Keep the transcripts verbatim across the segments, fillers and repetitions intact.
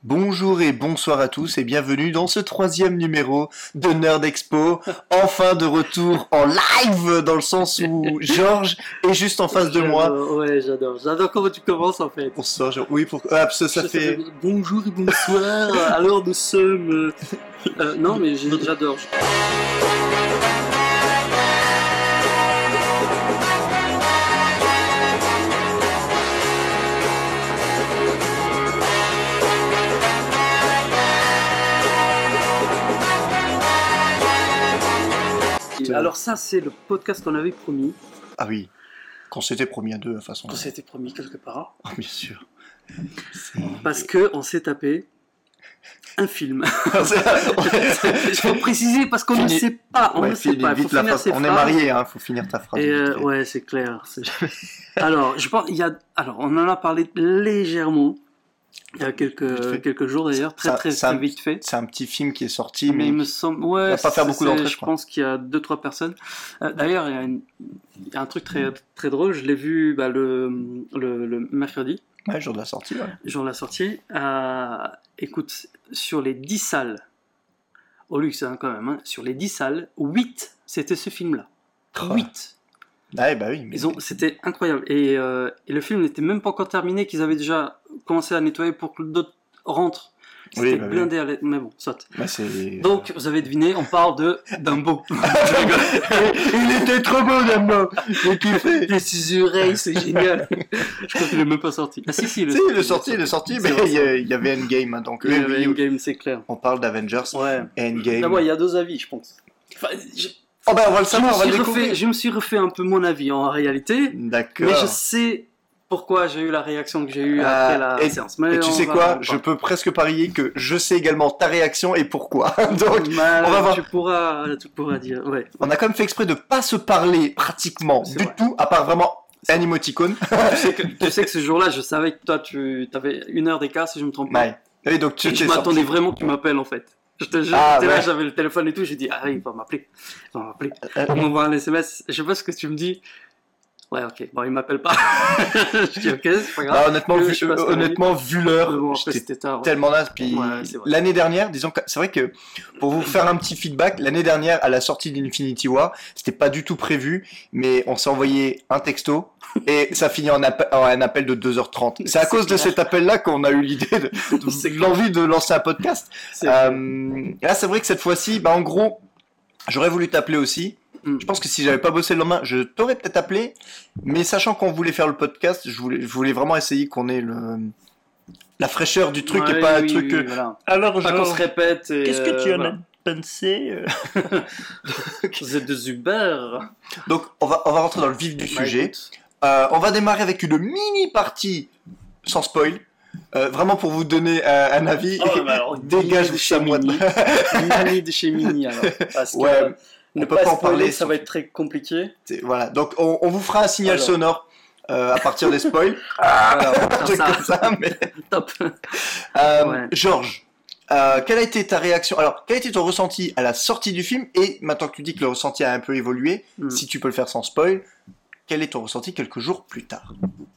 Bonjour et bonsoir à tous et bienvenue dans ce troisième numéro de Nerd Expo, enfin de retour en live dans le sens où Georges est juste en face de moi. Ouais, j'adore, j'adore comment tu commences en fait. Bonsoir, Georges. Oui, pour... ah, parce que ça Je fait... sais, bonjour et bonsoir, alors nous sommes... euh, euh, non mais j'ai- j'adore. Alors ça c'est le podcast qu'on avait promis, Ah oui, qu'on s'était promis à deux de toute façon. qu'on s'était promis quelque part, Ah, bien sûr. parce que on s'est tapé un film. C'est- Il faut préciser parce qu'on ne Fini- sait pas, on Ouais, ne sait finis pas. Il faut vite la finir phrase. ses On est phrases. mariés, hein, faut finir ta phrase. Et vite euh, fait. ouais, c'est clair. c'est- Alors, je pense, il y a, alors, on en a parlé légèrement il y a Vite quelques fait. quelques jours d'ailleurs, très Ça- très, ça- très vite fait. C'est un petit film qui est sorti, Mais mais il me semble, ouais, va pas faire beaucoup c'est- d'entrées, je Je crois. pense qu'il y a deux trois personnes. Euh, d'ailleurs, il y, a une- il y a un truc très très drôle. Je l'ai vu bah, le, le le mercredi, ouais, jour de la sortie, ouais. jour de la sortie. Euh, écoute, sur les dix salles, au luxe hein, quand même, hein, sur les dix salles, huit c'était ce film-là. Oh. huit. Ouais, bah oui. Mais... Ils ont, c'était incroyable. Et, euh, et le film n'était même pas encore terminé, qu'ils avaient déjà commencé à nettoyer pour que d'autres rentrent. C'était Oui, bah oui. blindé à l'aide. Mais bon, saute. Bah, c'est... Donc, vous avez deviné, on parle de Dumbo. Il était trop beau, Dumbo. J'ai kiffé. Les six oreilles, c'est génial. Je crois qu'il est même pas sorti. Ah si, si, Si, il est sorti, il est sorti, mais C'est vrai, il y, a- il y avait Endgame, hein, donc Il y oui, avait oui, une game, c'est clair. on parle d'Avengers Ouais. et Endgame. Ah ouais, il y a deux avis, je pense. Enfin, je, Oh bah on va le je savoir, me on va le suis découvrir. refait, je me suis refait un peu mon avis en réalité, D'accord. mais je sais pourquoi j'ai eu la réaction que j'ai eue Ah, après la et- séance. Mais Et tu on sais va- quoi, on je va- peux presque parier que je sais également ta réaction et pourquoi. Donc, Mal, on va voir. Tu pourras, tu pourras dire, ouais. on a quand même fait exprès de pas se parler pratiquement C'est du vrai. tout, à part vraiment un émoticône. tu, sais que, tu sais que ce jour-là, je savais que toi, tu avais une heure d'écart, si je me trompe pas. Ouais. Et donc tu Et je t'es m'attendais sorti. vraiment que tu m'appelles, en fait. Je te jure, Ah, j'étais là, ouais. j'avais le téléphone et tout, j'ai dit, ah oui, il va m'appeler. Il va m'appeler. Euh, On m'envoie un S M S, je sais pas ce que tu me dis. Ouais, ok, bon, il m'appelle pas. je dis, ok, c'est pas grave. bah, honnêtement, Je vu, sais pas ce euh, qu'on a dit. honnêtement, vu l'heure, Mais bon, après, j'étais c'était tard. ouais. tellement naze. Puis Ouais, c'est vrai. l'année dernière, disons que c'est vrai que pour vous faire un petit feedback, l'année dernière à la sortie d'Infinity War, c'était pas du tout prévu, mais on s'est envoyé un texto et ça finit en, appel, en un appel de deux heures trente. C'est à C'est cause de clair. cet appel-là qu'on a eu l'idée de, C'est de clair. l'envie de lancer un podcast. C'est- Euh, et là, c'est vrai que cette fois-ci, bah en gros, j'aurais voulu t'appeler aussi. Mm. Je pense que si j'avais pas bossé le lendemain, je t'aurais peut-être appelé. Mais sachant qu'on voulait faire le podcast, je voulais, je voulais vraiment essayer qu'on ait le la fraîcheur du truc Ouais, et pas oui, un truc. oui, euh, voilà. Alors, Pas qu'on se répète. et, qu'est-ce que euh, tu en voilà. as pensé euh Vous êtes des Uber. Donc, on va, on va rentrer dans le vif du Bah, sujet. écoute. Euh, on va démarrer avec une mini partie sans spoil. Euh, vraiment pour vous donner euh, un avis. Oh, bah alors, Dégage de de chez chez moi. Mini. Mini de chez Mini, alors. Parce que Ouais, ne on peut pas pas en spoiler, parler, ça sauf- va être très compliqué. C'est- Voilà, donc on, on vous fera un signal Alors. sonore euh, à partir des spoils. Voilà, on va Un faire truc ça. comme ça, mais... Top. Euh, Ouais. Georges, euh, quelle a été ta réaction? Alors, quel a été ton ressenti à la sortie du film? Et maintenant que tu dis que le ressenti a un peu évolué, Mm. si tu peux le faire sans spoil, quel est ton ressenti quelques jours plus tard?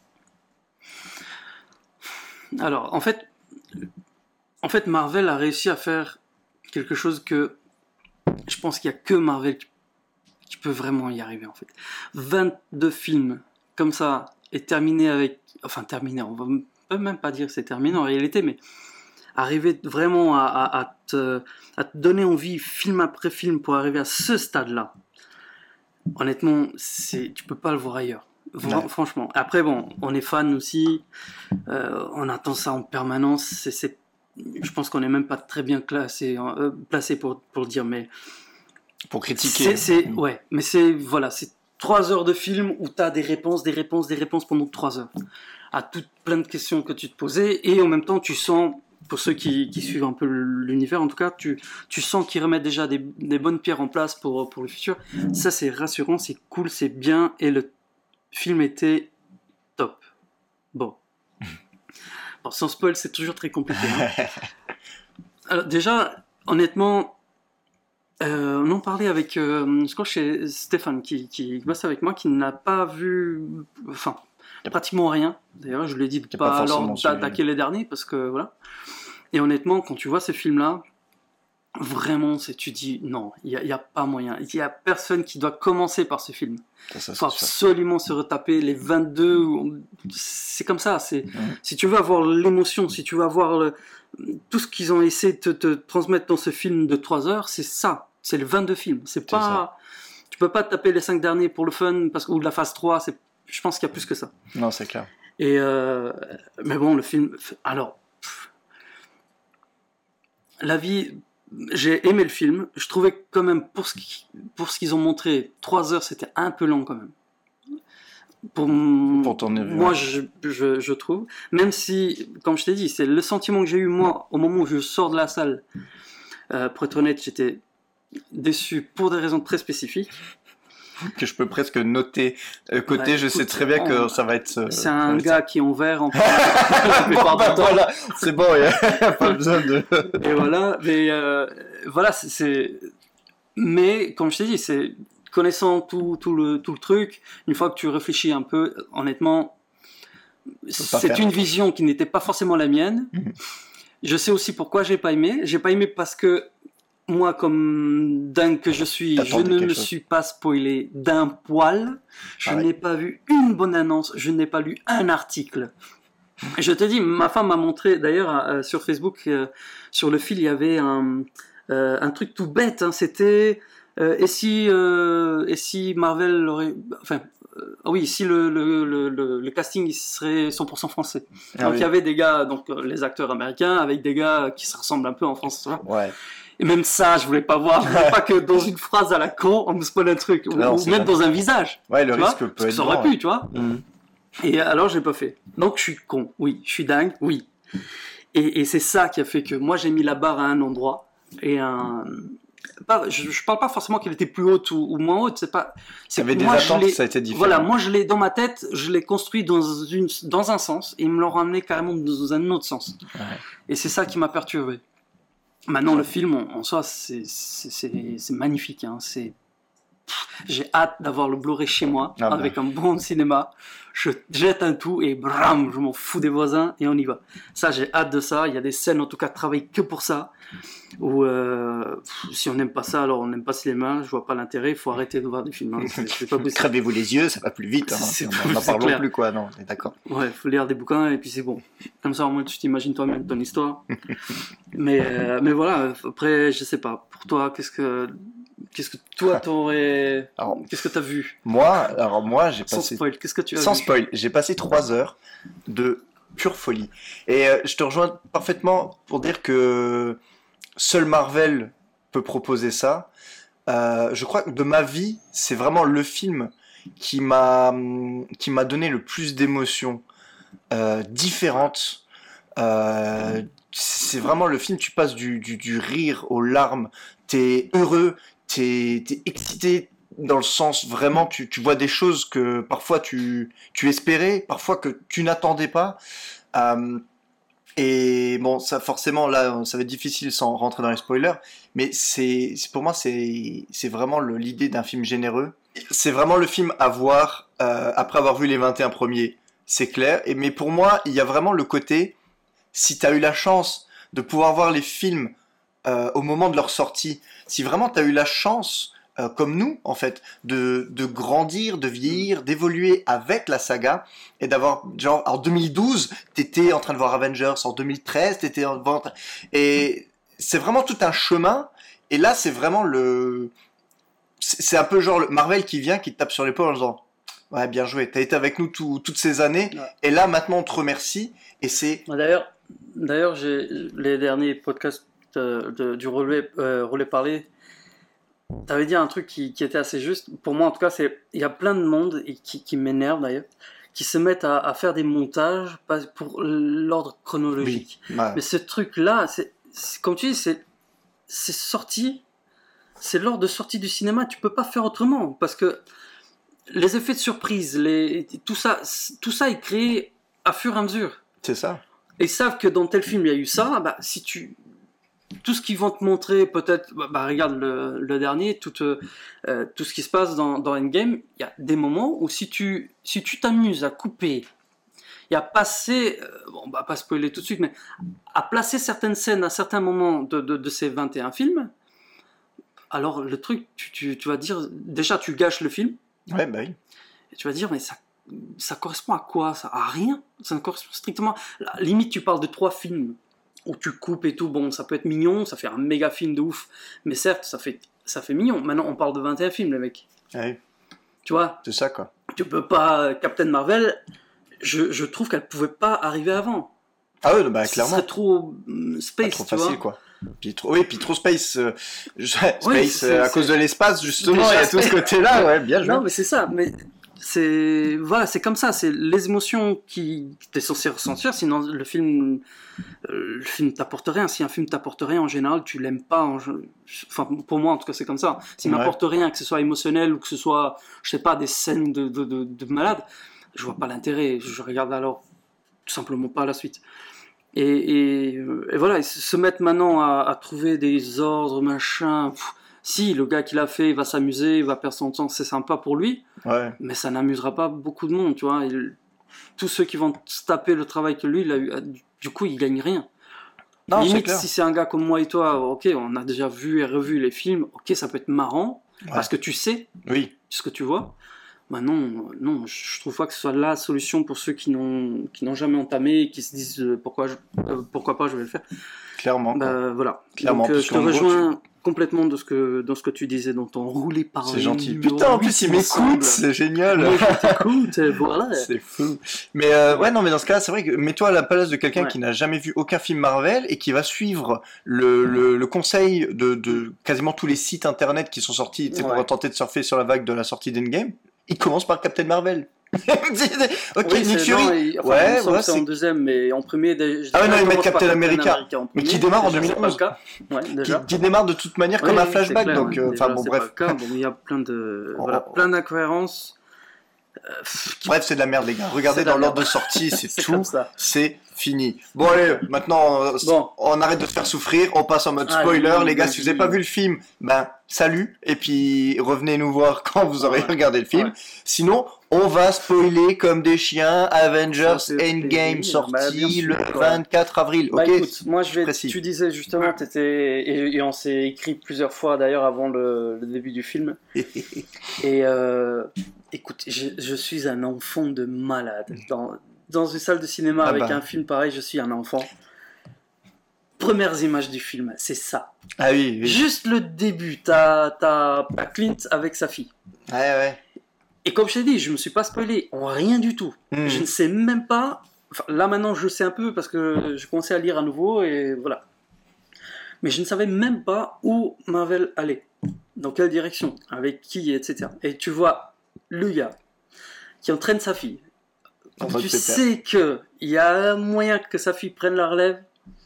Alors, en fait, en fait, Marvel a réussi à faire quelque chose que je pense qu'il n'y a que Marvel qui, qui peut vraiment y arriver, en fait. vingt-deux films comme ça et terminé avec... Enfin, terminé, on va peut même pas dire que c'est terminé en réalité, mais arriver vraiment à, à, à, te, à te donner envie, film après film, pour arriver à ce stade-là. Honnêtement, c'est, tu peux pas le voir ailleurs. Vra- Ouais. Franchement. Après, bon, on est fan aussi. Euh, on attend ça en permanence. C'est, c'est, je pense qu'on n'est même pas très bien classé, euh, placé pour, pour le dire, mais Pour critiquer. c'est, c'est, ouais, mais c'est, voilà, c'est trois heures de film où tu as des réponses, des réponses, des réponses pendant trois heures. À toutes plein de questions que tu te posais, et en même temps, tu sens, pour ceux qui, qui suivent un peu l'univers, en tout cas, tu, tu sens qu'ils remettent déjà des, des bonnes pierres en place pour, pour le futur. Ça, c'est rassurant, c'est cool, c'est bien, et le film était top. Bon. Bon, sans spoil, c'est toujours très compliqué. Hein. Alors, déjà, honnêtement, euh, on en parlait avec, euh, je crois, chez Stéphane, qui, qui bosse avec moi, qui n'a pas vu, enfin, pratiquement rien. D'ailleurs, je lui ai dit de Qui a pas, pas alors forcément suivi. d'attaquer les derniers, parce que voilà. Et honnêtement, quand tu vois ces films-là, vraiment, c'est, tu dis non, il n'y a, y a pas moyen. Il n'y a personne qui doit commencer par ce film. Il faut absolument se retaper les vingt-deux. C'est comme ça. C'est, mmh. Si tu veux avoir l'émotion, si tu veux avoir le, tout ce qu'ils ont essayé de te, te transmettre dans ce film de trois heures, c'est ça. C'est le vingt-deux films. C'est, c'est pas, ça. Tu peux pas te taper les cinq derniers pour le fun parce, ou de la phase trois. C'est, je pense qu'il y a plus que ça. Non, c'est clair. Et euh, mais bon, le film. Alors, pff, la vie. J'ai aimé le film. Je trouvais quand même, pour ce, qui, pour ce qu'ils ont montré, trois heures, c'était un peu long quand même. Pour, pour ton avis, moi, je, je, je trouve. Même si, comme je t'ai dit, c'est le sentiment que j'ai eu, moi, au moment où je sors de la salle. Euh, pour être honnête, j'étais déçu pour des raisons très spécifiques. Que je peux presque noter euh, côté, bah, je écoute, sais très bien on... que ça va être... Euh, c'est un gars ça. Qui est en vert en plus. Bon, bah, voilà, c'est bon, il n'y a pas besoin de... Et voilà, mais euh, voilà, c'est, c'est... Mais, comme je t'ai dit, c'est... connaissant tout, tout, le, tout le truc, une fois que tu réfléchis un peu, honnêtement, c'est une vision qui n'était pas forcément la mienne. Mmh. Je sais aussi pourquoi j'ai pas aimé. J'ai pas aimé parce que moi, comme dingue que je suis, je ne me chose. suis pas spoilé d'un poil. Je ah n'ai ouais. pas vu une bonne annonce. Je n'ai pas lu un article. Je te dis, ma femme m'a montré, d'ailleurs, euh, sur Facebook, euh, sur le fil, il y avait un, euh, un truc tout bête. Hein, c'était, euh, et si, euh, et si Marvel aurait, enfin, euh, oui, si le, le, le, le, le casting il serait cent pour cent français. Ah donc oui. Il y avait des gars, donc euh, les acteurs américains, avec des gars qui se ressemblent un peu en France. Ouais. Et même ça, je voulais pas voir. Je voulais pas que dans une phrase à la con, on me spoile un truc. Non, ou même vrai. Dans un visage. Ouais, le risque vois, peut être. Ça aurait pu, tu vois. Mmh. Et alors, j'ai pas fait. Donc, je suis con. Oui. Je suis dingue. Oui. Et, et c'est ça qui a fait que moi, j'ai mis la barre à un endroit. Et un. Pas, je, je parle pas forcément qu'elle était plus haute ou, ou moins haute. C'est pas. C'est que des attentes, ça a été différent. Voilà. Moi, je l'ai dans ma tête. Je l'ai construit dans une, dans un sens. Et ils me l'ont ramené carrément dans un autre sens. Ouais. Et c'est ça qui m'a perturbé. Maintenant, le film, en, en soi, c'est, c'est, c'est, c'est magnifique. Hein. C'est... J'ai hâte d'avoir le Blu-ray chez moi, ah avec ben. un bon cinéma. Je jette un tout et bram, je m'en fous des voisins et on y va. Ça, j'ai hâte de ça. Il y a des scènes, en tout cas, travaillées que pour ça. Ou euh, si on n'aime pas ça, alors on n'aime pas le cinéma. Je vois pas l'intérêt. Il faut arrêter de voir des films. Hein. C'est, c'est pas possible. Crevez-vous les yeux, ça va plus vite. Hein. C'est, on n'en parle plus, quoi. Non, on est d'accord. Ouais, il faut lire des bouquins et puis c'est bon. Comme ça, au moins, tu t'imagines toi-même ton histoire. mais, euh, mais voilà. Après, je sais pas. Pour toi, qu'est-ce que Qu'est-ce que toi t'aurais. Alors, qu'est-ce que t'as vu? Moi, alors moi, j'ai passé. Sans spoil, qu'est-ce que tu as Sans vu? spoil, j'ai passé trois heures de pure folie. Et euh, je te rejoins parfaitement pour dire que seul Marvel peut proposer ça. Euh, je crois que de ma vie, c'est vraiment le film qui m'a qui m'a donné le plus d'émotions euh, différentes. Euh, c'est vraiment le film. Tu passes du du, du rire aux larmes. T'es heureux. T'es, t'es excité dans le sens vraiment tu, tu vois des choses que parfois tu, tu espérais, parfois que tu n'attendais pas. Euh, et bon, ça forcément là, ça va être difficile sans rentrer dans les spoilers, mais c'est, c'est pour moi c'est, c'est vraiment le, l'idée d'un film généreux. C'est vraiment le film à voir euh, après avoir vu les vingt et un premiers, c'est clair. Et mais pour moi, il y a vraiment le côté, si t'as eu la chance de pouvoir voir les films euh, au moment de leur sortie. Si vraiment tu as eu la chance, euh, comme nous, en fait, de, de grandir, de vieillir, d'évoluer avec la saga, et d'avoir, genre, en deux mille douze, t'étais en train de voir Avengers, en deux mille treize, t'étais en train... Et c'est vraiment tout un chemin, et là, c'est vraiment le... C'est, c'est un peu genre le Marvel qui vient, qui te tape sur l'épaule en disant « Ouais, bien joué, t'as été avec nous tout, toutes ces années, ouais. Et là, maintenant, on te remercie, et c'est... » D'ailleurs, d'ailleurs j'ai les derniers podcasts De, de, du relais, euh, relais parlé, tu avais dit un truc qui, qui était assez juste. Pour moi, en tout cas, c'est il y a plein de monde, et qui, qui m'énerve d'ailleurs, qui se mettent à, à faire des montages pour l'ordre chronologique. Oui, ouais. Mais ce truc-là, c'est, c'est, comme tu dis, c'est, c'est sorti, c'est l'ordre de sortie du cinéma. Tu peux pas faire autrement parce que les effets de surprise, les, tout ça, tout ça est créé à fur et à mesure. C'est ça. Et ils savent que dans tel film il y a eu ça. Bah, si tu tout ce qu'ils vont te montrer, peut-être, bah, bah regarde le, le dernier, tout, euh, tout ce qui se passe dans, dans Endgame, il y a des moments où si tu, si tu t'amuses à couper, et à passer, euh, bon, on va pas spoiler tout de suite, mais à placer certaines scènes à certains moments de, de, de ces vingt et un films, alors le truc, tu, tu, tu vas dire, déjà tu gâches le film, Ouais, bah oui. et tu vas dire, mais ça, ça correspond à quoi ça? À rien. Ça ne correspond strictement. À la limite, tu parles de trois films où tu coupes et tout. Bon, ça peut être mignon, ça fait un méga film de ouf. Mais certes, ça fait, ça fait mignon. Maintenant, on parle de vingt et un films, les mecs. Ouais, Tu vois, c'est ça, quoi. tu peux pas. Captain Marvel, je, je trouve qu'elle pouvait pas arriver avant. Ah ouais, bah Ce clairement. serait trop hum, Pas space, trop tu facile, vois. quoi. Puis trop, oui, puis trop space. euh, je- space, Oui, euh, c'est- à c'est- cause de l'espace, justement, Déjà, il y a tout ce c'est- côté-là, ouais, bien joué. Non, mais c'est ça. Mais c'est voilà, c'est comme ça. C'est les émotions qui que t'es censé ressentir. Sinon, le film, euh, le film t'apporte rien. Si un film t'apporte rien, en général, tu l'aimes pas. En gé- Enfin, pour moi, en tout cas, c'est comme ça. S'il Ouais. m'apporte rien, que ce soit émotionnel ou que ce soit, je sais pas, des scènes de de, de, de malade, je vois pas l'intérêt. Je regarde alors tout simplement pas la suite. Et, et, euh, et voilà, ils se se mettent maintenant à, à trouver des ordres, machin. Pff, si le gars qui l'a fait, il va s'amuser, il va perdre son temps, c'est sympa pour lui, Ouais. mais ça n'amusera pas beaucoup de monde, tu vois. Il- tous ceux qui vont se taper le travail que lui, il a eu, du coup, il gagne rien. Non, c'est Limite, clair. si c'est un gars comme moi et toi, ok, on a déjà vu et revu les films, ok, ça peut être marrant, Ouais. parce que tu sais Oui. ce que tu vois. Bah non, euh, non, je trouve pas que ce soit la solution pour ceux qui n'ont qui n'ont jamais entamé et qui se disent euh, pourquoi je, euh, pourquoi pas je vais le faire. Clairement, quoi. Bah voilà. Clairement, Donc euh, parce je te qu'en gros, rejoins complètement de ce que dans ce que tu disais dans ton roulé par C'est les gentil. numéros Putain, en huit plus, il ensemble. m'écoute, c'est génial. Moi, je t'écoute, euh, voilà. C'est fou. Mais euh, ouais, non, mais dans ce cas, c'est vrai que mets-toi à la place de quelqu'un Ouais. qui n'a jamais vu aucun film Marvel et qui va suivre le, le, le conseil de, de quasiment tous les sites internet qui sont sortis, tu sais, Ouais. pour tenter de surfer sur la vague de la sortie d'Endgame. Il commence par Captain Marvel. Ok, Oui, Nick c'est- Fury. non, il- enfin, Ouais, il me semble ouais, que c'est en c'est- deuxième, mais en premier. des- je Ah ouais, dirais, non, ils commence mettent par Captain America. en Mais premier. qui démarre en Déjà, c'est pas deux mille onze. le cas. Ouais, Qui, déjà. qui démarre de toute manière comme Oui, un oui, c'est flashback, clair, donc, ouais. euh, enfin Déjà, bon, c'est bref. pas le cas. Bon, il y a plein de, Oh, voilà, oh, plein d'incohérences. Euh, qui- Bref, c'est de la merde, les gars. Regardez C'est de la dans l'ordre de merde. sortie, c'est C'est tout. comme ça. C'est fini. Bon, allez, maintenant, euh, Bon. on arrête de se faire souffrir. On passe en mode Allez, spoiler. Les gars, vas-y. si vous n'avez pas vu le film, ben, salut. Et puis, revenez nous voir quand vous aurez Ouais. regardé le film. Ouais. Sinon, on va spoiler comme des chiens. Avengers Ça, c'est Endgame plaisir. Bah, bien sorti sûr, le quoi. vingt-quatre avril. Bah Ok. écoute, moi je vais. précis. Tu disais justement, t'étais et, et on s'est écrit plusieurs fois d'ailleurs avant le, le début du film. Et euh, écoute, je, je suis un enfant de malade dans dans une salle de cinéma Ah avec bah. un film pareil. Je suis un enfant. Premières images du film, c'est ça. Ah oui, oui. Juste le début, t'as t'as t'as Clint avec sa fille. Ouais, ouais. Et comme je t'ai dit, je me suis pas spoilé en rien du tout. Hmm. Je ne sais même pas. Enfin, là maintenant, je sais un peu parce que je commençais à lire à nouveau et voilà. Mais je ne savais même pas où Marvel allait, dans quelle direction, avec qui, et cetera. Et tu vois le gars qui entraîne sa fille. En Quand mode tu pépère. sais que il y a un moyen que sa fille prenne la relève.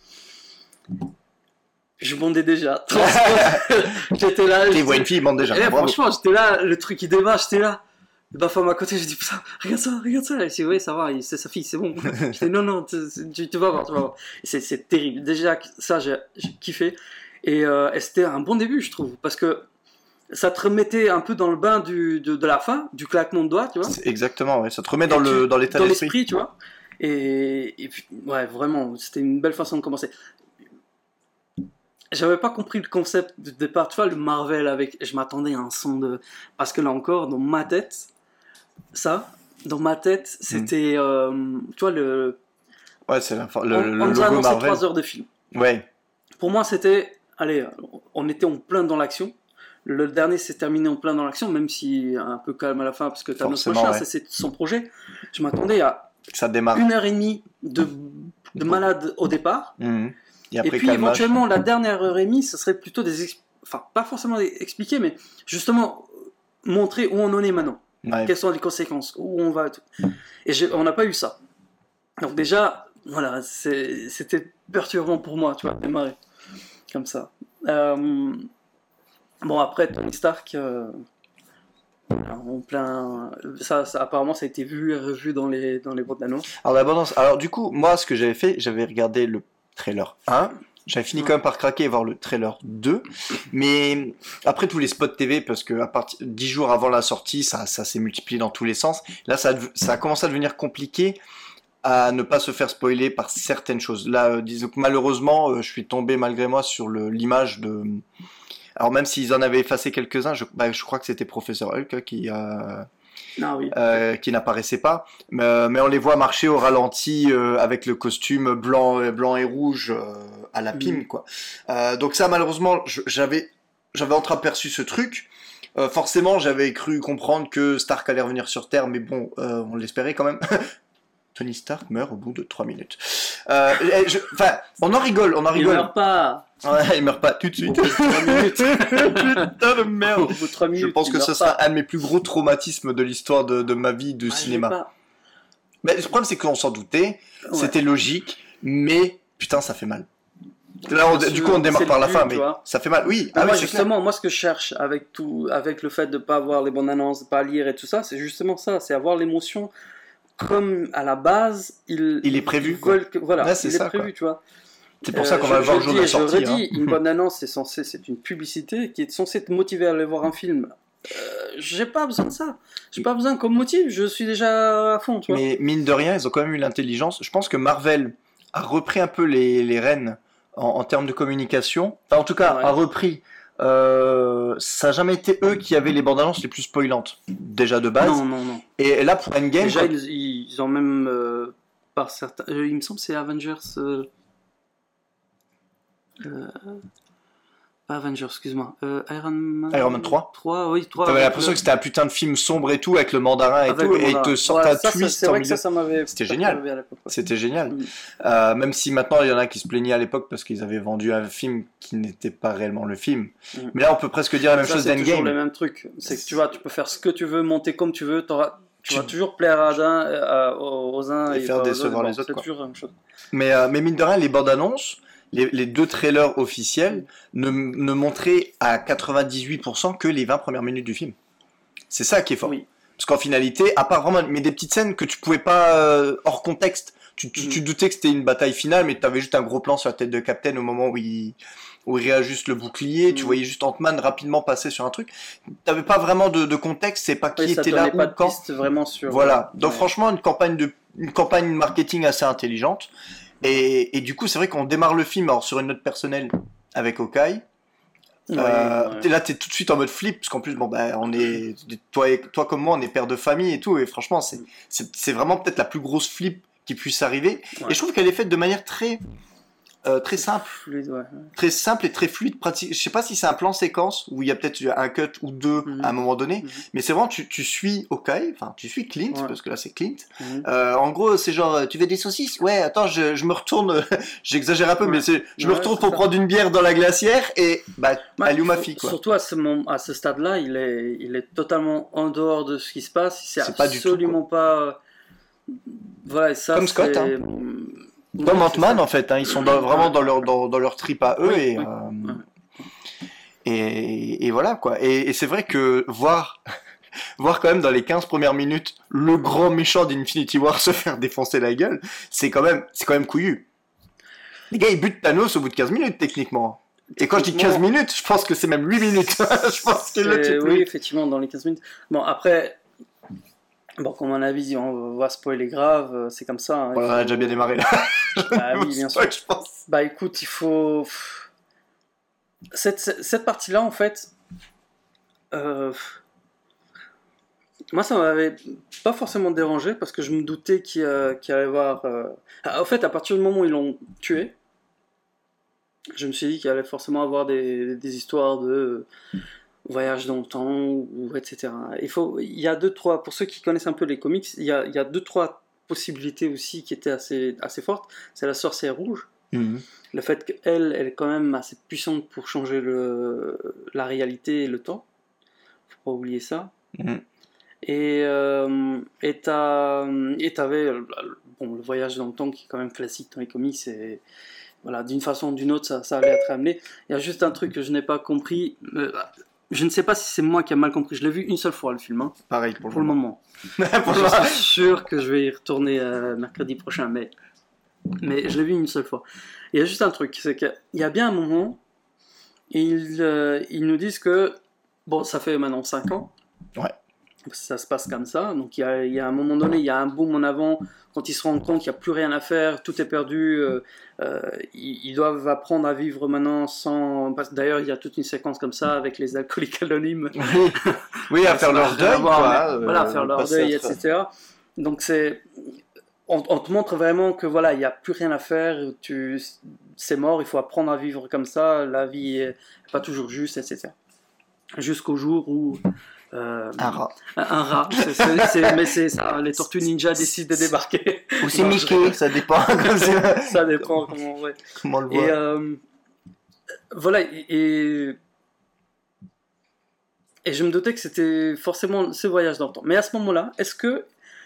Je bondais déjà. J'étais là. Tu j'étais- vois une fille, bande déjà. eh, Bravo. franchement, j'étais là, le truc il démarre, j'étais là. Ma femme à côté, je dis putain, regarde ça, regarde ça. Elle dit oui, ça va, il- c'est sa fille, c'est bon. Je dis non, non, tu, tu- tu vas voir, tu vas voir. Et C'est, c'est terrible. Déjà, ça, j'ai, j'ai kiffé. Et, euh, et c'était un bon début, je trouve, parce que ça te remettait un peu dans le bain du, de, de la fin, du claquement de doigts, tu vois, C'est- Exactement, ouais. Ça te remet dans Et le tu- dans l'état dans d'esprit. l'esprit, tu vois. Et, et puis, ouais, vraiment, c'était une belle façon de commencer. J'avais pas compris le concept de départ, tu vois, le Marvel avec. Je m'attendais à un son de. Parce que là encore, dans ma tête, ça, dans ma tête, c'était. euh, tu vois, le. Ouais, c'est la, le, on le on nous a logo annoncé Marvel. trois heures de film. Ouais. Pour moi, c'était. Allez, on était en plein dans l'action. Le dernier s'est terminé en plein dans l'action, même si un peu calme à la fin, parce que Thanos Forcément, machin, ouais. c'est c'est son projet. Je m'attendais à Ça démarre. une heure et demie de, de malade au départ. Mhm. Et Et après, puis calmage. éventuellement, la dernière heure et demie, ce serait plutôt des. ex- Enfin, pas forcément des- expliquer, mais justement montrer où on en est maintenant. Ouais. Quelles sont les conséquences, où on va. Et tout. Et j'ai- on n'a pas eu ça. Donc, déjà, voilà, c'est- c'était perturbant pour moi, tu vois, démarrer comme ça. Euh, Bon, après, Tony Stark. euh, En plein, ça, ça, apparemment, ça a été vu et revu dans les dans les bandes annonces. Alors, l'abondance. Alors, du coup, moi, ce que j'avais fait, j'avais regardé le trailer un. J'avais fini quand même par craquer et voir le trailer deux. Mais après tous les spots T V, parce que à partir dix jours avant la sortie, ça, ça s'est multiplié dans tous les sens. Là, ça, a dev- ça a commencé à devenir compliqué à ne pas se faire spoiler par certaines choses. Là, euh, disons que malheureusement, euh, je suis tombé malgré moi sur le, l'image de... Alors même s'ils en avaient effacé quelques-uns, je, bah, je crois que c'était Professeur Hulk hein, qui, euh, Ah oui. euh, qui n'apparaissait pas, mais, euh, mais on les voit marcher au ralenti euh, avec le costume blanc, euh, blanc et rouge euh, à la Pym, Mhm. quoi. Euh, donc ça, malheureusement, je- j'avais, j'avais entreaperçu ce truc. Euh, forcément, j'avais cru comprendre que Stark allait revenir sur Terre, mais bon, euh, on l'espérait quand même. Tony Stark meurt au bout de trois minutes. Euh, et je- Enfin, on en rigole, on en Il rigole. meurt pas. Ouais, il meurt pas tout de Au suite. bout de trois minutes. Putain de Au merde. bout de trois Je minutes. pense il que meurt ce sera pas. un de mes plus gros traumatismes de l'histoire de, de ma vie de Ah, je l'ai cinéma. pas. Mais le problème, c'est qu'on s'en doutait, Ouais. c'était logique, mais putain, ça fait mal. Là, on- Parce du que coup, on démarre c'est par le la but, fin, tu mais vois. ça fait mal. Oui, Mais ah moi, oui, c'est clair. justement, moi, ce que je cherche avec tout, avec le fait de pas avoir les bandes annonces, de pas lire et tout ça, c'est justement ça, c'est avoir l'émotion comme à la base, ils, Il est prévu, ils quoi. veulent que, voilà, Ouais, c'est il ça, est prévu, quoi. tu vois. C'est pour ça qu'on Euh, va je- le voir je le jour dis de et la sortie. Je redis, hein. une bonne annonce, c'est censé, c'est une publicité qui est censée te motiver à aller voir un film. Euh, j'ai pas besoin de ça. J'ai pas besoin comme motif. Je suis déjà à fond, tu vois. Mais mine de rien, ils ont quand même eu l'intelligence. Je pense que Marvel a repris un peu les, les rênes en, en termes de communication. Enfin, en tout cas, Ouais. a repris. Euh, ça n'a jamais été eux qui avaient les bandes annonces les plus spoilantes, déjà de base. Non, non, non. Et là, pour Endgame, Déjà, quand- ils, ils ont même euh, par certains. euh, il me semble que c'est Avengers. euh, euh, Pas Avengers, excuse-moi. Euh, Iron Man. Iron Man trois. trois, oui, trois. t'avais avec l'impression le- que c'était un putain de film sombre et tout, avec le mandarin et avec tout, le et ils mandarin. te sortent Ouais, un ça, c'est- twist C'est en vrai que milieu. ça, ça m'avait. C'était génial. perturbé à l'époque, ouais. C'était génial. Mm. Euh, même si maintenant, il y en a qui se plaignaient à l'époque parce qu'ils avaient vendu un film qui n'était pas réellement le film. Mm. Mais là, on peut presque dire la même Ça, chose c'est toujours le d'Endgame. même truc. C'est que tu vois, tu peux faire ce que tu veux, monter comme tu veux, t'auras- tu Tu- vas toujours plaire à d'un, à- aux aux uns Et et, faire pas aux décevoir autres. les Bon, autres, c'est quoi. toujours la même chose. Mais, euh, mais mine de rien, les bandes annonces, les, les deux trailers officiels, ne, ne montraient à quatre-vingt-dix-huit pour cent que les vingt premières minutes du film. C'est ça qui est fort. Oui. Parce qu'en finalité, à part vraiment mais des petites scènes que tu pouvais pas euh, hors contexte, tu, tu, Mhm. tu doutais que c'était une bataille finale, mais tu avais juste un gros plan sur la tête de Captain au moment où il, où il réajuste le bouclier, tu Mhm. voyais juste Ant-Man rapidement passer sur un truc. T'avais pas vraiment de, de contexte, c'est pas qui Oui, ça était te là donnait ou pas de quand. piste vraiment sur. Voilà. Donc Ouais. franchement, une campagne de, une campagne marketing assez intelligente. Et, et du coup, c'est vrai qu'on démarre le film alors, sur une note personnelle avec Hawkeye. Ouais, Euh, ouais. t'es là, t'es tout de suite en mode flip, parce qu'en plus, bon, bah, on est, toi, et, toi comme moi, on est père de famille et tout, et franchement, c'est, c'est, c'est vraiment peut-être la plus grosse flip qui puisse arriver. Ouais. Et je trouve qu'elle est faite de manière très, euh, très simple, Fluide, ouais. très simple et très fluide, pratique. Je sais pas si c'est un plan séquence où il y a peut-être un cut ou deux Mhm. à un moment donné, Mhm. mais c'est vraiment, tu, tu suis Hawkeye, enfin, tu suis Clint, Ouais. parce que là, c'est Clint. Mhm. Euh, en gros, c'est genre, euh, tu veux des saucisses? Ouais, attends, je, je me retourne, j'exagère un peu, Ouais. mais c'est, je me Ouais, retourne c'est pour ça. prendre une bière dans la glacière et, bah, Ouais, elle est où ma sur- fille, quoi. Surtout à ce, moment, à ce stade-là, il est, il est totalement en dehors de ce qui se passe. C'est C'est pas du tout, absolument pas. Voilà, et ça. Comme Scott, c'est- hein. Ouais, Comme c'est Ant-Man, ça. en fait, hein, ils sont dans- vraiment dans leur, dans, dans leur trip à eux, Oui, et, oui. euh, et, et voilà, quoi. Et, et c'est vrai que voir, voir quand même dans les quinze premières minutes le grand méchant d'Infinity War se faire défoncer la gueule, c'est quand même, c'est quand même couillu. Les gars, ils butent Thanos au bout de quinze minutes, techniquement. Et quand je dis quinze Techniquement, minutes, je pense que c'est même huit minutes. Je pense que là, c'est- tu peux. Oui, effectivement, dans les quinze minutes. Bon, après. Bon, comme mon avis, on va spoiler grave, euh, c'est comme ça. hein, Bon, il on a faut- déjà bien démarré là. Bah oui, bien sûr. Je pense. Bah écoute, il faut. Cette, cette partie-là, en fait. euh, Moi, ça m'avait pas forcément dérangé parce que je me doutais qu'il euh, qu'il allait y avoir. euh, En fait, à partir du moment où ils l'ont tué, je me suis dit qu'il allait forcément avoir des, des histoires de voyage dans le temps, ou et cetera. Il faut, il y a deux, trois. Pour ceux qui connaissent un peu les comics, il y a, il y a deux, trois possibilités aussi qui étaient assez, assez fortes. C'est la sorcière rouge. Mhm. Le fait qu'elle, elle est quand même assez puissante pour changer le, la réalité et le temps. Faut pas oublier ça. Mhm. Et euh, et t'as- et t'avais euh, bon, le voyage dans le temps qui est quand même classique dans les comics. Et voilà, d'une façon ou d'une autre, ça, ça allait être amené. Il y a juste un truc que je n'ai pas compris. Euh, je ne sais pas si c'est moi qui ai mal compris. Je l'ai vu une seule fois le film, hein, Pareil pour le pour le moment. moment. Pour le Je moment. suis sûr que je vais y retourner euh, mercredi prochain, mais, mais je l'ai vu une seule fois. Il y a juste un truc, c'est qu'il y a bien un moment, ils, euh, ils nous disent que, bon, ça fait maintenant cinq ans, Ouais. ça se passe comme ça. Donc il y a, il y a un moment donné, il y a un boom en avant, quand ils se rendent compte qu'il n'y a plus rien à faire, tout est perdu, euh, euh, ils, ils doivent apprendre à vivre maintenant sans... Parce que d'ailleurs, il y a toute une séquence comme ça avec les alcooliques anonymes. Oui, oui à faire leur deuil, avoir, quoi. Mais, voilà, à faire leur deuil, être... et cetera. Donc c'est... On, on te montre vraiment que voilà, il n'y a plus rien à faire, tu, c'est mort, il faut apprendre à vivre comme ça, la vie n'est pas toujours juste, et cetera. Jusqu'au jour où... Euh, un rat. Un, un rat, c'est, c'est, c'est, mais c'est ça, les tortues ninja décident de débarquer. Ou c'est Mickey, ça dépend. Ça dépend comment, ouais. comment on le voit. Et euh, voilà, et, et je me doutais que c'était forcément ce voyage dans le temps. Mais à ce moment-là, est-ce que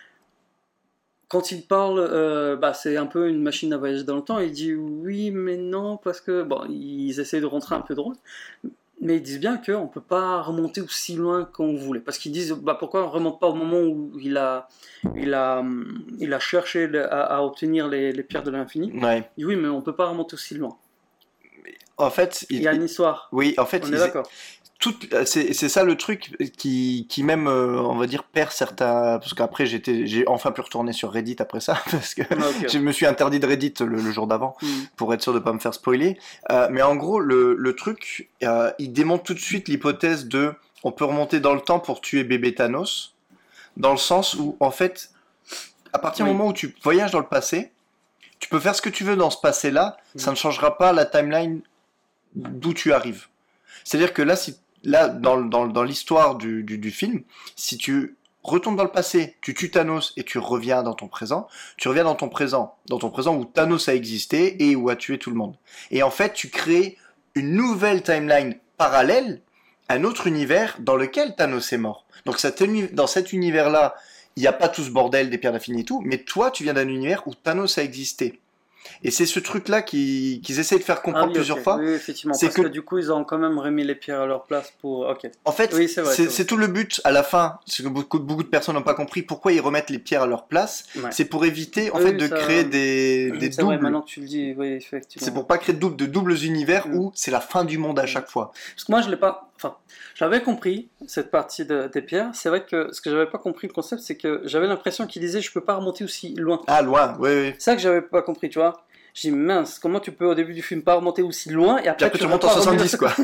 quand il parle, euh, bah, c'est un peu une machine à voyager dans le temps, il dit oui, mais non, parce que, bon, ils essayent de rentrer un peu drôle, mais ils disent bien qu'on ne peut pas remonter aussi loin qu'on voulait. Parce qu'ils disent, bah, pourquoi on ne remonte pas au moment où il a, il a, il a cherché à, à obtenir les, les pierres de l'infini. Ouais. Il dit oui, mais on ne peut pas remonter aussi loin. En fait, il, il y a une histoire. Oui, en fait, on est d'accord. Tout, c'est, c'est ça le truc qui, qui même, euh, on va dire, perd certains... Parce qu'après, j'étais, j'ai enfin pu retourner sur Reddit après ça, parce que ah, okay. je me suis interdit de Reddit le, le jour d'avant, mm. pour être sûr de ne pas me faire spoiler. Euh, mais en gros, le, le truc, euh, il démontre tout de suite l'hypothèse de on peut remonter dans le temps pour tuer bébé Thanos, dans le sens où, en fait, à partir oui. du moment où tu voyages dans le passé, tu peux faire ce que tu veux dans ce passé-là, mm. ça ne changera pas la timeline d'où tu arrives. C'est-à-dire que là, si Là, dans, dans, dans l'histoire du, du, du film, si tu retournes dans le passé, tu tues Thanos et tu reviens dans ton présent, tu reviens dans ton présent, dans ton présent où Thanos a existé et où a tué tout le monde. Et en fait, tu crées une nouvelle timeline parallèle, un autre univers dans lequel Thanos est mort. Donc cet, dans cet univers-là, il n'y a pas tout ce bordel des pierres d'infini et tout, mais toi, tu viens d'un univers où Thanos a existé. Et c'est ce truc-là qu'ils, qu'ils essaient de faire comprendre ah oui, plusieurs okay. fois. Oui, effectivement. C'est parce que... que du coup, ils ont quand même remis les pierres à leur place pour. Ok. En fait, oui, c'est, vrai, c'est, c'est, c'est tout le but à la fin. C'est que beaucoup, beaucoup de personnes n'ont pas compris pourquoi ils remettent les pierres à leur place. Ouais. C'est pour éviter en oui, fait de ça... créer des, des c'est doubles. Vrai, maintenant que tu le dis, oui, effectivement. C'est pour pas créer de doubles, de doubles univers mmh. où c'est la fin du monde à chaque fois. Parce que moi, je l'ai pas. Enfin, j'avais compris cette partie de, des pierres. C'est vrai que ce que j'avais pas compris le concept, c'est que j'avais l'impression qu'il disait, je peux pas remonter aussi loin. Ah, loin, oui, oui. C'est ça que j'avais pas compris, tu vois. J'ai dit, mince, comment tu peux au début du film pas remonter aussi loin et après, après tu remontes en soixante-dix, quoi.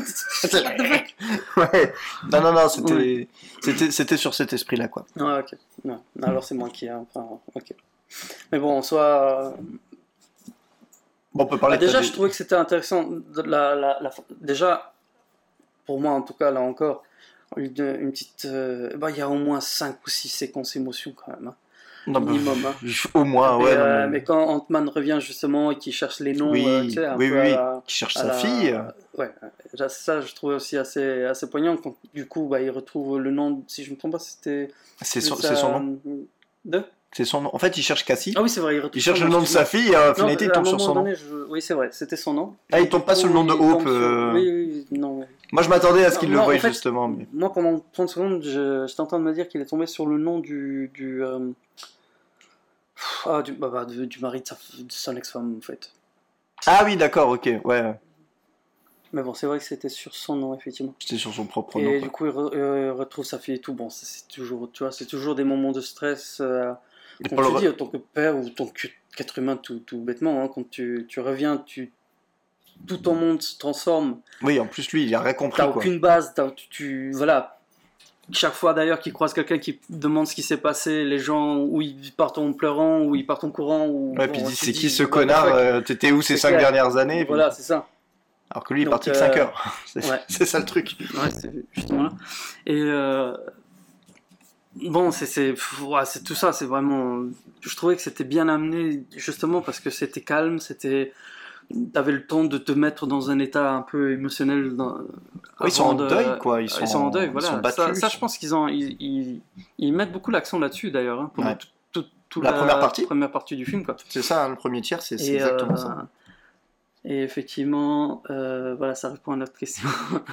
Ouais. Non, non, non, c'était, oui. c'était, c'était sur cet esprit-là, quoi. Ouais, ok. Non. Alors c'est moi qui ai. Enfin, ok. Mais bon, en soi. Bon, on peut parler bah, déjà, de... je trouvais que c'était intéressant. La, la, la... Déjà, pour moi en tout cas, là encore, une, une petite. Euh... Bah, il y a au moins cinq ou six séquences émotions quand même. Hein. Non, minimum. Hein. Au moins, ouais. Et, euh, mais... mais quand Ant-Man revient justement et qu'il cherche les noms, oui, euh, tu sais, un oui, peu oui, la, qui cherche sa la... fille. Ouais, ça je trouvais aussi assez, assez poignant. Quand, du coup, bah, il retrouve le nom, si je ne me trompe pas, c'était. C'est son, c'est son nom. De C'est son nom. En fait, il cherche Cassie. Ah oui, c'est vrai. Il, il cherche le nom de sa fille et à la finalité, il tombe sur son donné, nom. Je... Oui, c'est vrai, c'était son nom. Ah, il tombe pas sur le nom de Hope. Euh... Oui, oui, non. Moi, je m'attendais à ce qu'il non, le voie en fait, justement. Mais... Moi, pendant trente secondes, je... j'étais en train de me dire qu'il est tombé sur le nom du. du euh... Ah, du, bah, bah, du, du mari de, sa, de son ex-femme, en fait. Ah oui, d'accord, ok, ouais. Mais bon, c'est vrai que c'était sur son nom, effectivement. C'était sur son propre et nom. Et du coup, il, re, euh, retrouve sa fille et tout. Bon, c'est, c'est toujours, tu vois, c'est toujours des moments de stress. Euh, comme tu re... dis, en tant que père ou en tant qu'être humain, tout, tout bêtement, hein, quand tu, tu reviens, tu, tout ton monde se transforme. Oui, en plus, lui, il a rien compris. T'as quoi. aucune base, t'as, tu, tu, voilà. Chaque fois d'ailleurs qu'il croise quelqu'un qui demande ce qui s'est passé, les gens, ou ils partent en pleurant, ou ils partent en courant. Ou, ouais, bon, puis on dit, c'est dit, qui ce connard euh, T'étais où ces cinq clair. dernières années Voilà, puis... c'est ça. Alors que lui, il est Donc, parti que euh... cinq heures. C'est, ouais. c'est ça le truc. Ouais, c'est justement là. Et euh... bon, c'est, c'est, ouais, c'est tout ça, c'est vraiment. Je trouvais que c'était bien amené, justement, parce que c'était calme, c'était. T'avais le temps de te mettre dans un état un peu émotionnel. Dans... Oui, ils sont en de... deuil, quoi. Ils sont, ils sont en deuil, voilà. Ils sont battus, ça, ça ils je pense qu'ils ont, ils, ils, ils mettent beaucoup l'accent là-dessus, d'ailleurs, hein, pendant ouais. toute tout la, la première partie. première partie du film, quoi. C'est ça, hein, le premier tiers, c'est, c'est et exactement euh, ça. Et effectivement, euh, voilà, ça répond à notre question.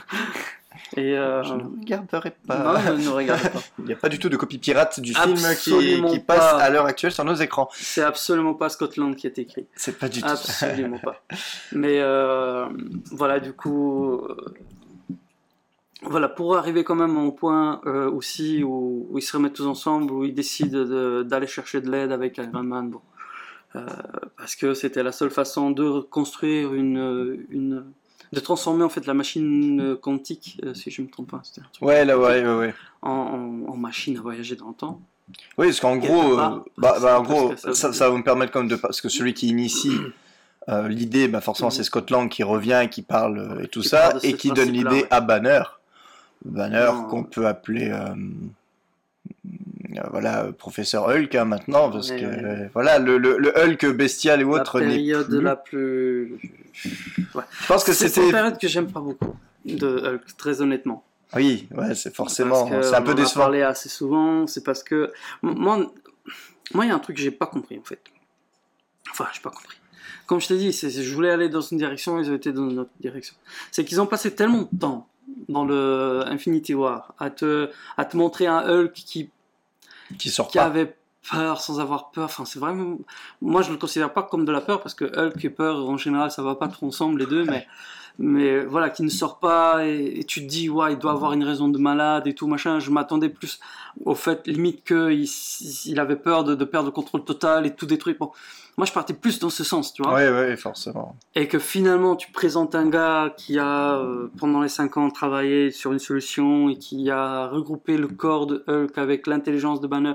Et euh... Je ne regarderai pas. Non, je ne regarde pas. Il n'y a pas du tout de copie pirate du Absolument film qui, qui passe pas. à l'heure actuelle sur nos écrans. C'est absolument pas Scotland qui est écrit. C'est pas du tout. Absolument pas. Mais euh, voilà, du coup. Euh... voilà, pour arriver quand même au point euh, aussi où, où ils se remettent tous ensemble, où ils décident de- d'aller chercher de l'aide avec Iron Man, bon. Euh, parce que c'était la seule façon de reconstruire une, une de transformer en fait la machine quantique, euh, si je me trompe pas, c'était un truc Ouais, là, quantique, ouais, ouais, ouais. en, en- en machine à voyager dans le temps. Oui, parce qu'en Et gros, pas, euh, parce bah, que bah, c'est en gros, presque ça ça, aussi. ça va me permettre quand même de, parce que celui qui initie euh, l'idée, bah, forcément, c'est Mhm. Scott Lang qui revient et qui parle euh, et tout Qui ça, part de et ce qui donne principe-là, l'idée ouais. à Banner. Banner qu'on Non, peut appeler, euh, euh, voilà, euh, professeur Hulk hein, maintenant, parce ouais, que ouais, ouais. euh, voilà, le, le, le Hulk bestial et La autres n'est période plus. la plus, ouais. Je pense que C'est c'est une c'était, période que j'aime pas beaucoup de Hulk, très honnêtement. oui, ouais, c'est Parce forcément, c'est un qu'on peu en a décevant. parlé assez souvent, c'est parce que moi, moi, il y a un truc que j'ai pas compris en fait. Enfin, j'ai pas compris. Comme je t'ai dit, c'est, c'est- je voulais aller dans une direction, ils ont été dans une autre direction. C'est qu'ils ont passé tellement de temps dans le Infinity War à te, à te montrer un Hulk qui, Qui sort qui pas. avait peur sans avoir peur. Enfin, c'est vraiment. Moi, je le considère pas comme de la peur parce que Hulk et peur, en général, ça va pas trop ensemble les deux, mais mais voilà, qui ne sort pas et, et tu te dis ouais il doit avoir une raison de malade et tout machin. Je m'attendais plus au fait limite qu'il il avait peur de, de perdre le contrôle total et tout détruire. Bon, moi je partais plus dans ce sens, tu vois, Ouais, ouais, forcément. et que finalement tu présentes un gars qui a euh, pendant les cinq ans travaillé sur une solution et qui a regroupé le corps de Hulk avec l'intelligence de Banner.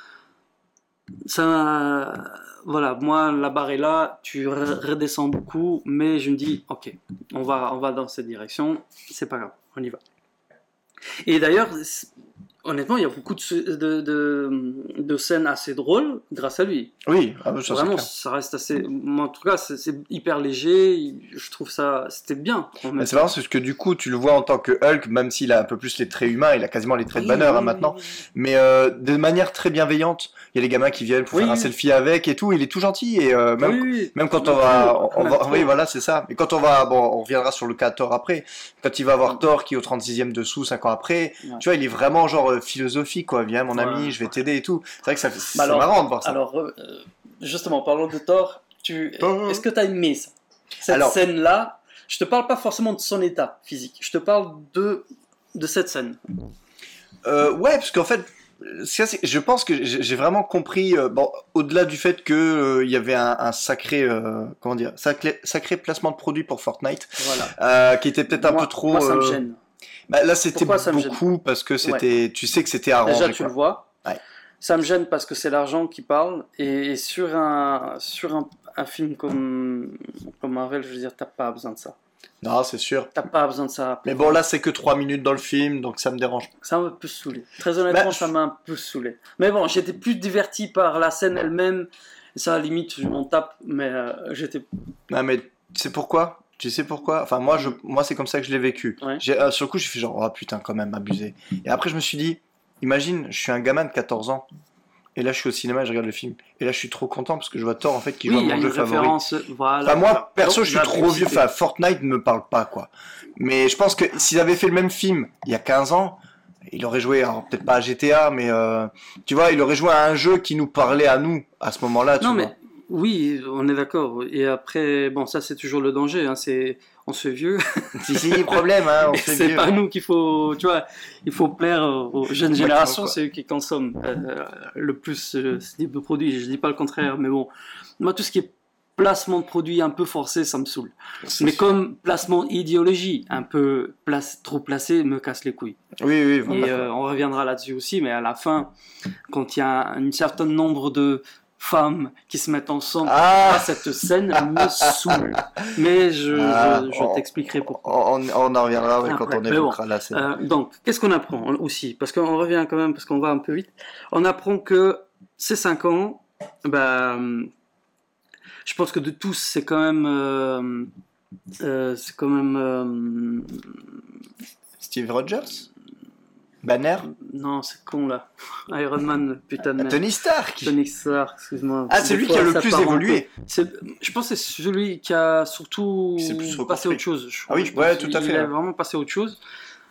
Ça, voilà, moi la barre est là, tu re- redescends beaucoup, mais je me dis, ok, on va, on va dans cette direction, c'est pas grave, on y va. Et d'ailleurs, c'est- honnêtement, il y a beaucoup de, ce- de, de, de scènes assez drôles grâce à lui. Oui, ah, bah, ça c'est Vraiment, clair. ça reste assez. Moi, en tout cas, c'est c'est hyper léger. Je trouve ça. C'était bien en Mais même c'est temps. marrant, c'est que du coup, tu le vois en tant que Hulk, même s'il a un peu plus les traits humains, il a quasiment les traits de Oui, Banner hein, oui, maintenant, oui, mais euh, de manière très bienveillante. Il y a les gamins qui viennent pour oui. faire un Oui, selfie avec et tout, il est tout gentil, et euh, même, oui, oui. même quand Même on va, trop, on même va, trop. oui, voilà, c'est ça. Mais quand on va, bon, on reviendra sur le cas de Thor après, quand il va voir Mm. Thor qui est au trente-sixième dessous, cinq ans après, Ouais. tu vois, il est vraiment genre euh, philosophique, quoi. Viens, mon Ouais, ami, je vais ouais. t'aider et tout. C'est vrai que ça, c'est Bah alors, marrant de voir ça. alors euh, justement, parlons de Thor. Tu, Thor. est-ce que tu as aimé ça, cette Alors- scène-là? Je te parle pas forcément de son état physique. Je te parle de de cette scène. Euh, ouais, parce qu'en fait, ça, c'est- je pense que j'ai j'ai vraiment compris, euh, bon, au-delà du fait que euh, il y avait un, un sacré, euh, comment dire, sacré, sacré placement de produit pour Fortnite, Voilà. euh, qui était peut-être un Moi, peu trop. moi, ça me euh, gêne. bah, là, c'était Pourquoi ça me gêne? beaucoup parce que c'était, tu sais que c'était arrangé, Déjà, tu quoi. le vois. Ouais. Ça me gêne parce que c'est l'argent qui parle. Et, et sur un sur un, un film comme comme Marvel, je veux dire, t'as pas besoin de ça. Non, c'est sûr. T'as pas besoin de ça. Mais bon, là, c'est que trois minutes dans le film, donc ça me dérange. Ça m'a un peu saoulé. Très honnêtement, Bah, ça m'a un peu saoulé. Mais bon, j'étais plus diverti par la scène elle-même. Ça, à la limite, je m'en tape, mais euh, j'étais. Non, mais tu sais pourquoi? Tu sais pourquoi? Enfin, moi, je, moi, c'est comme ça que je l'ai vécu. Ouais. J'ai, euh, sur le coup, j'ai fait genre, oh putain, quand même, abusé. Et après, je me suis dit, imagine, je suis un gamin de quatorze ans. Et là, je suis au cinéma, je regarde le film. Et là, je suis trop content parce que je vois Thor, en fait, qui Oui, joue à il y a mon une jeu favori. référence. Voilà. Enfin, moi, perso, Donc, je suis la trop vieux. publicité. Enfin, Fortnite ne me parle pas, quoi. Mais je pense que s'ils avaient fait le même film il y a quinze ans, il aurait joué, alors peut-être pas à G T A, mais euh, tu vois, il aurait joué à un jeu qui nous parlait à nous à ce moment-là, tu Non, vois. mais oui, on est d'accord. Et après, bon, ça, c'est toujours le danger. Hein, c'est, on se fait vieux. Si, si, problème, hein, on Et fait c'est vieux. pas nous qu'il faut, tu vois, il faut plaire aux jeunes Exactement, générations, quoi. c'est eux qui consomment euh, le plus euh, ce type de produit. Je dis pas le contraire, mais bon, moi tout ce qui est placement de produits un peu forcé, ça me saoule. Mais comme placement idéologie un peu place, trop placé, me casse les couilles. Oui, oui, voilà. Et euh, on reviendra là-dessus aussi, mais à la fin, quand il y a un certain nombre de femmes qui se mettent ensemble, Ah, ah, cette scène me saoule. Mais je, Ah, je, je on- t'expliquerai pourquoi. on, on en reviendra ouais, quand Après, on mais bon, évoquera la scène. Euh, donc, qu'est-ce qu'on apprend aussi? Parce qu'on revient quand même, parce qu'on va un peu vite. On apprend que ces cinq ans, ben, je pense que de tous, c'est quand même, euh, euh, c'est quand même, euh, Steve Rogers, Banner, non, c'est con là. Iron Man, putain de merde. Tony Stark. Tony Stark, excuse-moi. Ah, c'est Des lui fois, qui a le ça plus part un évolué. peu. C'est- Je pense que c'est celui qui a surtout Qui s'est le plus passé à reconstruit. autre chose. Je Ah oui, je pense ouais, qu'il- tout à fait, Il a ouais. vraiment passé à autre chose.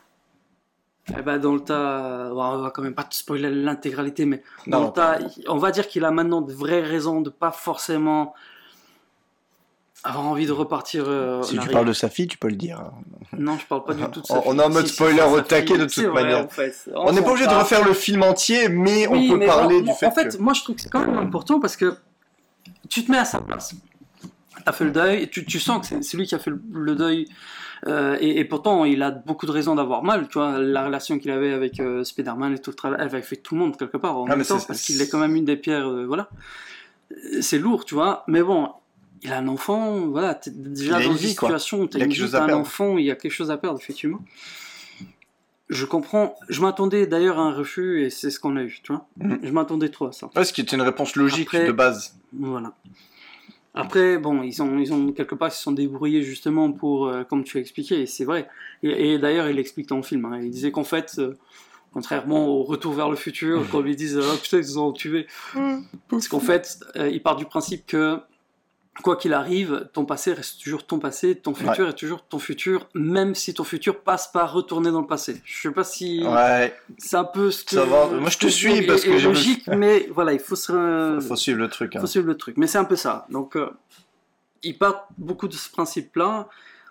Eh ben, dans le tas, bon, on va quand même pas te spoiler l'intégralité, mais dans Non, le tas, il- on va dire qu'il a maintenant de vraies raisons de pas forcément avoir envie de repartir euh, si en tu arrière. parles de sa fille, tu peux le dire. hein. Non, je parle pas du tout de ça. On est en mode Si, si, spoiler ça, au ça taquet finit. de toute C'est vrai, manière. en fait. On n'est pas obligé de parle. refaire le film entier, mais Oui, on peut mais parler bon, du en fait fait, que... moi je trouve que c'est quand même important parce que tu te mets à sa place. T'as fait le deuil, et tu, tu sens que c'est, c'est lui qui a fait le, le deuil, euh, et, et pourtant il a beaucoup de raisons d'avoir mal, tu vois, la relation qu'il avait avec euh, Spider-Man et tout le travail, elle avait fait tout le monde quelque part en Ah, même mais temps, c'est- parce c'est- qu'il est quand même une des pierres, euh, voilà. C'est lourd, tu vois, mais bon, il a un enfant, voilà, t'es déjà Il a dans une une vie, quoi. situation, t'as Il a une quelque vie, chose à t'as un perdre. enfant, il y a quelque chose à perdre, effectivement. Je comprends, je m'attendais d'ailleurs à un refus, et c'est ce qu'on a eu, tu vois. Mhm. Je m'attendais trop à ça. Ouais, ce qui était une réponse logique Après- de base. Voilà. Après, bon, ils ont, ils ont quelque part, ils se sont débrouillés justement pour, euh, comme tu as expliqué, et c'est vrai. Et, et d'ailleurs, il explique dans le film, hein, il disait qu'en fait, euh, contrairement au Retour vers le futur, quand ils disent oh putain, ils ont tué, parce qu'en fait, euh, il part du principe que quoi qu'il arrive, ton passé reste toujours ton passé, ton futur est toujours ton futur, même si ton futur passe par retourner dans le passé. Je sais pas si Ouais, c'est un peu ce que. Ça va, moi, je te ce suis est- parce que est j'ai- logique, mais voilà, il faut se. faut suivre le truc. Hein. faut suivre le truc. Mais c'est un peu ça. Donc, euh, ils partent beaucoup de ce principe-là.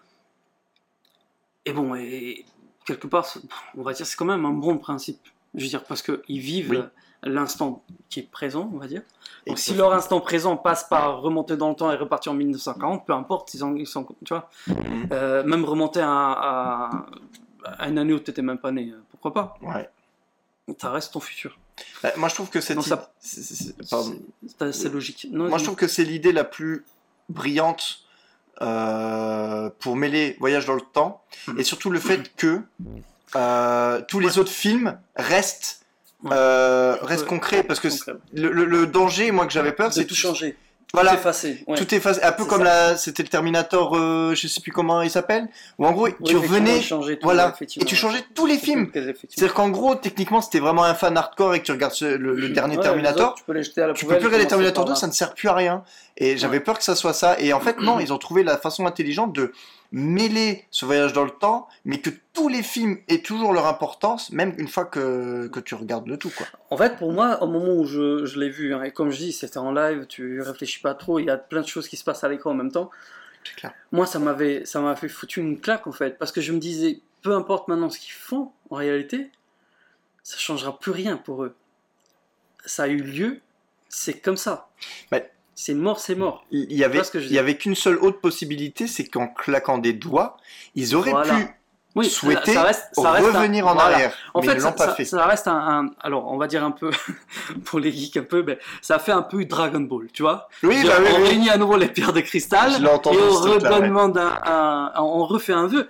Et bon, et quelque part, c'est- on va dire, c'est quand même un bon principe. Je veux dire, parce qu'ils vivent Oui. l'instant qui est présent, on va dire. Et Donc, si faut- leur instant présent passe par remonter dans le temps et repartir en mille neuf cent quarante, peu importe, ils, en- ils sont, tu vois, Mhm. euh, même remonter à, à, à une année où tu n'étais même pas né, pourquoi pas? Ouais. Ça reste ton futur. Bah, moi, je trouve que cette Non, idée- ça- c'est- c'est- pardon. C'est c'est logique. Non, Moi, je trouve que c'est l'idée la plus brillante euh, pour mêler voyage dans le temps Mhm. et surtout le fait que euh, tous les Ouais. autres films restent, Ouais. euh, restent Ouais. concrets parce que Concret. le, le- le danger, moi, que j'avais peur, c'est c'est tout changer, Voilà. tout effacer. Ouais. Tout est fait, un peu C'est comme ça. la, c'était le Terminator, euh, je sais plus comment il s'appelle, où en gros, Oui, tu effectivement, revenais, changer tout, voilà, effectivement. et tu changeais tous les films. Effectivement. C'est-à-dire qu'en gros, techniquement, si t'es vraiment un fan hardcore et que tu regardes ce- le, le dernier Ouais, les Terminator, autres, tu peux les jeter à la tu peux poubelle, plus regarder commencer Terminator par deux, là. ça ne sert plus à rien. Et j'avais Ouais. peur que ça soit ça. Et en fait, non, ils ont trouvé la façon intelligente de mêler ce voyage dans le temps, mais que tous les films aient toujours leur importance, même une fois que, que tu regardes le tout, quoi. En fait, pour moi, au moment où je, je l'ai vu, hein, et comme je dis, c'était en live, tu réfléchis pas trop, il y a plein de choses qui se passent à l'écran en même temps. C'est clair. Moi, ça m'avait, ça m'a fait foutu une claque en fait, parce que je me disais, peu importe maintenant ce qu'ils font, en réalité, ça changera plus rien pour eux. Ça a eu lieu, c'est comme ça. Ouais. C'est mort, c'est mort. Il y avait, vois ce que je il dis. y avait qu'une seule autre possibilité, c'est qu'en claquant des doigts, ils auraient Voilà. pu Oui, souhaiter ça reste, ça reste un- revenir en voilà. arrière. En mais fait, ils ça, l'ont pas ça- fait. ça reste un, un- alors on va dire un peu pour les geeks un peu, mais ça fait un peu Dragon Ball, tu vois. Oui, Genre, bah oui, on oui. réunit à nouveau les pierres de cristal Je l'ai entendu, et on ce truc-là, ouais. redemande un, un- un- on refait un vœu.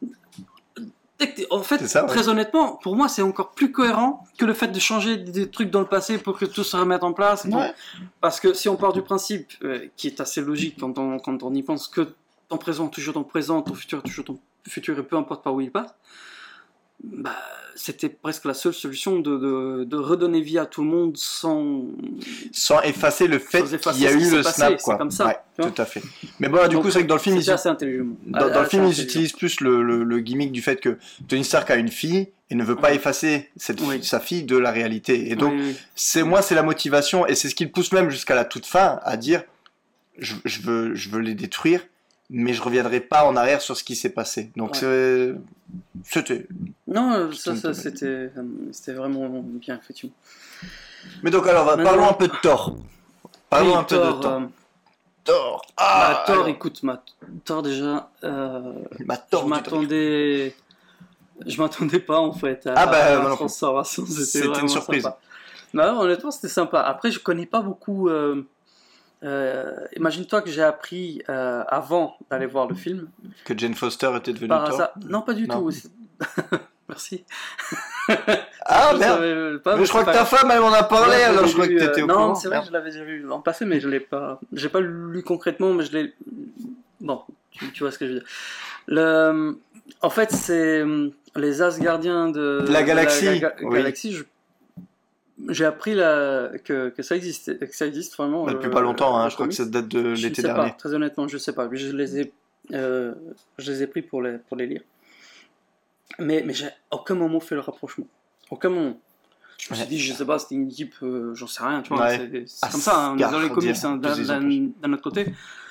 En fait, C'est ça, ouais. très honnêtement, pour moi, c'est encore plus cohérent que le fait de changer des trucs dans le passé pour que tout se remette en place. pour- Ouais. Parce que si on part du principe, euh, qui est assez logique quand on, quand on y pense, que ton présent est toujours ton présent, ton futur est toujours ton futur, et peu importe par où il passe, bah, c'était presque la seule solution de, de, de redonner vie à tout le monde sans... Sans effacer le fait Sans effacer qu'il y a ce qui eu s'est le passé, snap, c'est quoi. comme ça, Ouais, tu vois. tout à fait. Mais bon, du Donc, coup, c'est vrai que dans le film, ils, c'était assez intelligent. dans, dans le Assez film, ils intelligent. utilisent plus le, le, le gimmick du fait que Tony Stark a une fille et ne veut pas Ouais. effacer cette Oui. sa fille de la réalité. Et donc, Oui, oui. c'est moi, c'est la motivation et c'est ce qui le pousse même jusqu'à la toute fin à dire, je, je veux, je veux les détruire, mais je reviendrai pas en arrière sur ce qui s'est passé. Donc, Ouais. c'est- c'était. Non, euh, ça, Putain, ça c'était, euh, c'était vraiment bien, effectivement. Mais donc, alors, va- Maintenant- parlons un peu de Thor. Parlons Oui, un peu Thor, de Thor. euh, Thor. bah, Ah, Thor, alors, écoute, ma... Thor déjà, euh, ma je Thor du m'attendais, je m'attendais pas en fait à, Ah, bah, à moi la non plus. transformation. C'était, C'était une vraiment surprise. sympa. Non, honnêtement, c'était sympa. Après, je connais pas beaucoup. euh, euh, imagine-toi que j'ai appris euh, avant d'aller voir le film. Que Jane Foster était devenue Par Thor. hasard. Non, pas du Non. tout. C'est- Merci. Ah Je merde. savais pas, Mais je crois c'est que pas ta femme, elle m'en a parlé, Ouais, alors l'ai je crois que lu, t'étais euh, au non, courant. c'est vrai que je l'avais déjà vu en passé, mais je l'ai pas. J'ai pas lu concrètement, mais je l'ai. Bon, tu, tu vois ce que je veux dire. Le... En fait, c'est euh, les Asgardiens de La galaxie, de la ga- oui. galaxie. je- J'ai appris la... que, que ça existe, que ça existe vraiment. Bah, depuis euh, pas longtemps, hein, le je crois que comics. ça date de Je ne l'été sais dernier. pas, très honnêtement, je sais pas. Je les ai, euh, je les ai pris pour les, pour les lire. Mais, mais j'ai à aucun moment fait le rapprochement. Aucun moment. Je me suis Ouais. dit, je sais pas, c'était une équipe, euh, j'en sais rien, tu vois. Ouais. C'est c'est comme ça, hein, on est dans les Asgardien, comics, hein, d'un- plus d'un exemple. d'un autre côté.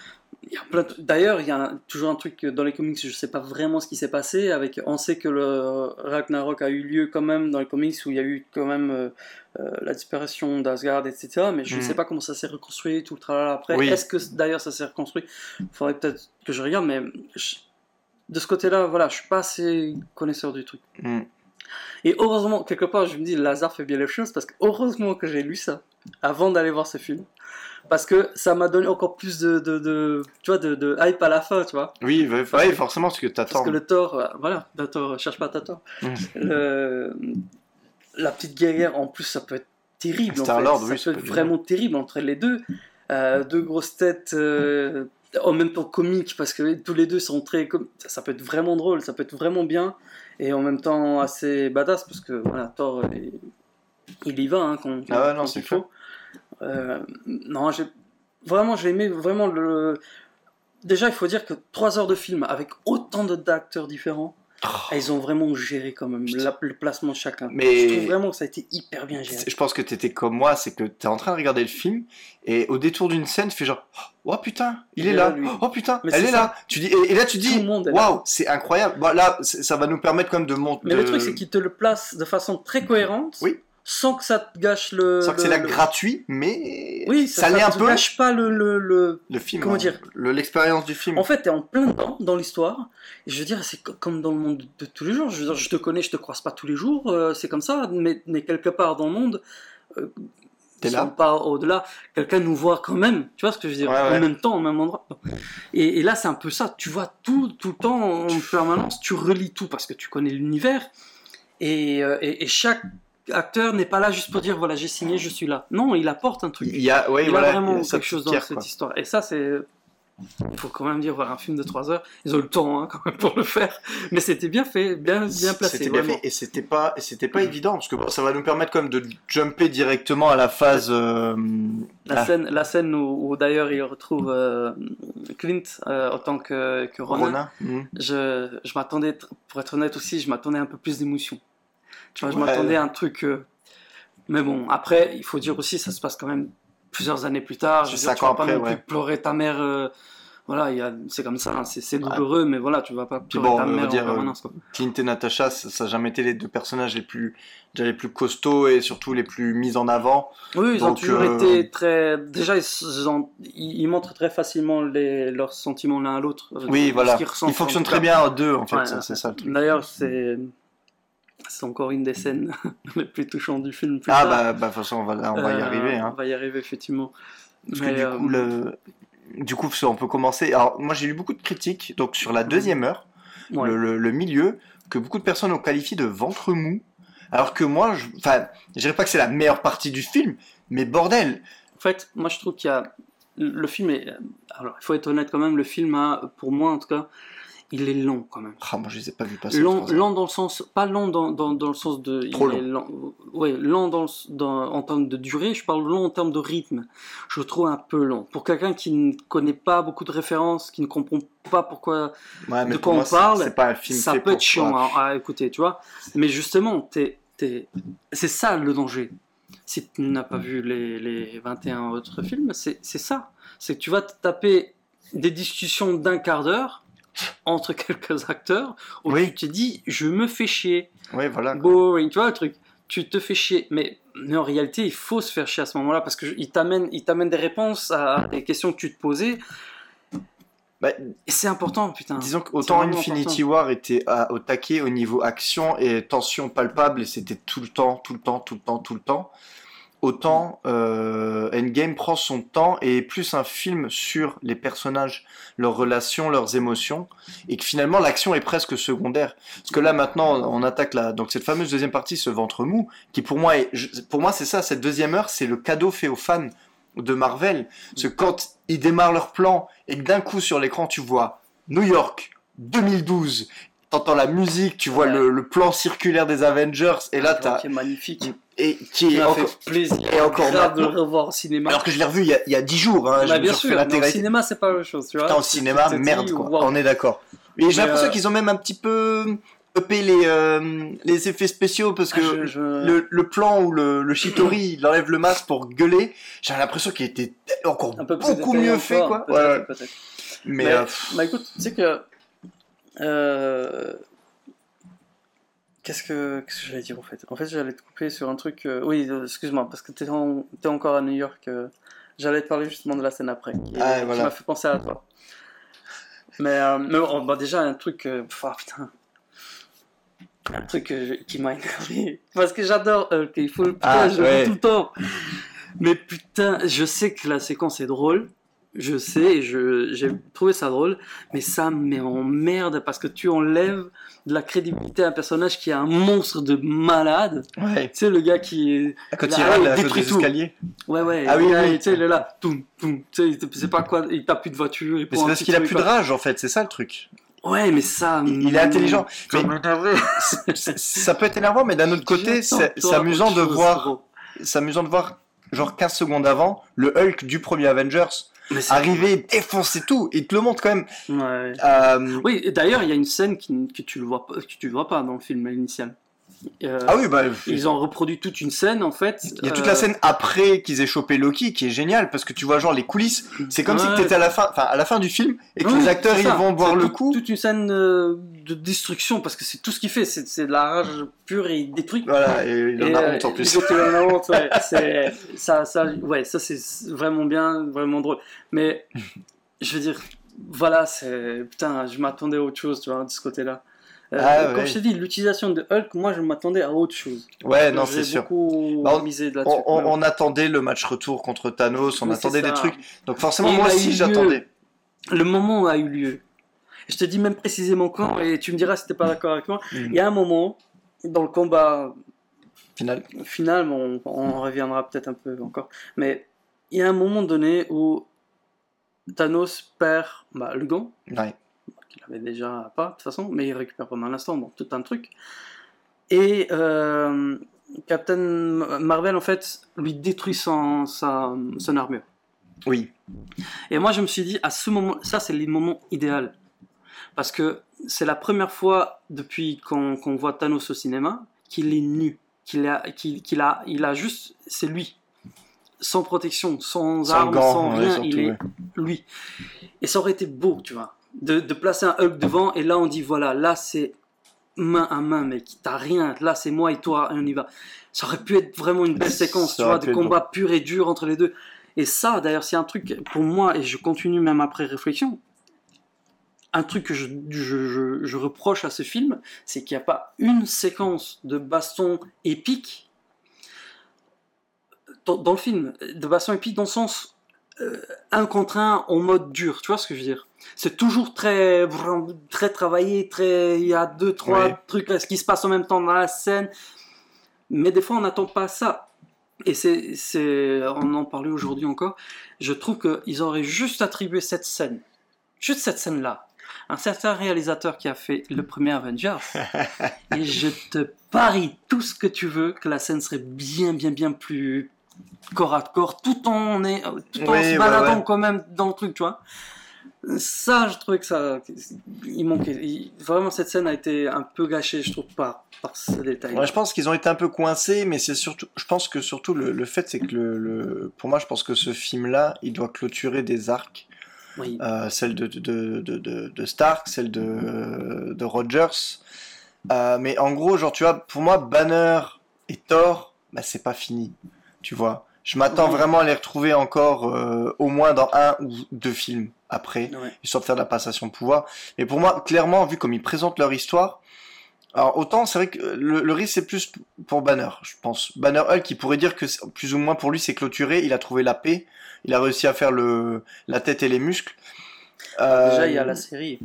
Il y a plein de- D'ailleurs, il y a un- toujours un truc dans les comics, je sais pas vraiment ce qui s'est passé. Avec... On sait que le Ragnarok a eu lieu quand même dans les comics où il y a eu quand même euh, euh, la disparition d'Asgard, et cetera. Mais je ne Mm. sais pas comment ça s'est reconstruit, tout le tralala après. Oui. Est-ce que d'ailleurs ça s'est reconstruit? Il faudrait peut-être que je regarde, mais je- de ce côté-là, voilà, je suis pas assez connaisseur du truc. Mm. Et heureusement, quelque part, je me dis, le hasard fait bien les choses, parce que heureusement que j'ai lu ça avant d'aller voir ce film. Parce que ça m'a donné encore plus de, de, de, tu vois, de, de hype à la fin, tu vois. Oui, ouais, Parce ouais, que- forcément, parce que t'attends. Parce que le Thor, euh, voilà, le Thor, cherche pas ta Thor. Mm. Le- La petite guerrière, en plus, ça peut être terrible. En fait. Star-Lord, ça oui, peut ça être peut être vraiment terrible entre les deux. Euh, deux grosses têtes, euh, en même temps comiques, parce que tous les deux sont très. com- Ça, ça peut être vraiment drôle, ça peut être vraiment bien, et en même temps assez badass, parce que voilà, Thor, il, il y va hein, quand, Ah ouais, non, quand c'est il faut. Euh, non, j'ai vraiment, j'ai aimé vraiment le. Déjà, il faut dire que trois heures de film avec autant de- d'acteurs différents, Oh. ils ont vraiment géré quand même la- le placement de chacun. Mais- Je trouve vraiment que ça a été hyper bien géré. C'est- Je pense que t'étais comme moi, c'est que t'es en train de regarder le film et au détour d'une scène, tu fais genre oh putain, il, est là, lui. oh putain, Mais elle c'est est ça. là. Tu dis et, et là tu Tout dis le monde est là. waouh, c'est incroyable. Bon, là, c'est- ça va nous permettre quand même de monter. Mais le truc, c'est qu'il te le place de façon très cohérente, Oui. sans que ça te gâche le. Sans que c'est le- là le- gratuit, mais Oui, ça, ça, l'est ça un te peu. gâche pas le, le, le- Le film, Comment hein, dire le- l'expérience du film. En fait, t'es en plein dedans dans l'histoire. Et je veux dire, c'est co- comme dans le monde de tous les jours. Je veux dire, je te connais, je te croise pas tous les jours. euh, c'est comme ça. Mais, mais quelque part dans le monde, euh, T'es si là. on part au-delà, quelqu'un nous voit quand même. Tu vois ce que je veux dire Ouais, En ouais. même temps, au même endroit. Et, et là, c'est un peu ça. Tu vois tout, tout le temps en permanence. Tu relis tout parce que tu connais l'univers. Et, euh, et, et chaque acteur n'est pas là juste pour dire voilà, j'ai signé, je suis là. Non, il apporte un truc. Il y a, ouais, Il voilà, a vraiment sa quelque chose petite dans pierre, cette quoi. histoire. Et ça, c'est. Il faut quand même dire, voilà, un film de trois heures, ils ont le temps hein, quand même pour le faire. Mais c'était bien fait, bien, bien placé. C'était bien vraiment. fait et c'était pas, et c'était pas évident parce que bon, ça va nous permettre quand même de jumper directement à la phase. euh, La, ah, scène, la scène où, où d'ailleurs il retrouve euh, Clint euh, en tant que, que Ronin, Ronin. Mhm. je, je m'attendais, pour être honnête aussi, je m'attendais un peu plus d'émotion. Tu vois, je Ouais. m'attendais à un truc. euh, Mais bon, après, il faut dire aussi, ça se passe quand même plusieurs années plus tard. Je veux C'est dire, cinq tu vas ans pas après, non plus ouais. pleurer ta mère. euh, Voilà, il y a- c'est comme ça, hein, c'est c'est douloureux, mais voilà, tu vas pas pleurer bon, ta on va mère dire, en permanence. Quoi. Clint et Natasha, ça, ça a jamais été les deux personnages les plus, déjà les plus costauds et surtout les plus mis en avant. Oui, ils ont Donc, toujours euh, été très. Déjà, ils, ils ont- ils- ils montrent très facilement les, leurs sentiments l'un à l'autre. euh, Oui, ce voilà. qu'ils ressentent, Ils fonctionnent en tout très cas. bien à deux, en fait. Ouais, ça, ouais. c'est ça le truc. D'ailleurs, c'est. C'est encore une des scènes les plus touchantes du film. Plus Ah tard. bah, bah, de toute façon, on va, on va y Euh, arriver. Hein. On va y arriver, effectivement. Parce Mais, que du euh, coup, le... du coup, on peut commencer. Alors, moi, j'ai lu beaucoup de critiques. Donc, sur la deuxième heure, ouais. le, le- le milieu, que beaucoup de personnes ont qualifié de ventre mou. Alors que moi, je... enfin, je dirais pas que c'est la meilleure partie du film, mais bordel. En fait, moi je trouve qu'il y a. Le film est. Alors, il faut être honnête quand même, le film a, pour moi en tout cas, il est long quand même. Ah, moi, je les ai pas vus passer. Lent, trois heures. lent dans le sens. Pas lent dans, dans, dans le sens de. Trop il est lent. Ouais, lent dans, le- dans, en termes de durée, je parle long en termes de rythme. Je le trouve un peu long. Pour quelqu'un qui ne connaît pas beaucoup de références, qui ne comprend pas pourquoi. Ouais, mais de pour quoi moi, on c'est- parle, c'est pas un film ça fait peut pour être chiant toi. à, à écouter, tu vois. Mais justement, t'es, t'es... c'est ça le danger. Si tu n'as pas vu les, les vingt et un autres films, c'est, c'est ça. C'est que tu vas te taper des discussions d'un quart d'heure entre quelques acteurs où Oui. tu te dis, je me fais chier. Ouais, voilà. quoi. Boring, tu vois le truc. Tu te fais chier. Mais, mais en réalité, il faut se faire chier à ce moment-là parce qu'il t'amène, il t'amène des réponses à des questions que tu te posais. Bah, Et c'est important, putain. disons C'est qu'autant vraiment Infinity War était à- au taquet au niveau action et tension palpable et c'était tout le temps, tout le temps, tout le temps, tout le temps. Autant euh, Endgame prend son temps et est plus un film sur les personnages, leurs relations, leurs émotions, et que finalement l'action est presque secondaire. Parce que là maintenant on attaque la donc cette fameuse deuxième partie, ce ventre mou, qui pour moi est, je- pour moi c'est ça, cette deuxième heure, c'est le cadeau fait aux fans de Marvel. Parce que quand ils démarrent leur plan et que d'un coup sur l'écran tu vois New York deux mille douze, t'entends la musique, tu vois Ouais. le, le plan circulaire des Avengers, et là Un plan t'as qui est magnifique. et qui Il est m'a encore fait plaisir et encore grave de le maintenant. revoir au cinéma. Alors que je l'ai revu il y a, il y a dix jours, hein, Bah, je bien me sûr, suis refait mais au l'intégralité. cinéma c'est pas la même chose, tu vois. Putain, au Tu- cinéma, tu te dis, merde quoi, waouh. on est d'accord. Et j'ai Mais, l'impression euh, qu'ils ont même un petit peu upé les, euh, les effets spéciaux parce que Ah, je- je- le, le plan où le, le Shitori il enlève le masque pour gueuler, j'ai l'impression qu'il était encore un peu plus beaucoup détaillé mieux fait encore, quoi. peut-être, Ouais, ouais. peut-être. Mais, Mais, euh, bah écoute, tu sais que. euh, Qu'est-ce que, qu'est-ce que j'allais dire en fait? En fait, j'allais te couper sur un truc. euh, Oui, euh, excuse-moi, parce que t'es, en- t'es encore à New York. euh, J'allais te parler justement de la scène après, qui, est- ah, qui voilà. m'a fait penser à toi. Mais, euh, mais bon, bah déjà, un truc. euh, pff, ah, putain. Un truc que je- qui m'a énervé. Parce que j'adore Hulk, il faut. Putain, Ah, je le ouais. dis tout le temps. Mais putain, je sais que la séquence est drôle. Je sais, et je, j'ai trouvé ça drôle, mais ça me met en merde parce que tu enlèves de la crédibilité à un personnage qui est un monstre de malade. Ouais. Tu sais, le gars qui est. Ah, quand là, il râle il à cause détruit des tout. escaliers. Ouais, ouais. Ah le oui, gars, oui. il- Tu sais, il est là. Toum, toum. Tu sais, il sait pas quoi, il tape plus de voiture. Il Mais prend c'est un parce petit qu'il a truc, plus de quoi. rage, en fait, c'est ça le truc. Ouais, mais ça. Il, il est intelligent. Ça Mais m'énerve. c'est- ça peut être énervant, mais d'un autre côté, c'est c'est amusant de voir. C'est amusant de voir, genre quinze secondes avant, le Hulk du premier Avengers Mais c'est- arriver, défoncer tout. Il te le montre quand même. Ouais. Euh, Oui, et d'ailleurs, il y a une scène qui, que tu ne vois, pas- que tu vois pas dans le film initial. Euh, Ah oui, bah. Ils ont reproduit toute une scène en fait. Il y a toute euh, la scène après qu'ils aient chopé Loki qui est géniale parce que tu vois genre les coulisses. C'est comme si Ouais. t'étais à la fin, enfin à la fin du film et que Oui, les acteurs c'est ils ça. vont boire C'est le tout- coup. Toute une scène euh, de destruction parce que c'est tout ce qu'il fait, c'est c'est de la rage pure et il détruit. Voilà, et il en Et, a euh, honte en plus. il en a honte, ouais. C'est ça, ça, ouais, ça c'est vraiment bien, vraiment drôle. Mais je veux dire, voilà, c'est putain, je m'attendais à autre chose, tu vois, de ce côté-là. Euh, Ah, comme ouais. je t'ai dit, l'utilisation de Hulk, moi je m'attendais à autre chose. Ouais, non, J'ai c'est sûr. beaucoup Bah, on- misé là-dessus. On, on- Mais bon. on attendait le match retour contre Thanos, on Mais attendait c'est des ça. trucs. Donc forcément, Et moi il a eu aussi lieu. j'attendais. Le moment a eu lieu. Je te dis même précisément quand, et tu me diras si t'es pas d'accord avec moi. Mm. Il y a un moment, dans le combat Final. final, on, on reviendra peut-être un peu encore, mais il y a un moment donné où Thanos perd bah, le gant, Ouais. qu'il avait déjà pas de toute façon, mais il récupère pendant l'instant, bon, tout un truc. Et euh, Captain Marvel, en fait, lui détruit son, sa, son armure. Oui. Et moi, je me suis dit, à ce moment, ça, c'est les moments idéaux. Parce que c'est la première fois depuis qu'on qu'on voit Thanos au cinéma qu'il est nu. Qu'il a, qu'il, qu'il a, il a juste, c'est lui. Sans protection, sans, Sans armes, gants, sans ouais, rien, surtout, il est ouais. lui. Et ça aurait été beau, tu vois, de, de placer un Hulk devant, et là on dit, voilà, là c'est main à main, mec, t'as rien, là c'est moi et toi, et on y va. Ça aurait pu être vraiment une belle séquence, Ça tu aurait vois, pu de être combat pur et dur entre les deux. Et ça, d'ailleurs, c'est un truc, pour moi, et je continue même après réflexion, un truc que je, je, je, je reproche à ce film, c'est qu'il n'y a pas une séquence de baston épique dans, dans le film, de baston épique dans le sens euh, un contre un en mode dur, tu vois ce que je veux dire? C'est toujours très, très travaillé, très, il y a deux, trois Ouais. trucs ce qui se passe en même temps dans la scène, mais des fois on n'attend pas ça. Et c'est, c'est, on en parlait aujourd'hui encore, je trouve qu'ils auraient juste attribué cette scène, juste cette scène-là, un certain réalisateur qui a fait le premier Avengers, et je te parie tout ce que tu veux que la scène serait bien, bien, bien plus corps à corps, tout en, est, tout en Oui, se ouais, baladant ouais. quand même dans le truc, tu vois. Ça, je trouvais que ça, il manquait. Il- vraiment, cette scène a été un peu gâchée, je trouve, par, par ce détail. Ouais, je pense qu'ils ont été un peu coincés, mais c'est surtout, je pense que surtout le, le fait, c'est que le, le- pour moi, je pense que ce film-là, il doit clôturer des arcs, Oui. euh, celle de, de, de, de, de Stark, celle de, de Rogers. Euh, mais en gros, genre, tu vois, pour moi, Banner et Thor, bah, c'est pas fini, tu vois. Je m'attends Oui. vraiment à les retrouver encore euh, au moins dans un ou deux films après, Ouais. histoire de faire de la passation de pouvoir. Mais pour moi, clairement, vu comme ils présentent leur histoire, alors autant c'est vrai que le, le risque c'est plus pour Banner, je pense. Banner Hulk, il pourrait dire que c'est- plus ou moins pour lui c'est clôturé, il a trouvé la paix, il a réussi à faire le la tête et les muscles. Euh, Déjà, il y a la série.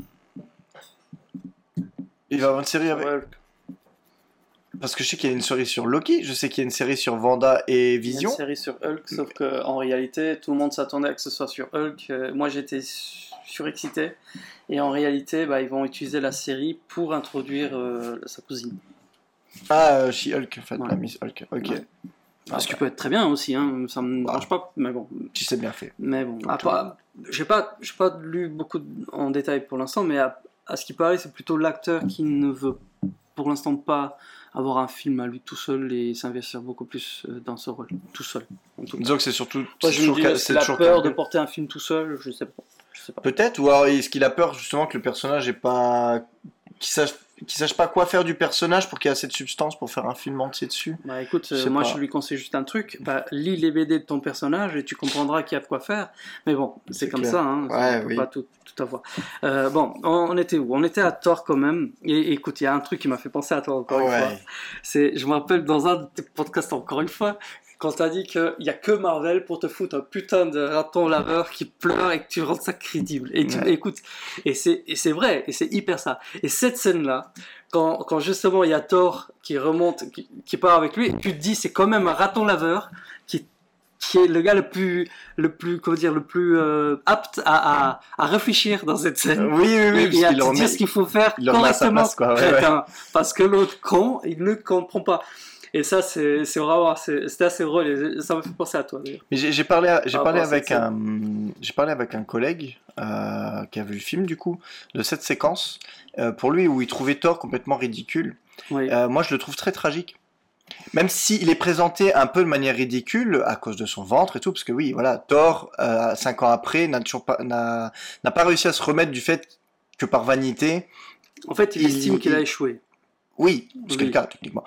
il va avoir une série avec. Ouais, Parce que je sais qu'il y a une série sur Loki, je sais qu'il y a une série sur Wanda et il y a Vision. une série sur Hulk, sauf qu'en réalité, tout le monde s'attendait à que ce soit sur Hulk. Euh, moi, j'étais surexcité. Et en réalité, bah, ils vont utiliser la série pour introduire euh, sa cousine. Ah, euh, She-Hulk, en fait, Ouais. la Miss Hulk. Ok. Ouais. Ah, Ce qui bah, peut être très bien aussi, hein, ça me Bah. dérange pas, mais bon. tu sais bien fait. Mais bon, à tout. part- j'ai pas, j'ai pas lu beaucoup de- en détail pour l'instant, mais à, à ce qui paraît, c'est plutôt l'acteur qui ne veut pour l'instant pas avoir un film à lui tout seul et s'investir beaucoup plus euh, dans ce rôle, tout seul. En tout cas. Disons que c'est surtout. Moi, c'est je me toujours dis, ca- est-ce c'est qu'il a toujours peur de casse-gueule. porter un film tout seul, je sais pas. Je sais pas. Peut-être, ou alors est-ce qu'il a peur justement que le personnage ait pas. Qu'il sache... qu'il sache pas quoi faire du personnage pour qu'il y ait assez de substance pour faire un film entier dessus. Bah écoute, Je euh, sais moi pas. je lui conseille juste un truc, bah, lis les B D de ton personnage et tu comprendras qu'il y a de quoi faire. Mais bon, c'est, C'est comme clair. ça, hein, Ouais, on peut oui. pas tout, tout avoir. Euh, bon, on, on était où? On était à Thor quand même. Et, et écoute, il y a un truc qui m'a fait penser à toi encore une fois. Ouais. C'est, je me rappelle dans un de tes podcasts encore une fois, quand t'as dit qu'il n'y a que Marvel pour te foutre un putain de raton laveur qui pleure et que tu rends ça crédible. Et tu, Ouais. écoute, et c'est, et c'est vrai, et c'est hyper ça. Et cette scène-là, quand, quand justement il y a Thor qui remonte, qui, qui part avec lui, et tu te dis c'est quand même un raton laveur qui, qui est le gars le plus, le plus, comment dire, le plus euh, apte à, à, à réfléchir dans cette scène. Oui, oui, oui, et, parce et à qu'il te en dire met- ce qu'il faut faire il en met à sa correctement, place, quoi, ouais, crétin. Parce que l'autre con, il ne comprend pas. Et ça, c'est, c'est vraiment, c'est, c'était assez drôle. Et ça me fait penser à toi, d'ailleurs. Mais j'ai j'ai parlé, à- j'ai Par parlé rapport à avec cette un, j'ai parlé avec un collègue euh, qui a vu le film du coup de cette séquence. Euh, pour lui, où il trouvait Thor complètement ridicule. Oui. Euh, moi, je le trouve très tragique. Même s'il est présenté un peu de manière ridicule à cause de son ventre et tout, parce que oui, voilà, Thor, euh, cinq ans après, n'a toujours pas, n'a, n'a pas réussi à se remettre du fait que par vanité, En fait, il, il- estime qu'il a il- échoué. oui, ce qui est Oui. le cas techniquement.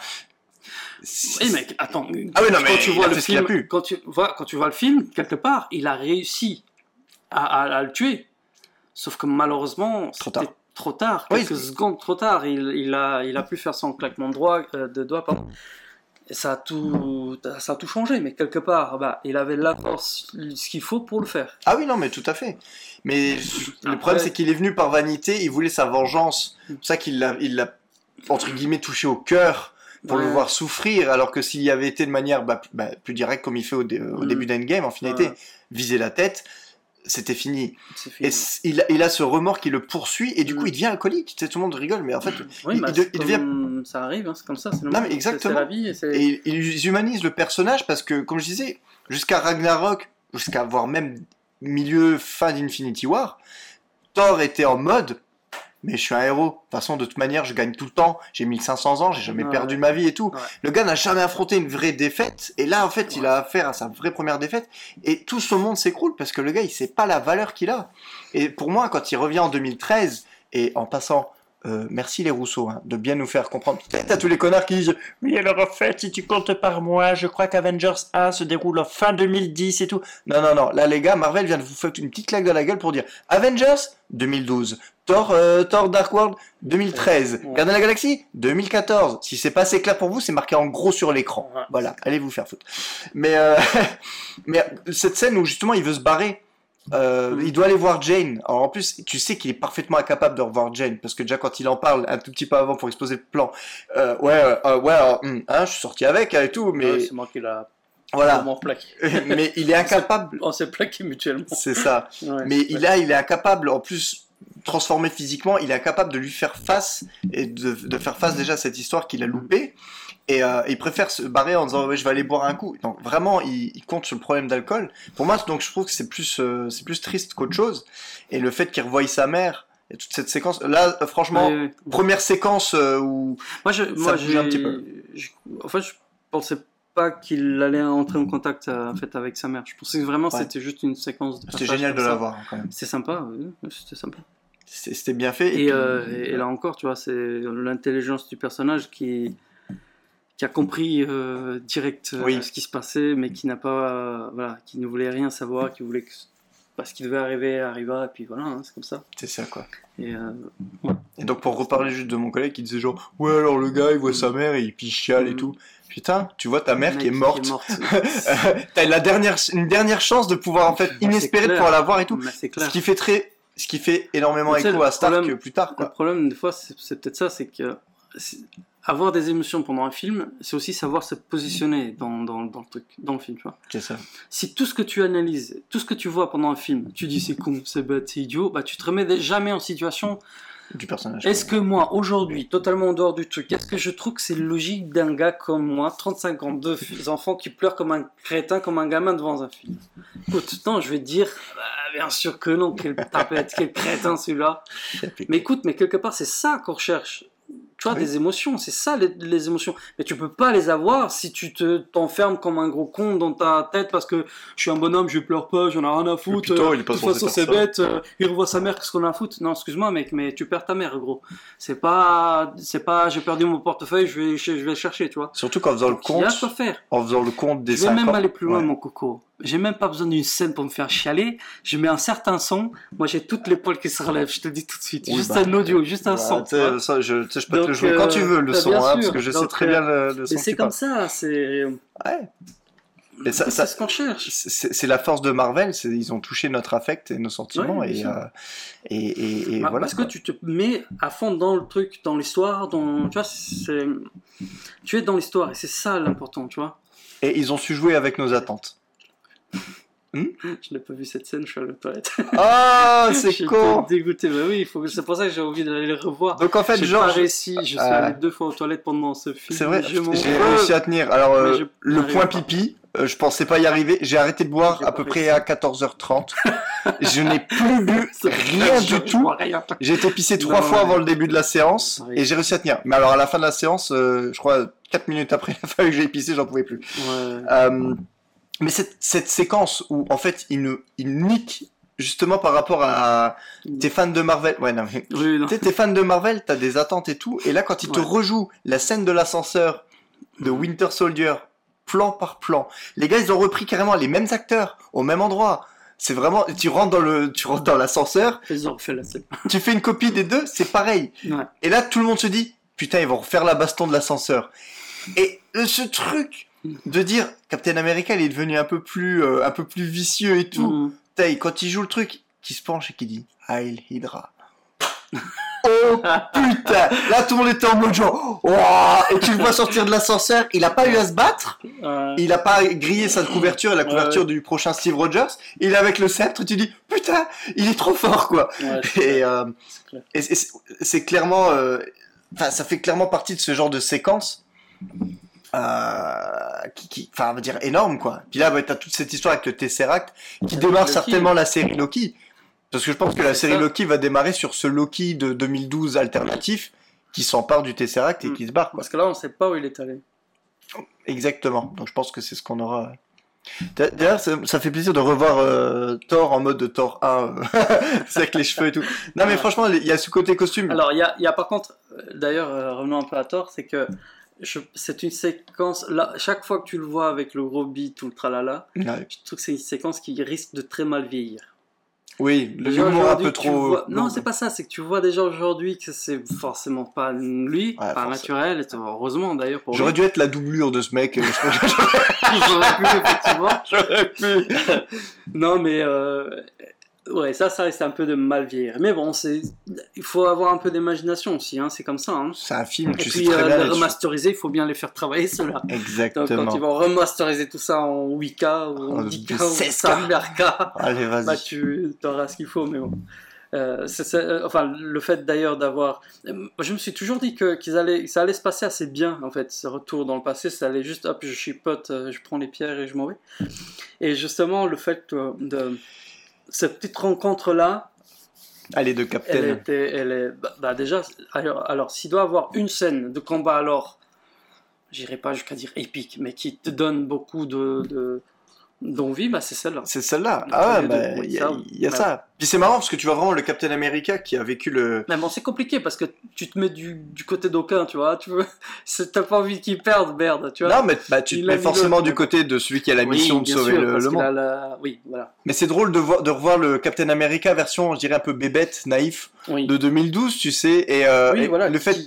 Eh mec, attends. Ah oui, non, mais quand tu il vois a le fait ce qu'il a film, pu. quand tu vois, quand tu vois le film, quelque part, il a réussi à, à- à le tuer. Sauf que malheureusement, Trop c'était tard. trop tard, Oui, quelques c'est- secondes trop tard. Il, il a, il a pu faire son claquement de doigts, euh, de doigts, pardon. Et ça a tout, ça a tout changé. Mais quelque part, bah, il avait la force, ce qu'il faut pour le faire. Ah oui, non, mais tout à fait. Mais le Après- problème, c'est qu'il est venu par vanité, il voulait sa vengeance. C'est pour ça qu'il l'a, il l'a, entre guillemets, touché au cœur pour le Ouais. voir souffrir, alors que s'il y avait été de manière bah, bah, plus directe, comme il fait au, dé- au Mm. début d'Endgame, en finalité, Ouais. viser la tête, c'était fini. C'est fini. Et c- il, a- il a ce remords qui le poursuit, et du coup, Mm. il devient alcoolique. Tu sais, tout le monde rigole, mais en fait, Oui, il- bah, il de- c'est il devient- comme- ça arrive, hein, c'est comme ça. C'est Non, normal. mais exactement. C'est, c'est la vie. Et c'est... et il- ils humanisent le personnage parce que, comme je disais, jusqu'à Ragnarok, jusqu'à voir même milieu, fin d'Infinity War, Thor était en mode, mais je suis un héros. De toute façon, de toute manière, je gagne tout le temps. J'ai mille cinq cents ans, j'ai jamais Ouais, perdu ouais. ma vie et tout. Ouais. Le gars n'a jamais affronté une vraie défaite. Et là, en fait, il Ouais. a affaire à sa vraie première défaite. Et tout son monde s'écroule parce que le gars, il sait pas la valeur qu'il a. Et pour moi, quand il revient en deux mille treize, et en passant, euh, merci les Rousseau, hein, de bien nous faire comprendre. T'as tous les connards qui disent oui, alors en fait, si tu comptes par mois, je crois qu'Avengers un se déroule en fin deux mille dix et tout. Non, non, non. Là, les gars, Marvel vient de vous foutre une petite claque dans la gueule pour dire Avengers deux mille douze, Thor, euh, Thor Dark World deux mille treize, Ouais. Gardien de la Galaxie deux mille quatorze. Si c'est pas assez clair pour vous, c'est marqué en gros sur l'écran. Ouais. Voilà, allez vous faire foutre. Mais, euh, mais cette scène où justement il veut se barrer. Euh, Mm. il doit aller voir Jane. Alors en plus, tu sais qu'il est parfaitement incapable de revoir Jane parce que déjà quand il en parle un tout petit peu avant pour exposer le plan, euh, ouais, euh, ouais, alors, hum, hein, je suis sorti avec et tout, mais Ouais, c'est moi qui l'a voilà. vraiment plaqué. Mais il est incapable. On s'est plaqué mutuellement. C'est ça. Ouais. Mais il a, il est incapable. En plus, transformé physiquement, il est incapable de lui faire face et de, de faire face déjà à cette histoire qu'il a loupée. Et euh, il préfère se barrer en disant ouais, je vais aller boire un coup. Donc vraiment, il, il compte sur le problème d'alcool. Pour moi, donc je trouve que c'est plus, euh, c'est plus triste qu'autre chose. Et le fait qu'il revoie sa mère et toute cette séquence. Là, euh, franchement, Ouais, ouais. première séquence euh, où Moi, je, moi, bouge j'ai, un petit peu. je- en fait, je pensais pas qu'il allait entrer en contact euh, en fait, avec sa mère. Je pensais que vraiment Ouais. c'était juste une séquence de c'était passage génial de comme ça. l'avoir quand même. C'est sympa, oui, c'était sympa. C'est- C'était bien fait. Et, puis, euh, et, et là encore, tu vois, c'est l'intelligence du personnage qui, qui a compris euh, direct euh, Oui. ce qui se passait, mais qui n'a pas, euh, voilà, qui ne voulait rien savoir, qui voulait que parce qu'il devait arriver, arriva, et puis voilà, hein, c'est comme ça. c'est ça quoi. Et euh, Et donc pour reparler juste de mon collègue qui disait genre ouais alors le gars il voit sa mère et il puis il chiale et Mm. tout. Putain, tu vois ta mère le qui est mec morte. Euh, T'as la dernière, une dernière chance de pouvoir en fait Bah, c'est inespérer de clair. pouvoir la voir et tout. Mais c'est Ce clair. qui fait très, ce qui fait énormément Mais tu sais, écho le à Stark problème- plus tard Le quoi. problème, des fois, c'est c'est peut-être ça, c'est que c'est- avoir des émotions pendant un film, c'est aussi savoir se positionner dans, dans, dans le truc, dans le film, tu vois. C'est ça. Si tout ce que tu analyses, tout ce que tu vois pendant un film, tu dis c'est con, c'est bête, c'est idiot, bah tu te remets jamais en situation. Du personnage. Est-ce que moi, aujourd'hui, totalement en dehors du truc, est-ce que je trouve que c'est logique d'un gars comme moi, trente-cinq ans, deux f- enfants qui pleurent comme un crétin, comme un gamin devant un film? Écoute, non, je vais te dire, bah, bien sûr que non, quel tapette, quel crétin celui-là. Mais écoute, mais quelque part, c'est ça qu'on recherche. Tu Tu vois, Oui. des émotions, c'est ça les, les émotions. Mais tu peux pas les avoir si tu te t'enfermes comme un gros con dans ta tête parce que je suis un bonhomme, je pleure pas, j'en ai rien à foutre. putain, euh, il est pas de toute censé façon, faire c'est ça. bête. euh, il revoit sa mère, qu'est-ce qu'on a à foutre? Non, excuse-moi, mec, mais tu perds ta mère, gros. C'est pas, c'est pas, j'ai perdu mon portefeuille, je vais, je vais le chercher, tu vois. Surtout qu'en faisant le Donc, il y a compte, quoi faire. en faisant le compte des Je vais cinq même ans. aller plus loin, Ouais. mon coco. J'ai même pas besoin d'une scène pour me faire chialer. Je mets un certain son. Moi, j'ai toutes les poils qui se relèvent. Je te le dis tout de suite. Oui, juste bah, un audio, juste un Bah, son. tu tu vois. sais, ça, je, tu sais, je peux te Donc, le jouer quand euh, tu veux, le bah, son, bien hein, sûr. parce que je sais Donc, très euh, bien le, le son Mais que c'est tu comme parles. ça. C'est. Ouais. Mais ça, C'est ça, ce qu'on cherche. c'est c'est la force de Marvel, c'est ils ont touché notre affect et nos sentiments Oui, bien et, sûr. euh, et, et, et Bah, voilà. parce que quoi. tu te mets à fond dans le truc, dans l'histoire, dans. Tu vois, c'est. Tu es dans l'histoire et c'est ça l'important, tu vois. Et ils ont su jouer avec nos attentes. Je n'ai pas vu cette scène, je suis à la toilette. Ah, c'est J'étais con. dégoûté. Bah oui, il faut... c'est pour ça que j'ai envie d'aller le revoir. Donc en fait, J'ai genre, pas réussi, je suis euh, allé deux fois aux toilettes pendant ce film. c'est vrai, je m'en j'ai veux. réussi à tenir. Alors, euh, Mais je le n'arrive point pas. pipi, euh, je pensais pas y arriver. J'ai arrêté de boire J'ai à pas peu près réussi. à quatorze heures trente. Je n'ai plus bu C'est rien je- du je tout. vois rien. J'ai été pissé trois Non, fois ouais. avant le début de la séance Ouais. et j'ai réussi à tenir. Mais alors à la fin de la séance, euh, je crois quatre minutes après, il a fallu que j'aille pisser, j'en pouvais plus. Ouais. Euh, mais cette, cette séquence où en fait il nous il nique justement par rapport à t'es fan de Marvel. Ouais non mais Oui, non. tu sais, t'es fan de Marvel, t'as des attentes et tout. Et là quand il te Ouais. rejoue la scène de l'ascenseur de Winter Soldier, plan par plan, les gars ils ont repris carrément les mêmes acteurs au même endroit. C'est vraiment, tu rentres dans le, tu rentres dans l'ascenseur, Ils ont refait la scène. tu fais une copie des deux, c'est pareil. Ouais. Et là, tout le monde se dit, putain, ils vont refaire la baston de l'ascenseur. Et euh, ce truc de dire, Captain America, il est devenu un peu plus, euh, un peu plus vicieux et tout. Mhm. Putain, et quand il joue le truc, qui se penche et qui dit, Heil Hydra. Oh putain, là tout le monde était en mode genre, Ouah et tu le vois sortir de l'ascenseur, il a pas eu à se battre, Ouais. il a pas grillé sa couverture et la couverture Ouais. du prochain Steve Rogers, il est avec le sceptre, tu dis, putain, il est trop fort quoi. Ouais, c'est Et, euh, c'est clair. et c'est- c'est clairement, euh, enfin, ça fait clairement partie de ce genre de séquence, euh, qui, qui, enfin, on va dire énorme, quoi. Puis là, bah, t'as toute cette histoire avec le Tesseract, qui Avec démarre Loki. certainement la série Loki. Parce que je pense que la C'est série ça. Loki va démarrer sur ce Loki de deux mille douze alternatif, qui s'empare du Tesseract et Mm. qui se barre, quoi. Parce que là, on sait pas où il est allé. Exactement. Donc je pense que c'est ce qu'on aura. D'ailleurs, ça, ça fait plaisir de revoir euh, Thor en mode de Thor un, euh, c'est avec les cheveux et tout. Non mais Ouais. franchement, il y a ce côté costume. Alors, il y a, il y a par contre, euh, d'ailleurs, euh, revenons un peu à Thor, c'est que je- c'est une séquence, là, chaque fois que tu le vois avec le gros beat ou le tralala, Ouais. je trouve que c'est une séquence qui risque de très mal vieillir. Oui, le Déjà, humour un aujourd'hui, peu tu trop. vois- Non, c'est pas ça, c'est que tu vois déjà aujourd'hui que c'est forcément pas lui, Ouais, pas forcément. naturel, et heureusement d'ailleurs pour J'aurais lui. dû être la doublure de ce mec. euh, je crois que J'aurais pu, effectivement. J'aurais pu. Non, mais euh, ouais, ça, ça risque un peu de mal vieillir. Mais bon, c'est, il faut avoir un peu d'imagination aussi, hein, c'est comme ça. Hein. C'est un film, Et tu sais puis très euh, bien. les là-dessus. remasteriser, il faut bien les faire travailler ceux-là. Donc quand Exactement. ils vont remasteriser tout ça en huit K ou en En dix K ou seize K. cinq K, Allez, vas-y. bah tu auras ce qu'il faut, mais bon. Euh, c'est- c'est- euh, enfin, le fait d'ailleurs d'avoir, euh, je me suis toujours dit que qu'ils allaient, ça allait se passer assez bien en fait, ce retour dans le passé, ça allait juste, hop, je chipote, euh, je prends les pierres et je m'en vais. Et justement, le fait euh, de cette petite rencontre là, Allez, de Captain. elle était, elle est, bah, bah, déjà, alors, alors s'il doit avoir une scène de combat alors, j'irai pas jusqu'à dire épique, mais qui te donne beaucoup de, de d'envie, bah c'est celle-là. C'est celle-là. Le Ah ouais, premier bah, de- oui, il y a, ça, oui. il y a Ouais. ça. Puis c'est marrant parce que tu vois vraiment le Captain America qui a vécu le. Mais bon, c'est compliqué parce que tu te mets du, du côté d'aucun, tu vois. Tu veux, c'est- t'as pas envie qu'il perde, merde, tu vois. Non, mais bah, tu Il te a mets mis forcément l'autre, du mais- côté de celui qui a la Oui, mission de bien sauver sûr, le, parce le qu'il monde. a la- Oui, voilà. Mais c'est drôle de, voir, de revoir le Captain America version, je dirais, un peu bébête, naïf, Oui, de deux mille douze, tu sais, et, euh, oui et voilà. le fait qui,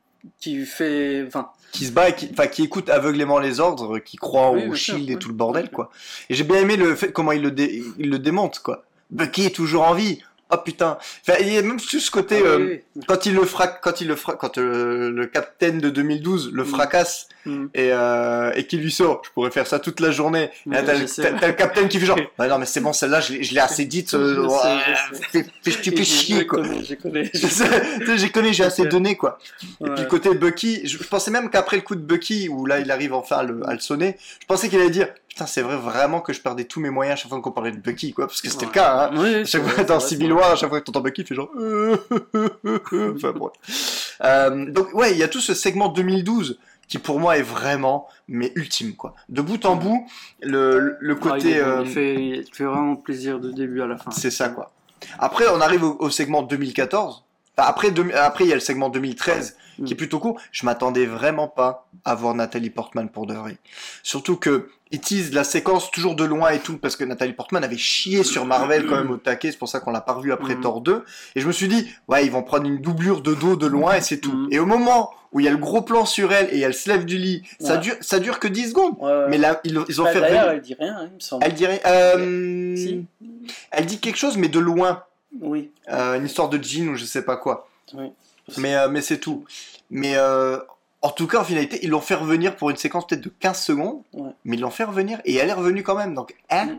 qui fait. Enfin, qu'il se bat et qui, enfin, qui écoute aveuglément les ordres, qui croit Oui, au bien sûr, shield et oui. tout le bordel, Oui. quoi. Et j'ai bien aimé le fait comment il le, dé- il le démonte, quoi. Bucky est toujours en vie. Oh putain. Enfin, il y a même tout ce côté, ah, euh, oui, oui. quand il le frappe, quand il le frappe, quand euh, le Captain de deux mille douze le Mm. fracasse Mm. et, euh, et qui lui sort, je pourrais faire ça toute la journée. Et là, Ouais, t'as, je le- sais. t'as- t'as le Captain qui fait genre, bah non mais c'est bon, celle-là je l'ai, je l'ai assez dite. euh, Je ouais, sais, je sais. fais, fais, tu fais Je- chier je quoi. connais, je connais. Je sais, tu sais, j'ai connu, j'ai assez Ok. donné quoi. Et Ouais. puis côté Bucky, je, je pensais même qu'après le coup de Bucky, où là il arrive enfin à le, à le sonner, je pensais qu'il allait dire putain c'est vrai vraiment que je perdais tous mes moyens à chaque fois qu'on parlait de Bucky quoi, parce que c'était Ouais. le cas. Hein. Oui, À c'est chaque vrai, fois c'est dans vrai, Civil c'est War, à chaque fois que t'entends Bucky, il fait genre. euh, enfin bon. Euh, donc ouais, il y a tout ce segment deux mille douze qui pour moi est vraiment mais ultime quoi. De bout en bout, le, le Ah, il, côté est bon, euh, il, fait, il fait vraiment plaisir de début à la fin. c'est ça quoi. Après on arrive au, au segment deux mille quatorze. Enfin, après deux- après il y a le segment deux mille treize Mm. qui est plutôt court. Je m'attendais vraiment pas à voir Nathalie Portman pour de vrai. Surtout que ils teasent la séquence toujours de loin et tout parce que Nathalie Portman avait chié sur Marvel quand même au taquet, c'est pour ça qu'on l'a pas revu après Mm. Thor deux et je me suis dit ouais, ils vont prendre une doublure de dos de loin et c'est tout. Mm. Et au moment où il y a le gros plan sur elle et elle se lève du lit, ça Ouais. dure ça dure que dix secondes. Ouais, ouais. Mais là ils, ils ont Bah, fait d'ailleurs, revenir- elle dit rien, hein, il me semble. elle dirait euh... Si. elle dit quelque chose mais de loin. Oui. Euh, une histoire de jean ou je sais pas quoi. Oui. Mais, euh, mais c'est tout. Mais euh, en tout cas, en finalité, ils l'ont fait revenir pour une séquence peut-être de quinze secondes, Ouais. mais ils l'ont fait revenir et elle est revenue quand même. Donc, hein,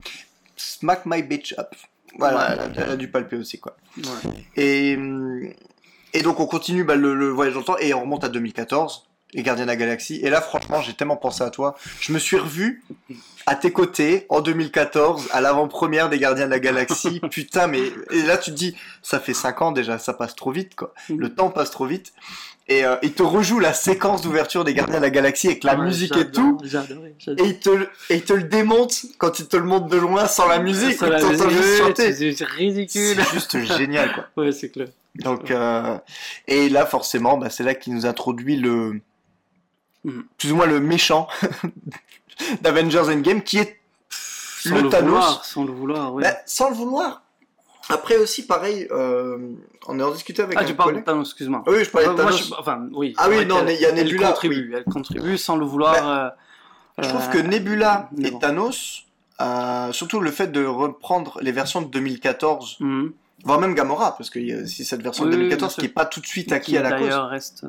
smack my bitch up. Voilà, elle, a, elle a dû palper aussi, quoi. Ouais. Et, hum, et donc, on continue bah, le, le voyage dans le temps et on remonte à deux mille quatorze, les Gardiens de la Galaxie. Et là, franchement, j'ai tellement pensé à toi. Je me suis revu à tes côtés en deux mille quatorze, à l'avant-première des Gardiens de la Galaxie. Putain, mais et là, tu te dis, ça fait cinq ans déjà, ça passe trop vite, quoi. Le temps passe trop vite. Et euh, il te rejoue la séquence d'ouverture des Gardiens de la Galaxie avec la Ouais, musique et j'adore, tout. J'adorais, Et j'adorais. il, te, et il te le démonte quand il te le montre de loin sans la musique. Ça, la où t'entends musique, juste ouais, chanter. c'est c'est ridicule. C'est juste génial, quoi. Ouais, c'est clair. Donc, euh, et là, forcément, bah, c'est là qu'il nous introduit le, Mhm. plus ou moins le méchant d'Avengers Endgame, qui est Sans le le, Thanos. vouloir, sans le vouloir, ouais. Bah, sans le vouloir. Après aussi, pareil, euh, on est en discuté avec Ah, un tu parles de collègue. Thanos, excuse-moi. Oui, je parlais de Moi, moi, Thanos. je- enfin, oui. Ah c'est oui, vrai non, qu'elle- mais il y a elle Nebula, contribue, elle contribue sans le vouloir. euh, Je euh, trouve que Nebula mais et bon. Thanos, euh, surtout le fait de reprendre les versions de deux mille quatorze, Mhm. voire même Gamora, parce qu'il y a aussi cette version Oui, de oui, deux mille quatorze bien qui sûr. est pas tout de suite acquis Qui à la cause. d'ailleurs reste.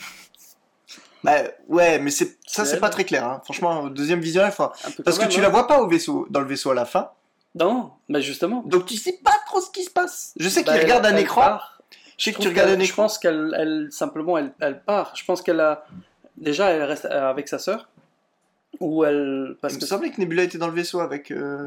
Bah, ouais, mais c'est, ça C'est c'est elle. pas très clair, hein. Franchement, au deuxième visionnage, enfin, Un peu parce quand que même, tu hein. la vois pas au vaisseau, dans le vaisseau à la fin, Non, bah justement. donc tu sais pas trop ce qui se passe. Je sais Bah, qu'il elle- regarde un elle écran, part. je sais Je que tu trouve regardes un qu'elle- Je écran. pense qu'elle, elle, simplement, elle, elle part. Je pense qu'elle a. Déjà, elle reste avec sa sœur. Ou elle. Parce Il me que. semblait que Nebula était dans le vaisseau avec. Euh...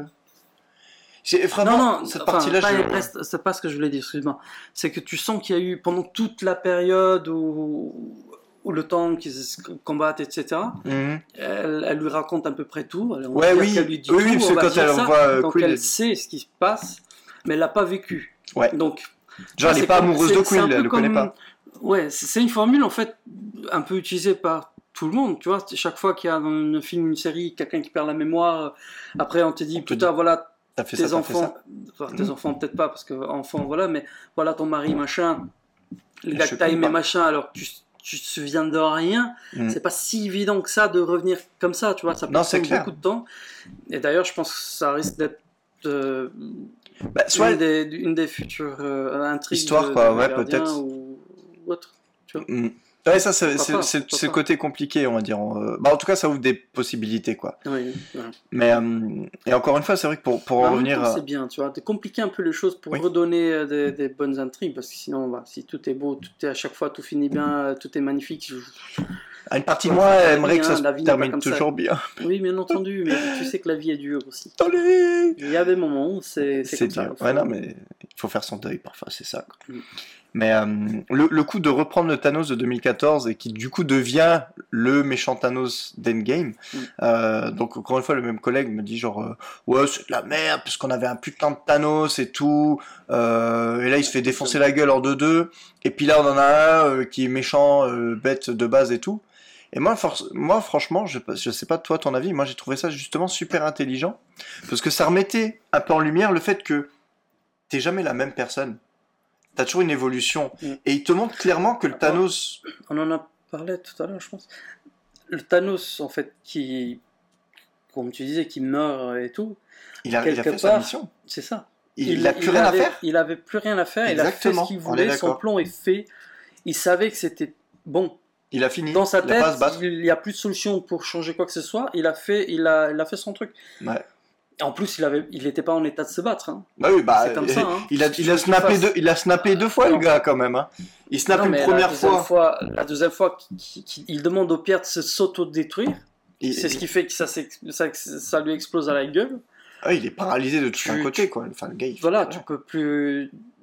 j'ai- Vraiment, Non, non, cette enfin, partie-là, pas- je. reste- c'est pas ce que je voulais dire, excuse-moi. C'est que tu sens qu'il y a eu, pendant toute la période où, où le temps qu'ils se combattent, et cetera, Mhm. elle, elle lui raconte à peu près tout. Elle, on va Ouais, dire oui. qu'elle lui dit Oui, oui, tout, parce on que va quand dire elle ça. voit, euh, Donc Quill, elle elle- sait ce qui se passe, mais elle l'a pas vécu. Ouais. Donc, Genre, elle c'est est pas comme- amoureuse c'est- de c'est un Quill, peu elle le connaît comme- pas. Ouais, c'est c'est une formule en fait un peu utilisée par tout le monde, tu vois. Chaque fois qu'il y a dans un film, une série, quelqu'un qui perd la mémoire, après on te dit, On te putain, voilà, T'as fait tes ça, t'as fait ça. enfants, enfin, tes enfants peut-être pas, parce que enfants, voilà, mais voilà ton mari, machin, le Je gars que sais t'as pas. aimé, machin, alors que tu, tu te souviens de rien, Mm. c'est pas si évident que ça de revenir comme ça, tu vois, ça peut Non, c'est prendre clair. beaucoup de temps. Et d'ailleurs, je pense que ça risque d'être euh, Bah, soit une, des, une des futures euh, intrigues Histoire, de, quoi, de ouais, Gardiens peut-être. ou, ou autre. Mm. Ouais, ça, c'est Pourquoi c'est- pas, c'est- pourquoi c'est le pas. côté compliqué, on va dire. Euh, Bah, en tout cas, ça ouvre des possibilités, quoi. Oui, voilà. Mais, euh, et encore une fois, c'est vrai que pour, pour Mais en en même revenir temps, à... c'est bien, tu vois, de compliquer un peu les choses pour Oui. redonner euh, des, des bonnes intrigues, parce que sinon, bah, si tout est beau, tout est à chaque fois, tout finit bien, euh, tout est magnifique. je- à une partie de Ouais, moi la aimerait vie, que ça hein, se la vie n'est pas termine comme ça. toujours bien. Oui, bien entendu, mais tu sais que la vie est dure aussi. Allez, Il y a des moments où c'est c'est c'est comme ça. dur. faut- Ouais, non, mais il faut faire son deuil parfois, c'est ça, quoi. Mm. Mais euh, le, le coup de reprendre le Thanos de deux mille quatorze et qui du coup devient le méchant Thanos d'Endgame. Mm. Euh, donc encore une fois, le même collègue me dit genre euh, ouais c'est de la merde puisqu'on avait un putain de Thanos et tout. Euh, et là il se fait défoncer la gueule hors de deux. Et puis là on en a un euh, qui est méchant, euh, bête de base et tout. Et moi, force, moi franchement, je, je sais pas toi ton avis, moi j'ai trouvé ça justement super intelligent parce que ça remettait un peu en lumière le fait que t'es jamais la même personne. T'as toujours une évolution. Mm. Et il te montre clairement que le Thanos... On en a parlé tout à l'heure, je pense. Le Thanos, en fait, qui, comme tu disais, qui meurt et tout, Il a, il a quelque fait sa part, mission. c'est ça. Il, il a plus rien avait, à faire. Il avait plus rien à faire. Exactement, Il a fait ce qu'il on est voulait. Son d'accord. plan est fait. Il savait que c'était bon. Il a fini. Dans sa il a pas à se tête, battre. il n'y a plus de solution pour changer quoi que ce soit. Il a fait, il a, il a fait son truc. Ouais. En plus, il avait, il n'était pas en état de se battre. Hein. Bah oui, bah, C'est comme ça, hein. il a, Si il tu a veux qu'il snappé fasse- deux, il a snappé deux fois Non. le gars quand même. Hein. Il snappe Non, une mais première la deuxième fois. La deuxième fois, qu'il- qu'il- il demande au Pierre de se s'auto-détruire. Il, C'est ce qui fait que ça, s'ex- ça, ça lui explose à la gueule. ah, il est paralysé de tout Tu- un côté quoi. Enfin le gars. Il Voilà, fait- tu peux plus.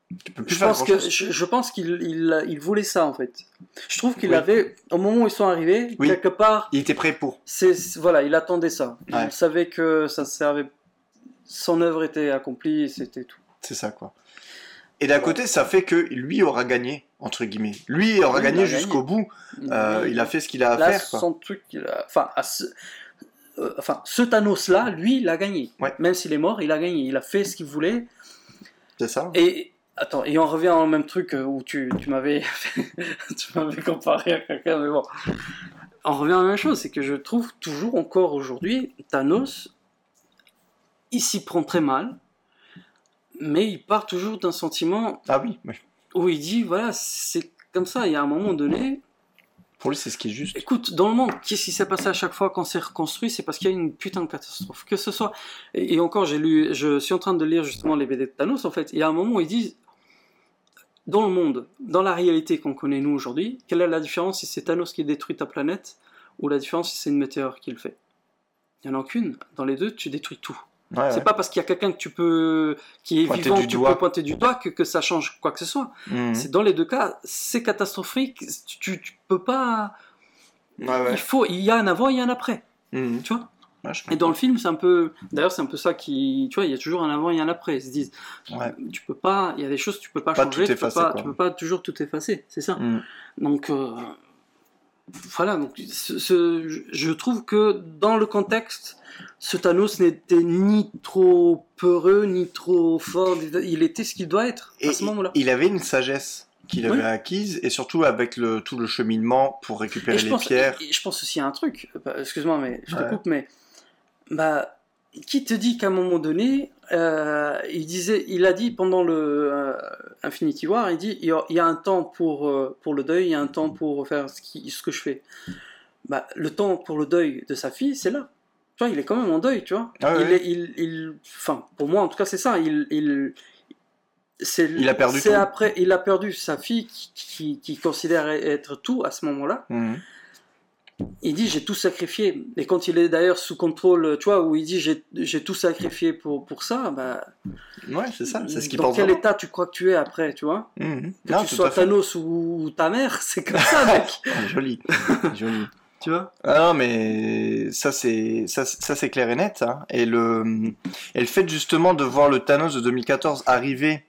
Tu peux plus Je faire pense, que, grand-chose. je, je pense qu'il il, il voulait ça en fait. Je trouve qu'il Oui. avait, au moment où ils sont arrivés, Oui. quelque part, Il était prêt pour. c'est, c'est- voilà, il attendait ça. Ouais. Il savait que ça servait, son œuvre était accomplie et c'était tout. C'est ça, quoi. Et d'un côté, ça fait que lui aura gagné, entre guillemets. Lui aura Oui, il gagné a jusqu'au bout. Euh, Oui. il a fait ce qu'il a à Là, faire, quoi. son truc, il a- enfin, à ce... euh, enfin, ce Thanos-là, lui, il a gagné. Ouais. Même s'il est mort, il a gagné. Il a fait ce qu'il voulait. C'est ça. Et attends, et on revient au même truc euh, où tu, tu m'avais, tu m'avais comparé à quelqu'un, mais bon. On revient à la même chose, c'est que je trouve toujours encore aujourd'hui, Thanos, il s'y prend très mal, mais il part toujours d'un sentiment Ah oui, oui. où il dit, voilà, c'est comme ça, il y a un moment donné, Pour lui, c'est ce qui est juste. écoute, dans le monde, qu'est-ce qui s'est passé à chaque fois qu'on s'est reconstruit? C'est parce qu'il y a eu une putain de catastrophe. Que ce soit. Et, et encore, j'ai lu, je suis en train de lire justement les B D de Thanos, en fait. Il y a un moment où ils disent, dans le monde, dans la réalité qu'on connaît nous aujourd'hui, quelle est la différence si c'est Thanos qui détruit ta planète ou la différence si c'est une météore qui le fait? Il n'y en a aucune. Dans les deux, tu détruis tout. Ouais, C'est ouais. pas parce qu'il y a quelqu'un que tu peux, qui est Pointer vivant, du que tu doigt. peux pointer du doigt que, que ça change quoi que ce soit. Mhm. C'est dans les deux cas, c'est catastrophique. Tu, tu peux pas. Ouais, ouais. Il faut, il y a un avant, il y a un après. Mhm. Tu vois. Ouais, je Et dans le film, c'est un peu. D'ailleurs, c'est un peu ça qui. Tu vois, il y a toujours un avant et un après. Ils se disent, Ouais. tu peux pas. Il y a des choses que tu peux pas, Pas changer. tout Tu peux effacer, pas, quoi. tu peux pas toujours tout effacer. C'est ça. Mhm. Donc. euh, Voilà, donc ce, ce- je- je trouve que dans le contexte, ce Thanos n'était ni trop peureux, ni trop fort, il était ce qu'il doit être Et à ce moment-là. il avait une sagesse qu'il avait Oui. acquise, et surtout avec le, tout le cheminement pour récupérer Et je les pense, pierres. et je pense aussi à un truc, bah, excuse-moi, mais je te Ouais. coupe, mais bah, qui te dit qu'à un moment donné, euh, il disait, il a dit pendant le euh, Infinity War, il dit, il y a, il y a un temps pour, euh, pour le deuil, il y a un temps pour faire ce, qui, ce que je fais. Bah, le temps pour le deuil de sa fille, c'est là. Tu vois, il est quand même en deuil, tu vois. Ah ouais, il ouais. est, il, il, enfin, pour moi, en tout cas, c'est ça. Il, il, c'est, Il a perdu c'est tout. après, il a perdu sa fille qui, qui, qui considère être tout à ce moment-là. Mhm. Il dit j'ai tout sacrifié. Et quand il est d'ailleurs sous contrôle, tu vois, où il dit j'ai, j'ai tout sacrifié pour, pour ça, bah, Ouais, c'est ça, c'est ce qu'il dans pense quel vraiment. état tu crois que tu es après, tu vois? Mhm. Que Non, tu tout sois à fait. Thanos ou, ou ta mère, c'est comme ça, mec. Ah, joli, joli. Tu vois? Ah non, mais ça c'est ça, c'est- ça c'est clair et net. Hein. Et le et le fait justement de voir le Thanos de deux mille quatorze arriver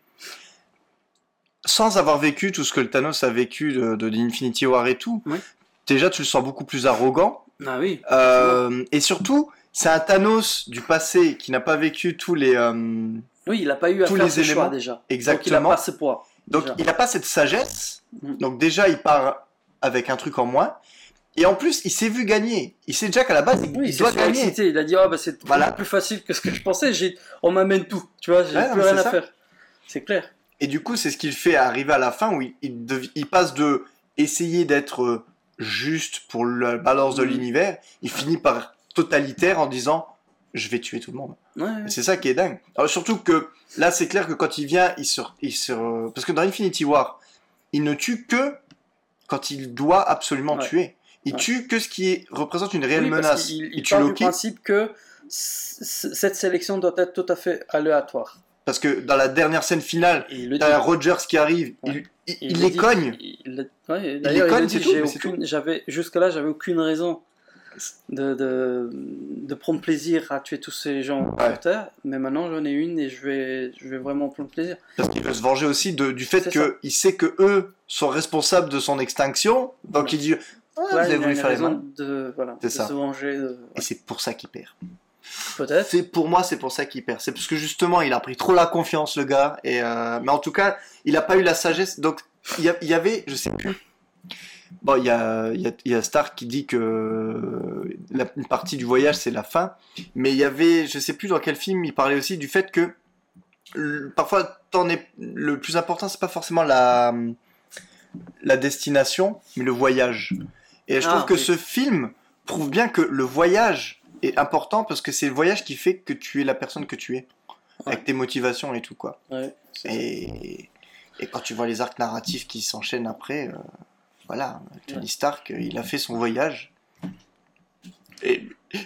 sans avoir vécu tout ce que le Thanos a vécu de, de l'Infinity War et tout. Ouais. Déjà, tu le sens beaucoup plus arrogant. Ah oui. Euh, et surtout, c'est un Thanos du passé qui n'a pas vécu tous les euh, Oui, il n'a pas eu à tous faire les ce choix éléments. déjà. Donc il n'a Exactement. pas ce poids. Donc déjà. il n'a pas cette sagesse. Mhm. Donc déjà, il part avec un truc en moins. Et en plus, il s'est vu gagner. Il sait déjà qu'à la base, il, Oui, il il doit s'est gagner. surexcité. Il a dit oh, bah, c'est Voilà. plus facile que ce que je pensais. J'ai... On m'amène tout. Tu vois, j'ai Ouais, non, plus mais rien c'est à ça. faire. C'est clair. Et du coup, c'est ce qu'il fait arriver à la fin où il, il, dev- il passe de essayer d'être euh, juste pour la balance de Mhm. l'univers, il finit par totalitaire en disant je vais tuer tout le monde. Ouais, ouais. Et c'est ça qui est dingue. Alors, surtout que là, c'est clair que quand il vient, il se, il se... Parce que dans Infinity War, il ne tue que quand il doit absolument Ouais. tuer. Il Ouais. tue que ce qui est- représente une réelle Oui, parce menace. qu'il- Il, il tue part du Loki principe que c- c- cette sélection doit être tout à fait aléatoire. parce que dans la dernière scène finale, Et il le dit. t'as Rogers qui arrive, Ouais. il, il- Il il le les dit. cogne. Il, il- ouais, d'ailleurs, les il cogne, le dit, c'est tout, j'ai mais c'est aucune- j'avais, jusque-là, j'avais aucune raison de, de, de prendre plaisir à tuer tous ces gens Ouais. sur Terre, mais maintenant j'en ai une et je vais, je vais vraiment prendre plaisir. Parce qu'il veut se venger aussi de- du fait C'est ça. qu'il sait que eux sont responsables de son extinction. Donc Ouais. il dit ah, vous Ouais, avez il a voulu une faire les raison mains. de, voilà, C'est de ça. se venger. De... Et c'est pour ça qu'il perd. Peut-être. C'est pour moi, c'est pour ça qu'il perd. C'est parce que justement, il a pris trop la confiance, le gars. Et euh, mais en tout cas, il a pas eu la sagesse. Donc il y, a- il y avait, je sais plus. Bon, il y a, il y a, il y a Stark qui dit que la, une partie du voyage c'est la fin. Mais il y avait, je sais plus dans quel film, il parlait aussi du fait que le- parfois, t'en es, le plus important, c'est pas forcément la la destination, mais le voyage. Et je Ah, trouve que ok. ce film prouve bien que le voyage est important parce que c'est le voyage qui fait que tu es la personne que tu es, avec tes motivations et tout quoi. Ouais, c'est ça. Et, et quand tu vois les arcs narratifs qui s'enchaînent après, euh, voilà, Tony Ouais. Stark, euh, il a fait son voyage. Et, et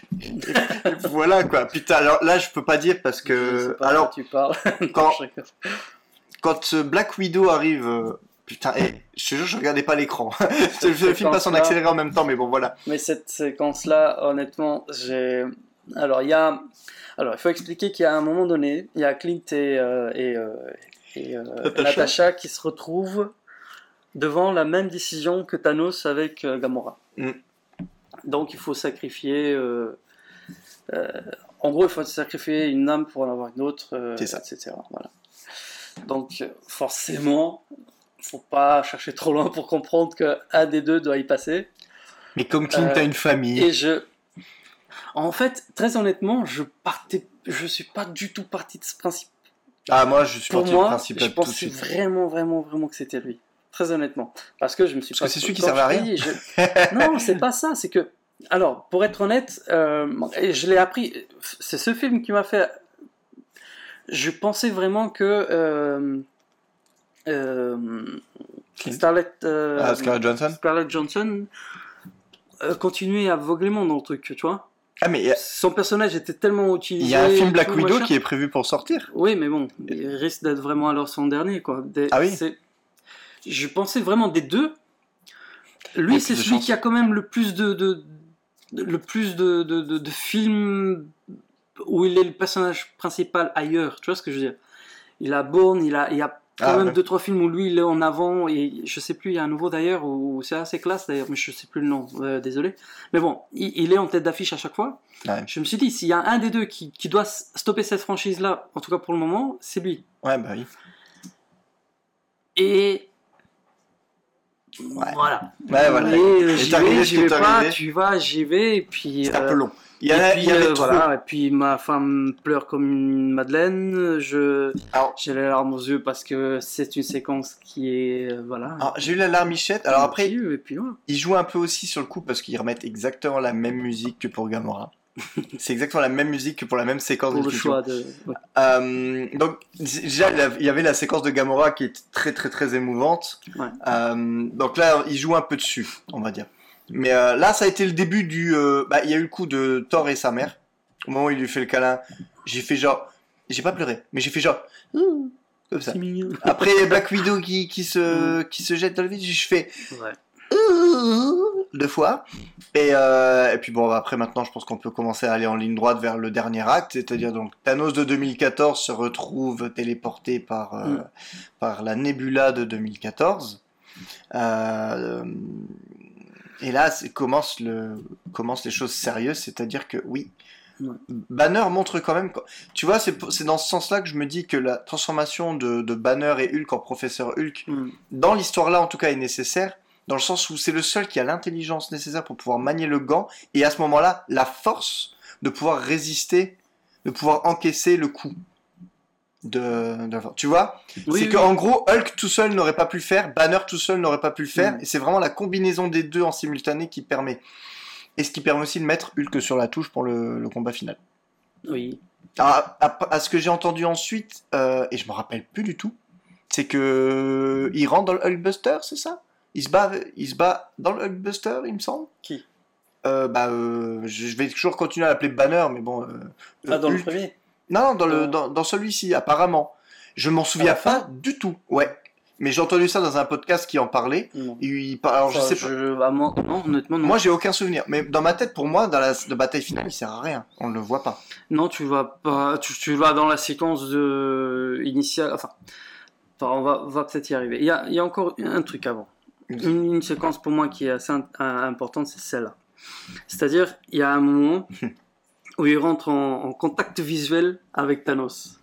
voilà quoi. Putain, alors là je peux pas dire parce Je sais que pas alors de quoi tu parles. quand- Je rigole. quand euh, Black Widow arrive, euh, putain, eh, je te jure, je regardais pas l'écran. Le film passe en accéléré en même temps, mais bon, voilà. Mais cette séquence-là, honnêtement, j'ai. Alors, il y a. Alors, il faut expliquer qu'il y a un moment donné, il y a Clint et, euh, et, euh, et euh, Natasha. Natasha qui se retrouvent devant la même décision que Thanos avec euh, Gamora. Mm. Donc, il faut sacrifier. Euh, euh, en gros, il faut sacrifier une âme pour en avoir une autre, euh, C'est ça. et cetera. Voilà. Donc, forcément, faut pas chercher trop loin pour comprendre qu'un des deux doit y passer. Mais comme Clint Euh, a une famille. Et je. En fait, très honnêtement, je partais. Je suis pas du tout parti de ce principe. Ah, moi, je suis Pour parti du moi, principe je là tout de pensais suite. vraiment, vraiment, vraiment que c'était lui. Très honnêtement. Parce que je me suis Parce pas. que c'est celui qui quand servait à je rien. t'ai dit, je- Non, c'est pas ça. C'est que. Alors, pour être honnête, euh, et je l'ai appris. C'est ce film qui m'a fait. Je pensais vraiment que. Euh... Euh... Clint. Scarlett, euh, Ah, Scarlett Johansson. Scarlett Johansson euh, continuait aveuglément dans le truc, tu vois. Ah, mais il y a- Son personnage était tellement utilisé. il y a un film et Black tout, Widow machin. qui est prévu pour sortir. Oui, mais bon, il risque d'être vraiment alors son dernier, quoi. Des- Ah oui. c'est- Je pensais vraiment des deux. Lui, Il y a c'est plus de celui chance. qui a quand même le plus de, de, de- le plus de, de, de, de films où il est le personnage principal ailleurs. Tu vois ce que je veux dire? Il a Bourne, il a, il y a quand Ah, même ouais. deux trois films où lui il est en avant et je sais plus, il y a un nouveau d'ailleurs où c'est assez classe d'ailleurs, mais je sais plus le nom, euh, désolé. Mais bon, il, il est en tête d'affiche à chaque fois. Ouais. Je me suis dit, s'il y a un des deux qui, qui doit s- stopper cette franchise-là, en tout cas pour le moment, c'est lui. Ouais, bah oui. Et Ouais. voilà. Ouais, voilà. Et euh, Et j'y t'es arrivé vais, ce j'y qui vais t'est pas, arrivé. tu vas, j'y vais, et puis. C'est un euh, peu long. Il y, en et a, puis, il y avait euh, trop. voilà, et puis ma femme pleure comme une madeleine. Je, Alors, j'ai les larmes aux yeux parce que c'est une séquence qui est, euh, voilà. alors, j'ai eu la larmichette. Alors après, et puis voilà. ils jouent un peu aussi sur le coup parce qu'ils remettent exactement la même musique que pour Gamora. C'est exactement la même musique que pour la même séquence Pour de le choix de. Ouais. Euh, donc déjà il y avait la séquence de Gamora qui est très très très émouvante. Ouais. Euh, donc là il joue un peu dessus, on va dire. Mais euh, là ça a été le début du. Euh, bah il y a eu le coup de Thor et sa mère. Au moment où il lui fait le câlin, j'ai fait genre, j'ai pas pleuré, mais j'ai fait genre Ouh comme ça. C'est mignon. Après Black Widow qui qui se qui se jette dans le vide, je fais Ouais. deux fois. Et, euh, et puis bon, après maintenant, je pense qu'on peut commencer à aller en ligne droite vers le dernier acte, c'est-à-dire donc Thanos de deux mille quatorze se retrouve téléporté par, euh, Mm. par la Nebula de deux mille quatorze. Euh, et là, c'est- commencent, le, commencent les choses sérieuses, c'est-à-dire que oui, Ouais. Banner montre quand même... Tu vois, c'est c'est dans ce sens-là que je me dis que la transformation de, de Banner et Hulk en Professeur Hulk, Mm. dans l'histoire-là en tout cas, est nécessaire, dans le sens où c'est le seul qui a l'intelligence nécessaire pour pouvoir manier le gant, et à ce moment-là, la force de pouvoir résister, de pouvoir encaisser le coup. De, de... Tu vois, Oui, c'est oui. qu'en gros, Hulk tout seul n'aurait pas pu le faire, Banner tout seul n'aurait pas pu le faire, Mm. et c'est vraiment la combinaison des deux en simultané qui permet. Et ce qui permet aussi de mettre Hulk sur la touche pour le, le combat final. Oui. Alors, à, à- à ce que j'ai entendu ensuite, euh, et je me rappelle plus du tout, c'est que il rentre dans le Hulkbuster, c'est ça? Il se bat, il se bat dans le Hulkbuster, il me semble. Qui? Euh, bah, euh, je je vais toujours continuer à l'appeler Banner, mais bon. euh, Ah, dans le Hulk- premier. Non, dans le Euh. dans, dans celui-ci, apparemment. Je m'en À souviens la pas fin du tout. Ouais. Mais j'ai entendu ça dans un podcast qui en parlait. Non. Et il par- Alors je Enfin, sais pas. je- à moi- non, honnêtement, non. Moi, j'ai aucun souvenir. Mais dans ma tête, pour moi, dans la, la bataille finale, il sert à rien. On ne le voit pas. Non, tu vas pas, tu, tu vas dans la séquence de initiale. Enfin, enfin, on va, on va peut-être y arriver. Il y a, il y a encore un truc avant. Une, une séquence pour moi qui est assez in- importante, c'est celle-là. C'est-à-dire, il y a un moment où il rentre en, en contact visuel avec Thanos.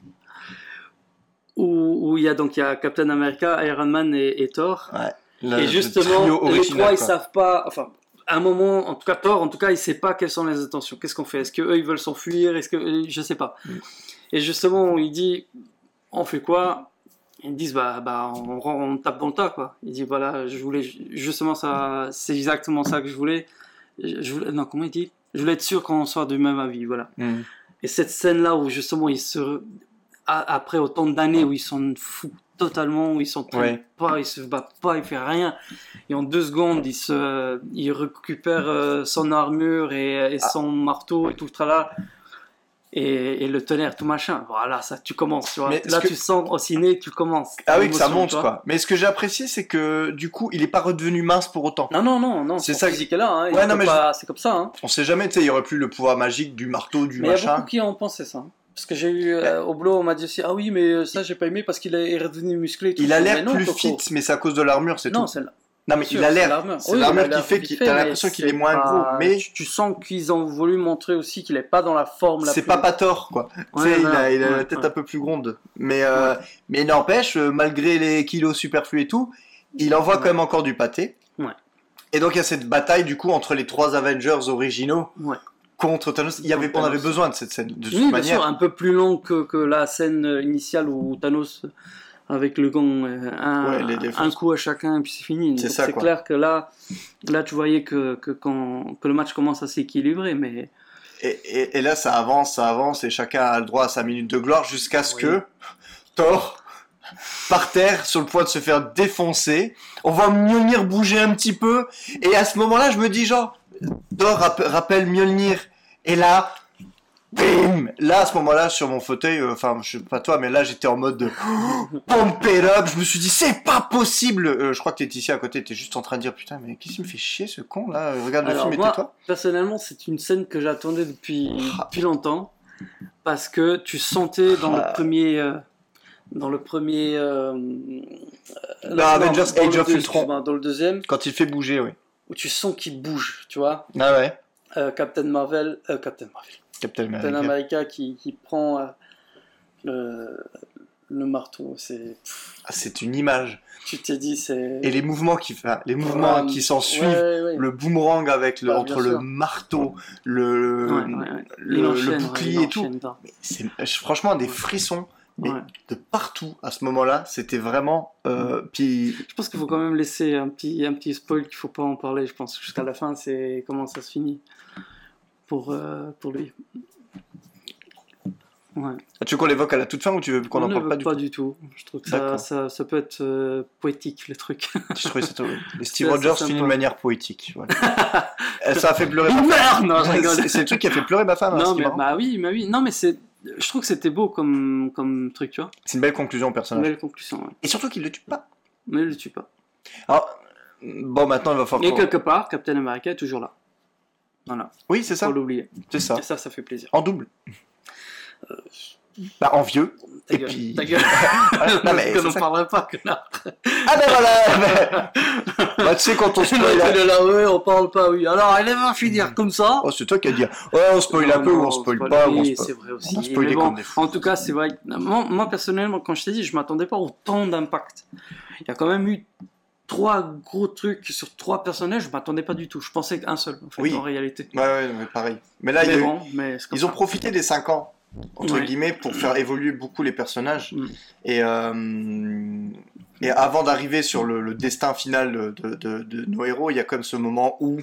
Où, où il y a donc il y a Captain America, Iron Man et, et Thor. Ouais. Le- Et le justement, trio les original, trois, ils quoi. savent pas. Enfin, à un moment, en tout cas, Thor, en tout cas, il sait pas quelles sont les intentions. Qu'est-ce qu'on fait? Est-ce que eux, ils veulent s'enfuir? Est-ce que je sais pas. Mm. Et justement, il dit, on fait quoi? Ils disent, bah, bah, on, rend- on tape dans le tas, quoi. Il dit, voilà, je voulais justement ça, c'est exactement ça que je voulais. Je, je voulais, non, comment il dit? Je voulais être sûr qu'on soit du même avis, voilà. Mm. Et cette scène-là où justement ils se, a- après autant d'années où ils s'en foutent totalement, où ils s'entraînent Ouais. pas, ils se battent pas, ils font rien, et en deux secondes ils se, ils récupèrent euh, son armure et, et Ah. son marteau et tout le tralala. Et, et le tonnerre, tout machin. Voilà, ça, tu commences, tu vois. Mais Là, que... tu sens au ciné, tu commences. Ah oui, que ça monte, quoi. quoi. Mais ce que j'ai apprécié, c'est que, du coup, il est pas redevenu mince pour autant. Non, non, non, non. C'est son ça. physique est là, hein. Ouais, non, mais pas... je... c'est comme ça, hein. On sait jamais, tu sais, il y aurait plus le pouvoir magique du marteau, du mais machin. Mais il y a beaucoup qui ont pensé ça. Parce que j'ai eu, euh, au boulot, on m'a dit aussi, ah oui, mais ça, j'ai pas aimé parce qu'il est redevenu musclé. Il a l'air non, plus Coco. fit, mais c'est à cause de l'armure, c'est non, tout. C'est là. Non, mais sûr, il a l'air. C'est oui, l'armure qui fait qu'il t'as l'impression qu'il est moins gros. Mais tu, tu sens qu'ils ont voulu montrer aussi qu'il est pas dans la forme la c'est plus... pas Pator, quoi. Ouais, tu sais, non, il a, il a ouais, la tête ouais. un peu plus gronde. Mais, euh, ouais. mais n'empêche, malgré les kilos superflus et tout, il envoie ouais. quand même encore du pâté. Ouais. Et donc il y a cette bataille du coup entre les trois Avengers originaux. Ouais. Contre Thanos. Il y avait, on avait besoin de cette scène, de toute oui, manière. Bien sûr, un peu plus long que, que la scène initiale où Thanos, avec le gong, un, ouais, les un coup à chacun, et puis c'est fini. C'est ça, c'est quoi. clair que là, là, tu voyais que, que, quand, que le match commence à s'équilibrer, mais... Et, et, et là, ça avance, ça avance, et chacun a le droit à sa minute de gloire, jusqu'à ce oui. que Thor, par terre, sur le point de se faire défoncer, on voit Mjolnir bouger un petit peu, et à ce moment-là, je me dis genre, Thor rapp- rappelle Mjolnir, et là... Bim! Là, à ce moment-là, sur mon fauteuil, enfin, euh, je sais pas toi, mais là, j'étais en mode de pump it up. Je me suis dit, c'est pas possible! Euh, je crois que t'es ici à côté, t'es juste en train de dire, putain, mais qu'est-ce qui me fait chier ce con là? Regarde le Alors, film et moi, tais-toi. Personnellement, c'est une scène que j'attendais depuis, depuis longtemps. Parce que tu sentais dans le premier. Euh, dans le premier. Euh, euh, là, Avengers Age of Ultron. Dans le deuxième. Quand il fait bouger, oui. Où tu sens qu'il bouge, tu vois. Ah ouais. Euh, Captain Marvel. Euh, Captain Marvel. Captain America, Captain America qui, qui prend euh, le, le marteau, c'est... Ah, c'est une image. Tu t'es dit, c'est... Et les mouvements qui, enfin, les mouvements ouais, qui s'en suivent, ouais, ouais. le boomerang avec le, bah, entre le marteau, le, ouais, ouais, ouais. le, enchaîne, le bouclier et tout. Mais c'est franchement des frissons. Mais ouais. de partout à ce moment-là, c'était vraiment. Euh, puis... Je pense qu'il faut quand même laisser un petit, un petit spoil qu'il ne faut pas en parler. Je pense jusqu'à la fin, c'est comment ça se finit. Pour, euh, pour lui. Ouais. Ah, tu veux qu'on l'évoque à la toute fin ou tu veux qu'on n'en parle pas du pas tout du tout. Je trouve que ça, ça, ça peut être euh, poétique, le truc. Je trouvais ça Les Steve Rogers finit de manière poétique. Voilà. Ça a fait pleurer ma femme. Non, je rigole. C'est le truc qui a fait pleurer ma femme. Non, hein, mais, bah oui, bah oui. Non, mais c'est... je trouve que c'était beau comme, comme truc, tu vois. C'est une belle conclusion au personnage. Une belle conclusion, ouais. Et surtout qu'il le tue pas. Mais il le tue pas. Alors, bon, maintenant il va falloir... Et quelque part, Captain America est toujours là. Voilà. Oui, c'est ça. Faut l'oublier. C'est ça. Et ça, ça fait plaisir. En double. Euh... Bah, en vieux. Ta et gueule. Puis... Ta gueule. Non, mais que n'en parlerait pas, connard. Ah ben voilà. Bah, tu sais, quand on spoil... Là, là, ouais, on parle pas, oui. Alors, elle va finir comme ça. Oh, c'est toi qui as dit, ouais, on spoil non, un peu non, ou on spoil pas. Oui, on spoil... c'est vrai aussi. On spoil bon, comme des fous. En tout cas, c'est vrai. Moi, moi, personnellement, quand je t'ai dit, je m'attendais pas autant d'impact. Il y a quand même eu trois gros trucs sur trois personnages, je m'attendais pas du tout. Je pensais qu'un seul, en fait, oui. en réalité. Ouais, ouais, mais pareil. Mais là, mais il y a bon, eu... mais ils ont profité des cinq ans, entre ouais. guillemets, pour faire évoluer beaucoup les personnages. Mm. Et, euh... et avant d'arriver sur le, le destin final de, de, de, de nos héros, il y a comme ce moment où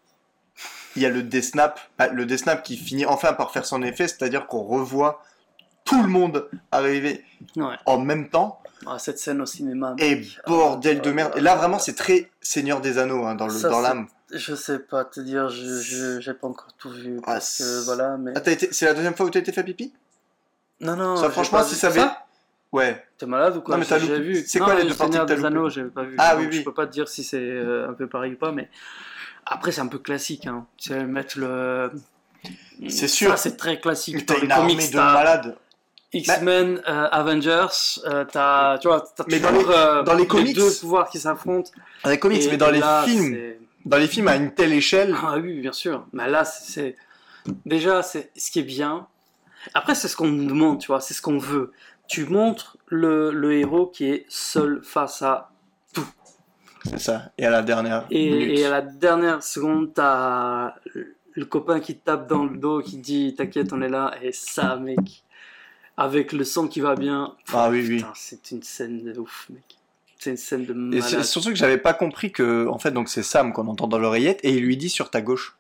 il y a le Death Snap, le Death Snap qui finit enfin par faire son effet, c'est-à-dire qu'on revoit tout le monde arriver ouais. en même temps. Ah, cette scène au cinéma. Et bordel de merde. Et là, vraiment, c'est très Seigneur des Anneaux hein, dans, le, dans l'âme. Je sais pas te dire, je, je j'ai pas encore tout vu. Ah, parce que, voilà, mais... ah, t'as été... C'est la deuxième fois où t'as été fait pipi? Non, non. Ça, franchement, si ça avait. Ça ouais. T'es malade ou quoi? Non, mais t'as j'ai loupé. vu. C'est quoi les deux parties Seigneur que t'as des loupé? Anneaux, j'avais pas vu. Ah donc, oui, oui. Je peux pas te dire si c'est euh, un peu pareil ou pas, mais après, c'est un peu classique. Hein. Tu sais, mettre le. C'est sûr. Ça, c'est très classique. T'as une armée de malades. X-Men, bah, euh, Avengers, euh, t'as, tu vois, t'as mais dans les, euh, dans les comics, les deux pouvoirs qui s'affrontent. Dans les comics, mais dans les là, films, c'est... dans les films à une telle échelle. Ah oui, bien sûr. Mais là, c'est, c'est... déjà, c'est ce qui est bien. Après, c'est ce qu'on nous demande, tu vois, c'est ce qu'on veut. Tu montres le, le héros qui est seul face à tout. C'est ça. Et à la dernière et, minute. Et à la dernière seconde, t'as le copain qui te tape dans le dos, qui te dit, t'inquiète, on est là. Et ça, mec. Avec le son qui va bien. Ah oui, putain, oui. C'est une scène de ouf, mec. C'est une scène de malade. Et c'est surtout que j'avais pas compris que, en fait, donc c'est Sam qu'on entend dans l'oreillette et il lui dit sur ta gauche.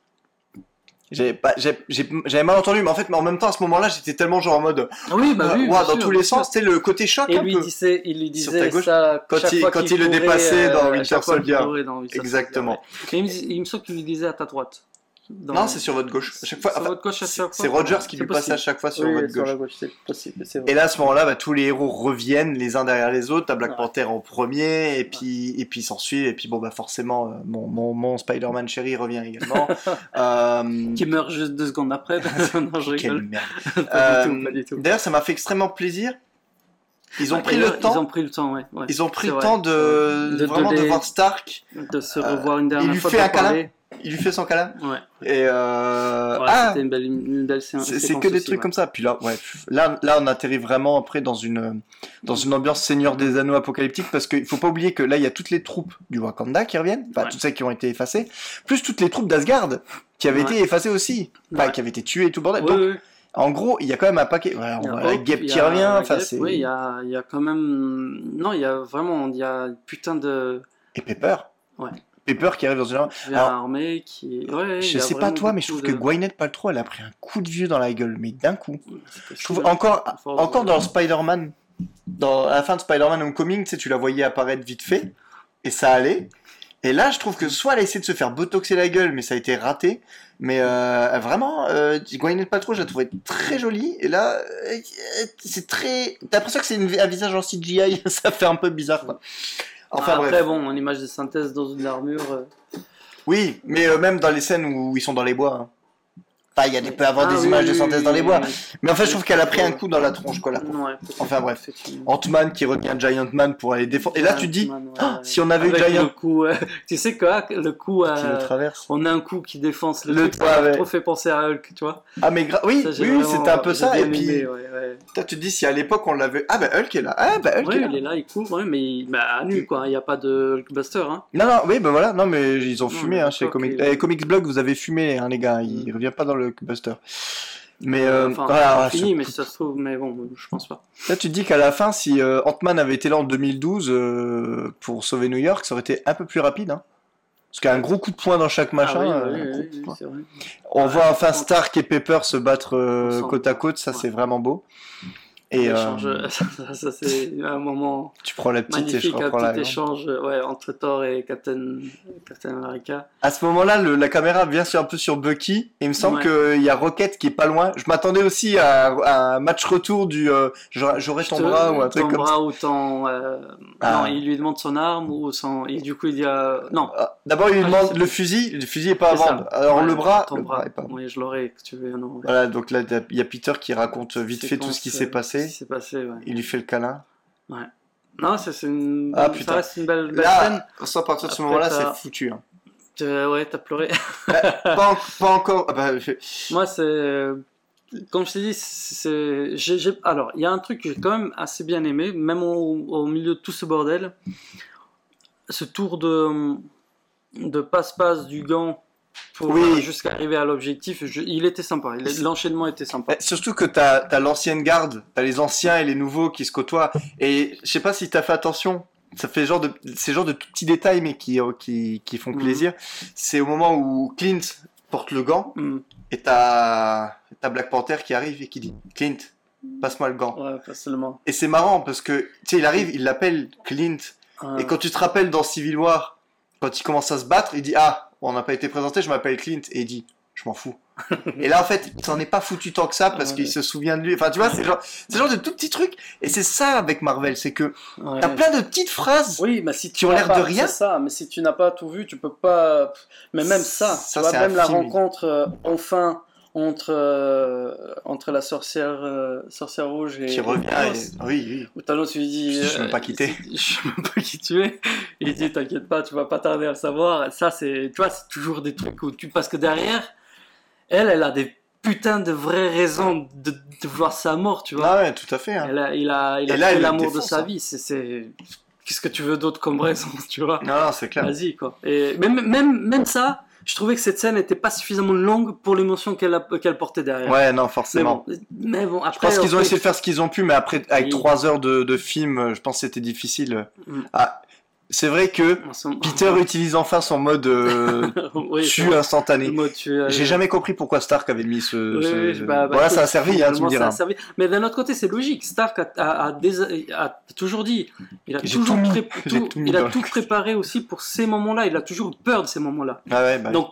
J'avais pas, j'ai, j'ai, j'avais mal entendu, mais en fait, mais en même temps, à ce moment-là, j'étais tellement genre en mode. Oui, bah oui. Ouais, dans sûr, tous les sens, c'était le côté choc. Et un lui peu. disait, il lui disait sur ta gauche, ça quand il, quand il, il le dépassait euh, dans Winter Soldier. Exactement. Soldier, ouais. Et il, me, il me semble qu'il lui disait à ta droite. Dans... Non, c'est sur votre gauche. À chaque fois, sur enfin, votre gauche à chaque fois. c'est Rogers qui C'est lui passe possible. à chaque fois sur Oui, votre sur gauche. la gauche, c'est possible, c'est vrai. Et là, à ce moment-là, bah, tous les héros reviennent les uns derrière les autres. T'as Black Ouais. Panther en premier, et puis, et puis ils s'en suivent. Et puis, bon, bah, forcément, euh, mon, mon, mon Spider-Man chéri revient également. euh... Qui meurt juste deux secondes après. Non, je Quelle rigole. merde. Pas du Euh, tout, pas du tout. D'ailleurs, ça m'a fait extrêmement plaisir. Ils ont Ouais, pris d'ailleurs, le temps. Ils ont pris le temps, ouais. ouais. Ils ont pris C'est le vrai, temps de, c'est vrai. De- vraiment de de les- voir Stark. De se revoir une il dernière lui fois. fait de un câlin. parler. Il lui fait son câlin. Ouais. Et euh... Ouais, ah, c'était une belle, une belle sé- c'est c'est séquence que des aussi, trucs ouais. comme ça. Puis là, ouais, là, là, on atterrit vraiment après dans une dans une ambiance Seigneur des Anneaux apocalyptique parce qu'il faut pas oublier que là, il y a toutes les troupes du Wakanda qui reviennent, enfin Ouais. toutes celles qui ont été effacées, plus toutes les troupes d'Asgard qui avaient Ouais. été effacées aussi, enfin Ouais. qui avaient été tuées et tout le bordel. Ouais, Donc, ouais. en gros, il y a quand même un paquet. Ouais, on Il y a voit la Hope, guêpe il y qui a revient. la Enfin, guêpe, c'est oui, il y a, il y a quand même. Non, il y a vraiment. Il y a putain de. et Pepper. Ouais. Pepper qui arrive dans une arme. Une Alors, armée qui. Ouais, il je y a sais pas vraiment toi, mais je trouve beaucoup que de- Gwyneth Paltrow, elle a pris un coup de vieux dans la gueule, mais d'un coup. C'est Je trouve possible. encore, À force encore de- dans Spider-Man, dans à la fin de Spider-Man Homecoming, tu sais, tu la voyais apparaître vite fait, et ça allait. Et là, je trouve que soit elle a essayé de se faire botoxer la gueule, mais ça a été raté. Mais euh, vraiment, euh, Gwyneth Paltrow, je la trouvais très jolie. Et là, euh, c'est très. T'as l'impression que c'est une- un visage en C G I, ça fait un peu bizarre, quoi. Enfin Après, bref. bon, en image de synthèse dans une armure. euh, Oui, mais euh, même dans les scènes où ils sont dans les bois. hein. Enfin, il y a des, peut avoir Ah, des oui, images de oui, synthèse oui, dans les oui, bois. oui. Mais en fait, je trouve qu'elle a pris un coup dans la tronche, quoi, là. Ouais, peut-être, Enfin, bref. effectivement. Ant-Man qui retient Giant Man pour aller défendre. Et là, tu te dis, Ant-Man, ouais, ah, ouais. si on avait eu Avec Giant le coup, euh, tu sais quoi, le coup. qui le euh, traverse. On a un coup qui défonce le, Le truc, toit, ça m'a ouais. trop fait penser à Hulk, tu vois. Ah, mais gra- oui, Ça, j'ai oui, oui, vraiment- c'était un peu j'ai ça. bien Et puis, aimé, ouais, ouais. toi, tu te dis, si à l'époque on l'avait. Ah, bah Hulk est là. Ah, bah Hulk Ouais, est là. il est là, il court, ouais, mais il- bah, à nu, quoi. Il n'y a pas de Hulkbuster, hein. Non, non, oui, bah voilà. Non, mais ils ont Non, fumé mais hein, chez d'accord, Comics. ok. Eh, Comics Blog, vous avez fumé, hein, les gars. Il Mm. revient pas dans le Buster. Mais euh, Enfin, voilà, c'est fini, mais si ça se trouve, mais bon, je pense pas. là, tu te dis qu'à la fin, si euh, Ant-Man avait été là en deux mille douze euh, pour sauver New York, ça aurait été un peu plus rapide. Hein. Parce qu'il y a un gros coup de poing dans chaque machin. Ah oui, euh, oui, un oui, coup de oui, poing. c'est vrai. On Ouais, voit enfin on- Stark et Pepper se battre euh, Ensemble. côte à côte, ça Ouais. c'est vraiment beau. Et euh, L'échange, ça, ça, ça, c'est un moment tu prends la petite et je magnifique, un reprends la petit grande. échange ouais, entre Thor et Captain, Captain America. À ce moment-là, le- la caméra vient sur, un peu sur Bucky, et il me semble Ouais. qu'il y a Rocket qui est pas loin. Je m'attendais aussi à, à un match retour du euh, j'aurais j'aurais ton Je te- bras ou un truc ton comme ça. bras ou ton. euh, Ah. Non, il lui demande son arme ou son. Et du coup, il dit. euh, Non, Ah, D'abord, il lui Ah, je demande sais le plus. fusil, le fusil est pas à c'est ça. vendre. Alors Ouais, le bras, ton le bras. bras est pas. Oui, je l'aurais, que tu veux. Non, ouais. Voilà, donc là, il y a Peter qui raconte vite fait tout ce Séquence, qui euh, s'est Ce passé. qui s'est passé, ouais. Il lui fait le câlin. Non, ça, c'est une. Ah, ça putain. reste une belle, belle scène. Là, à partir de ce Après, moment-là, t'as- c'est foutu. Hein. Euh, ouais, t'as pleuré. pas, en- pas encore. Ah bah, je- Moi, c'est. Comme je t'ai dit, c'est. j'ai- j'ai- Alors, il y a un truc que j'ai quand même assez bien aimé, même au, au milieu de tout ce bordel. Ce tour de, de passe-passe du gant pour Oui. euh, jusqu'à arriver à l'objectif, je- il était sympa. Il- L'enchaînement était sympa. Eh, Surtout que t'as as, l'ancienne garde, t'as les anciens et les nouveaux qui se côtoient. Et je sais pas si t'as fait attention, ça fait genre de, ces genres de tout petits détails mais qui, euh, qui, qui font Mhm. plaisir. C'est au moment où Clint porte le gant Hmm. et t'as t'as Black Panther qui arrive et qui dit Clint, passe-moi le gant. Ouais, pas seulement. Et c'est marrant parce que, tu sais, il arrive, il l'appelle Clint. Euh, Et quand tu te rappelles dans Civil War, quand il commence à se battre, il dit ah, on n'a pas été présenté, je m'appelle Clint. Et il dit je m'en fous. Et là, en fait, il s'en est pas foutu tant que ça parce Ouais. qu'il se souvient de lui. Enfin, tu vois, c'est genre, c'est genre de tout petits trucs. Et c'est ça avec Marvel, c'est que ouais. t'as plein de petites phrases. Oui, mais si tu qui ont n'as l'air pas- de rien. C'est ça, mais si tu n'as pas tout vu, tu peux pas. Mais même ça, Ça, tu vois, c'est un même la film. rencontre euh, enfin entre euh, entre la sorcière euh, sorcière rouge et Qui revient. et Thanos, et- Oui, oui. où Thanos lui dit Je sais même euh, pas qui t'es. je sais même pas qui tu es. Il dit t'inquiète pas, tu vas pas tarder à le savoir. Ça c'est, tu vois, c'est toujours des trucs où tu parce que derrière, elle, elle a des putains de vraies raisons de, de vouloir sa mort, tu vois. Ah ouais, tout à fait. hein. Elle a, il a, il Et a là, fait elle le l'amour de défonce, sa hein. vie. C'est, c'est... Qu'est-ce que tu veux d'autre comme raison, tu vois? Non, non, c'est clair. Vas-y, quoi. Et même, même, même ça, je trouvais que cette scène n'était pas suffisamment longue pour l'émotion qu'elle, a- qu'elle portait derrière. Ouais, non, mais forcément. bon, mais bon, Je après. pense qu'ils ont on essayé peut- de faire ce qu'ils ont pu, mais après, avec Oui. trois heures de, de film, euh, je pense que c'était difficile. Mm. Ah, c'est vrai que En son- Peter utilise enfin son mode euh, Oui, c'est tue vrai. instantané. Le mot tue, euh, J'ai jamais compris pourquoi Stark avait mis ce. Oui, ce- oui, bah, bah, voilà, ça a écoute, servi, hein, tu me finalement, ça a diras. servi. Mais d'un autre côté, c'est logique. Stark a, a- a dés- a toujours dit, il a J'ai toujours, tout mis. pré- J'ai tout- tout mis il a dans- tout préparé aussi pour ces moments-là. Il a toujours peur de ces moments-là. Ah ouais, bah, Donc,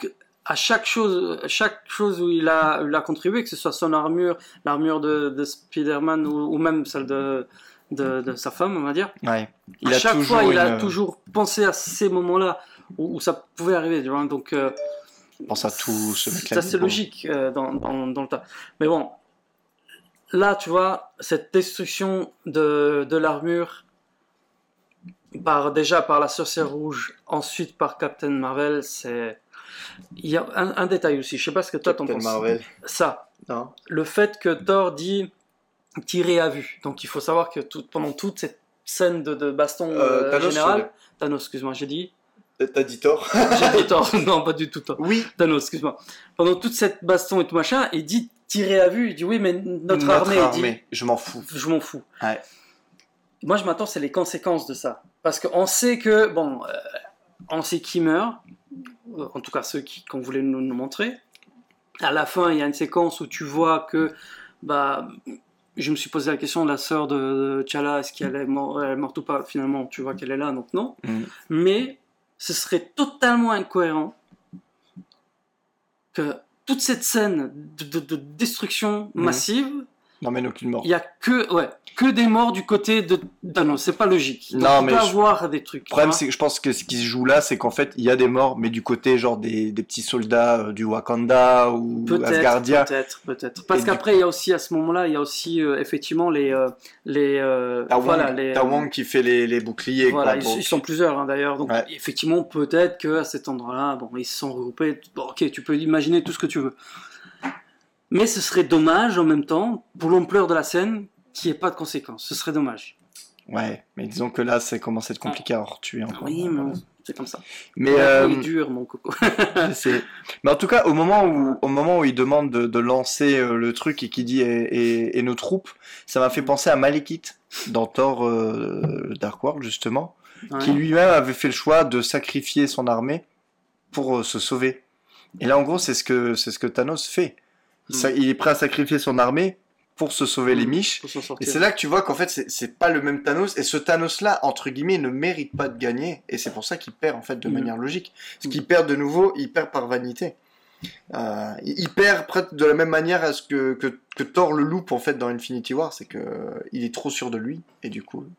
à chaque chose, chaque chose où il a, il a contribué, que ce soit son armure, l'armure de, de Spider-Man ou, ou même celle de, de, de sa femme, on va dire. Ouais. Il à a chaque fois, une... il a toujours pensé à ces moments-là où, où ça pouvait arriver. Tu vois, donc, euh, pense à tout ce mec ça, c'est logique euh, dans, dans, dans le tas. Mais bon, là, tu vois, cette destruction de, de l'armure, par, déjà par la Sorcière Rouge, ensuite par Captain Marvel, c'est... Il y a un, un détail aussi, je sais pas ce que toi t'en penses. Marvel. Ça, non. Le fait que Thor dit tirer à vue. Donc il faut savoir que tout, pendant toute cette scène de, de baston euh, Thanos, général, Thanos, excuse-moi, j'ai dit. T'as dit Thor. J'ai dit Thor, non pas du tout Thor. Oui. Thanos, excuse-moi. Pendant toute cette baston et tout machin, il dit tirer à vue. Il dit oui, mais notre, notre armée. armée. Dit, je m'en fous. Je m'en fous. Ouais. Moi je m'attends, c'est les conséquences de ça. Parce qu'on sait que, bon, euh, on sait qui meurt. En tout cas ceux qui, qu'on voulait nous, nous montrer. À la fin, il y a une séquence où tu vois que, bah, je me suis posé la question de la sœur de, de T'Challa, est-ce qu'elle est, mort, elle est morte ou pas? Finalement, tu vois qu'elle est là, donc non. Mm. Mais ce serait totalement incohérent que toute cette scène de, de, de destruction mm. massive n'emmène aucune mort. Il y a que, ouais, que des morts du côté de Thanos, c'est pas logique. Donc, non, on mais peut je... avoir des trucs. Le problème, c'est que je pense que ce qui se joue là, c'est qu'en fait, il y a des morts, mais du côté genre des, des petits soldats euh, du Wakanda ou peut-être, Asgardia. Peut-être, peut-être. Parce Et qu'après, du... il y a aussi, à ce moment-là, il y a aussi euh, effectivement les... Euh, les euh, T'as voilà, Wong, les, t'as Wong qui fait les, les boucliers. Voilà, quoi, ils, donc... ils sont plusieurs hein, d'ailleurs. Donc, ouais. Effectivement, peut-être qu'à cet endroit-là, bon, ils se sont regroupés. Bon, ok, tu peux imaginer tout ce que tu veux. Mais ce serait dommage en même temps, pour l'ampleur de la scène, qu'il n'y ait pas de conséquences. Ce serait dommage. Ouais, mais disons que là, ça commence à être compliqué à retuer encore. Oui, mais c'est comme ça. Mais ouais, euh... il est dur, mon coco. c'est... Mais en tout cas, au moment où, au moment où il demande de, de lancer le truc et qu'il dit et, et, et nos troupes, ça m'a fait penser à Malekith dans Thor euh, Dark World justement, ouais. qui lui-même avait fait le choix de sacrifier son armée pour euh, se sauver. Et là, en gros, c'est ce que c'est ce que Thanos fait. Ça, il est prêt à sacrifier son armée pour se sauver mmh, les miches. Et c'est là que tu vois qu'en fait, c'est, c'est pas le même Thanos. Et ce Thanos-là, entre guillemets, ne mérite pas de gagner. Et c'est pour ça qu'il perd, en fait, de mmh. manière logique. Parce qu'il perd de nouveau, il perd par vanité. Euh, il perd presque de la même manière à ce que, que, que Thor le loupe, en fait, dans Infinity War. C'est que euh, il est trop sûr de lui. Et du coup,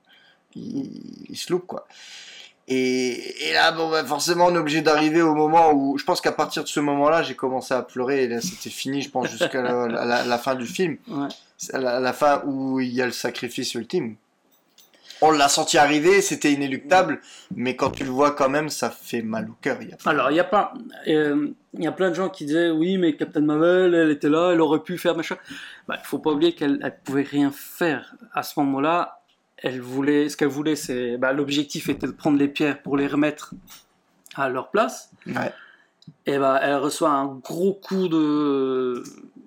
il, il se loupe, quoi. Et, et là, bon, bah, forcément, on est obligé d'arriver au moment où, je pense qu'à partir de ce moment-là, j'ai commencé à pleurer, et là, c'était fini, je pense, jusqu'à la, la, la, la fin du film. Ouais. La, la fin où il y a le sacrifice ultime. On l'a senti arriver, c'était inéluctable, mais quand tu le vois quand même, ça fait mal au cœur. Il y a pas... Alors, il y a pas, euh, il y a plein de gens qui disaient, oui, mais Captain Marvel, elle était là, elle aurait pu faire machin. Bah, il faut pas oublier qu'elle, elle pouvait rien faire à ce moment-là. Elle voulait, ce qu'elle voulait, c'est, bah, l'objectif était de prendre les pierres pour les remettre à leur place. Ouais. Et bah, elle reçoit un gros coup de,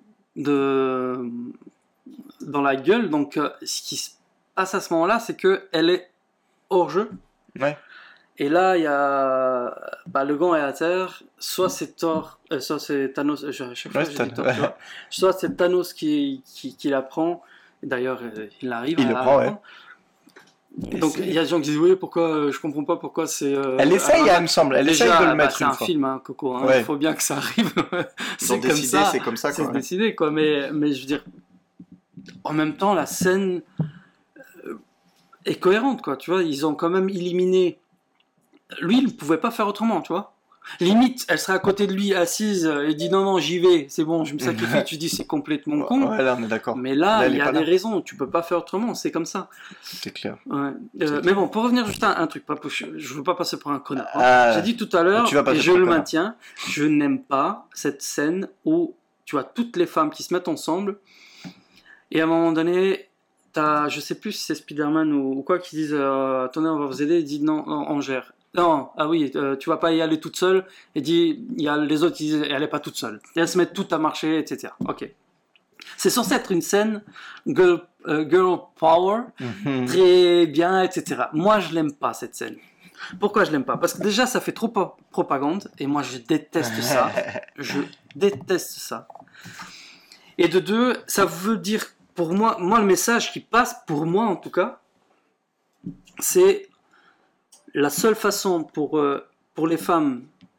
de, dans la gueule. Donc, euh, ce qui se passe à ce moment-là, c'est que elle est hors jeu. Ouais. Et là, il y a, bah, le gant est à terre. Soit c'est Thor, euh, soit c'est Thanos. Je, à chaque fois, ouais, j'ai dit Thor, tu vois. Soit c'est Thanos qui, qui, qui la prend. D'ailleurs, euh, il arrive il à le la prend, prendre. Ouais. Donc il y a des gens qui disent oui pourquoi euh, je comprends pas pourquoi c'est euh, elle essaye elle me semble elle déjà, essaye de le bah, mettre c'est une un fois. film hein, Coco hein, ouais. il faut bien que ça arrive c'est comme décidé, ça c'est comme ça quoi, c'est ouais. décidé quoi mais mais je veux dire en même temps la scène euh, est cohérente quoi tu vois ils ont quand même éliminé lui il ne pouvait pas faire autrement tu vois. Limite, elle serait à côté de lui, assise, et dit non, non, j'y vais, c'est bon, je me sacrifie. Tu dis c'est complètement con. Ouais, là, on est d'accord. Mais là, il y a des là. raisons, tu peux pas faire autrement, c'est comme ça. C'est clair. Ouais. Euh, c'est mais clair. Bon, pour revenir juste à un truc, pas, je veux pas passer pour un connard. Ah, j'ai dit tout à l'heure, et je le maintiens, je n'aime pas cette scène où tu vois toutes les femmes qui se mettent ensemble, et à un moment donné, t'as, je sais plus si c'est Spider-Man ou, ou quoi, qui disent euh, attendez, on va vous aider, et dit non, on gère. Non, ah oui, euh, tu vas pas y aller toute seule. Et dit, il y a les autres qui disent, elle est pas toute seule. Et elles se mettent toutes à marcher, et cetera. Ok. C'est censé être une scène girl, euh, girl power, mm-hmm. très bien, et cetera. Moi, je l'aime pas cette scène. Pourquoi je l'aime pas? Parce que déjà, ça fait trop po- propagande, et moi, je déteste ça. Je déteste ça. Et de deux, ça veut dire pour moi, moi le message qui passe pour moi en tout cas, c'est la seule façon pour, euh, pour les femmes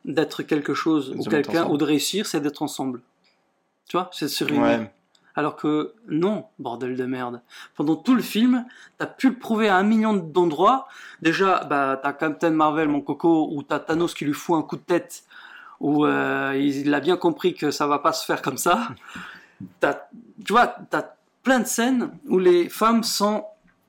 d'être quelque chose Ils ou se quelqu'un, mettent ensemble. ou de réussir, c'est d'être ensemble. Tu vois, c'est de se réunir. Ouais. Alors que non, bordel de merde. Pendant tout le film, t'as pu le prouver à un million d'endroits. Déjà, bah, t'as Captain Marvel, mon coco, où t'as Thanos qui lui fout un coup de tête, où euh, il a bien compris que ça va pas se faire comme ça. T'as, tu vois, t'as plein de scènes où les femmes sont,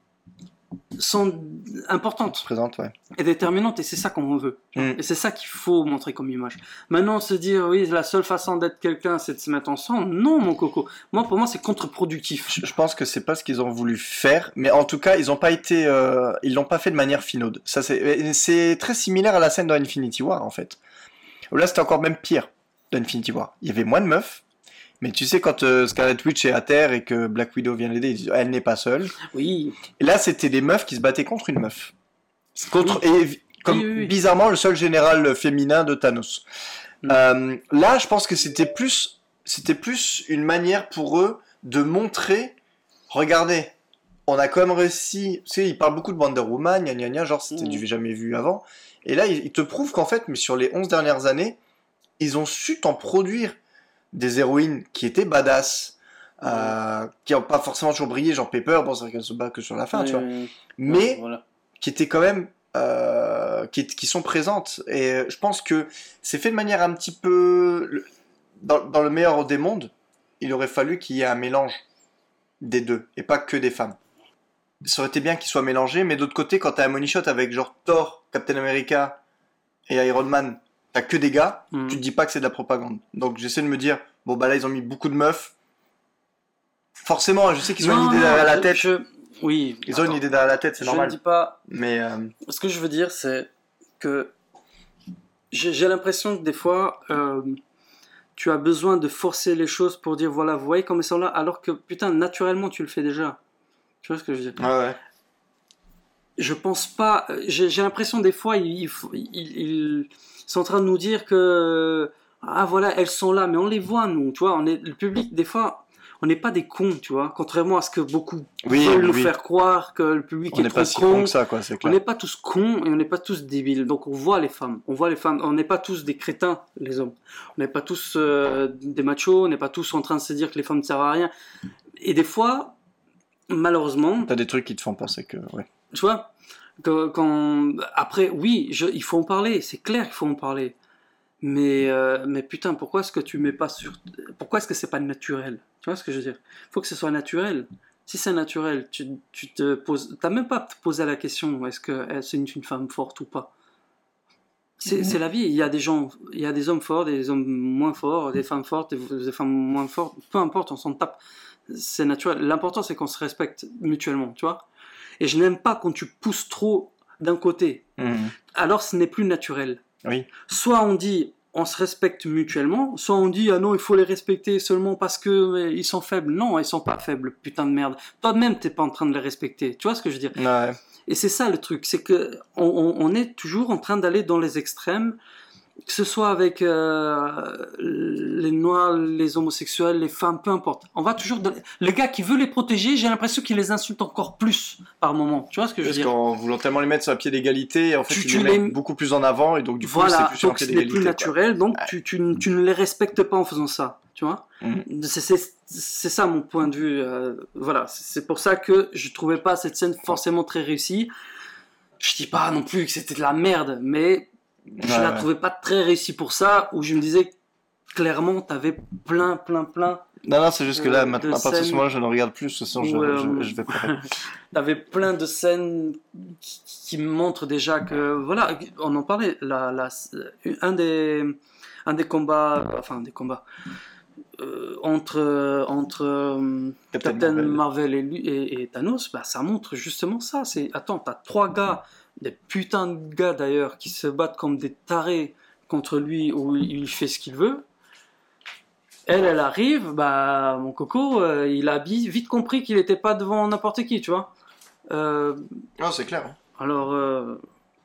sont importantes Présente, ouais. et déterminante, et c'est ça qu'on veut. Mm. Et c'est ça qu'il faut montrer comme image. Maintenant, se dire, oui, la seule façon d'être quelqu'un, c'est de se mettre ensemble. Non, mon coco. Moi, pour moi, c'est contre-productif. Je je pense que c'est pas ce qu'ils ont voulu faire, mais en tout cas, ils ont pas été, euh, ils l'ont pas fait de manière finaude. Ça, c'est, c'est très similaire à la scène dans Infinity War, en fait. Où là, c'était encore même pire dans Infinity War. Il y avait moins de meufs, mais tu sais, quand euh, Scarlet Witch est à terre et que Black Widow vient l'aider, ils disent, elle n'est pas seule. Oui. Et là, c'était des meufs qui se battaient contre une meuf. Contre, et comme Oui, oui, oui. bizarrement, le seul général féminin de Thanos. Mm. Euh, là, je pense que c'était plus, c'était plus une manière pour eux de montrer, regardez, on a quand même réussi. Tu sais, ils parlent beaucoup de Wonder Woman, gna gna gna, genre c'était Mm. du jamais vu avant. Et là, ils, ils te prouvent qu'en fait, mais sur les onze dernières années, ils ont su t'en produire des héroïnes qui étaient badass, euh, qui n'ont pas forcément toujours brillé, genre Pepper, bon, c'est vrai qu'elle se bat que sur la fin, tu vois, Euh, mais voilà. qui étaient quand même, euh, qui, qui sont présentes. Et euh, je pense que c'est fait de manière un petit peu, le- dans, dans le meilleur des mondes, il aurait fallu qu'il y ait un mélange des deux, et pas que des femmes. Ça aurait été bien qu'ils soient mélangés, mais d'autre côté, quand t'as un money shot avec genre Thor, Captain America et Iron Man, t'as que des gars, Mm. tu te dis pas que c'est de la propagande. Donc j'essaie de me dire, bon bah là ils ont mis beaucoup de meufs. Forcément, je sais qu'ils ont Non, une idée non, derrière la je- tête. je- Oui. Ils ont une attends. idée derrière la tête, c'est Je ne normal. dis pas. Mais euh, Ce que je veux dire, c'est que j'ai j'ai l'impression que des fois, euh, tu as besoin de forcer les choses pour dire voilà, vous voyez comme ils sont là, alors que putain, naturellement, tu le fais déjà. Tu vois ce que je veux dire? ouais, ouais. Je pense pas. J'ai j'ai l'impression des fois, ils, ils, ils- ils sont en train de nous dire que ah voilà, elles sont là, mais on les voit nous. Tu vois, on est le public. Des fois, on n'est pas des cons, tu vois. Contrairement à ce que beaucoup Oui, veulent oui, nous oui. faire croire que le public On est n'est trop pas si con. con que ça, quoi, c'est On clair. n'est pas tous cons et on n'est pas tous débiles. Donc on voit les femmes. On voit les femmes. On n'est pas tous des crétins, les hommes. On n'est pas tous euh, des machos. On n'est pas tous en train de se dire que les femmes ne servent à rien. Et des fois, malheureusement, T'as des trucs qui te font penser que, ouais. tu vois, que, quand après, oui, je, il faut en parler. C'est clair qu'il faut en parler. Mais euh, mais putain, pourquoi est-ce que tu mets pas sur pourquoi est-ce que c'est pas naturel? Tu vois ce que je veux dire? Faut que ce soit naturel. Si c'est naturel, tu, tu te poses, t'as même pas à te poser la question est-ce que elle, c'est une, une femme forte ou pas. C'est Mhm. c'est la vie. Il y a des gens, il y a des hommes forts, des hommes moins forts, des femmes fortes, des, des femmes moins fortes. Peu importe, on s'en tape. C'est naturel. L'important c'est qu'on se respecte mutuellement, tu vois. Et je n'aime pas quand tu pousses trop d'un côté. Mhm. Alors ce n'est plus naturel. Oui. Soit on dit on se respecte mutuellement, soit on dit ah non il faut les respecter seulement parce que euh, ils sont faibles. Non, ils sont pas faibles, putain de merde. Toi-même t'es pas en train de les respecter. Tu vois ce que je veux dire? Ouais. Et c'est ça le truc, c'est que on, on, on est toujours en train d'aller dans les extrêmes, que ce soit avec euh, les noirs, les homosexuels, les femmes, peu importe. On va toujours dans... les gars qui veulent les protéger, j'ai l'impression qu'ils les insultent encore plus par moment. Tu vois ce que je veux Parce dire? qu'en voulant tellement les mettre sur un pied d'égalité, en fait, Tu- ils tu les mettent les- beaucoup plus en avant, et donc du coup, c'est Voilà, plus sur un donc pied ce n'est d'égalité. plus quoi. naturel, donc Ouais. tu, tu, ne- tu ne les respectes pas en faisant ça, tu vois. Mhm. C'est, c'est, c'est ça mon point de vue. euh, voilà, c'est pour ça que je trouvais pas cette scène forcément très réussie. Je dis pas non plus que c'était de la merde, mais je Ouais, la ouais. trouvais pas très réussie pour ça, où je me disais clairement, t'avais plein, plein, plein. Non, non, c'est juste que Euh, là, de maintenant, à partir de ce scènes moment-là, je ne regarde plus, de toute façon, je, où, euh, je, je vais pleurer. T'avais plein de scènes qui, qui montrent déjà que, voilà, on en parlait, la, la, un, des, un des combats, enfin des combats, euh, entre, entre euh, Captain Captain Marvel. Marvel, et, lui, et, et Thanos, bah, ça montre justement ça. C'est, attends, t'as trois gars, des putains de gars d'ailleurs, qui se battent comme des tarés contre lui, où il fait ce qu'il veut. Elle, elle arrive, bah, mon coco, euh, il a bi- vite compris qu'il n'était pas devant n'importe qui, tu vois. Euh, Non, c'est clair. hein. alors, euh,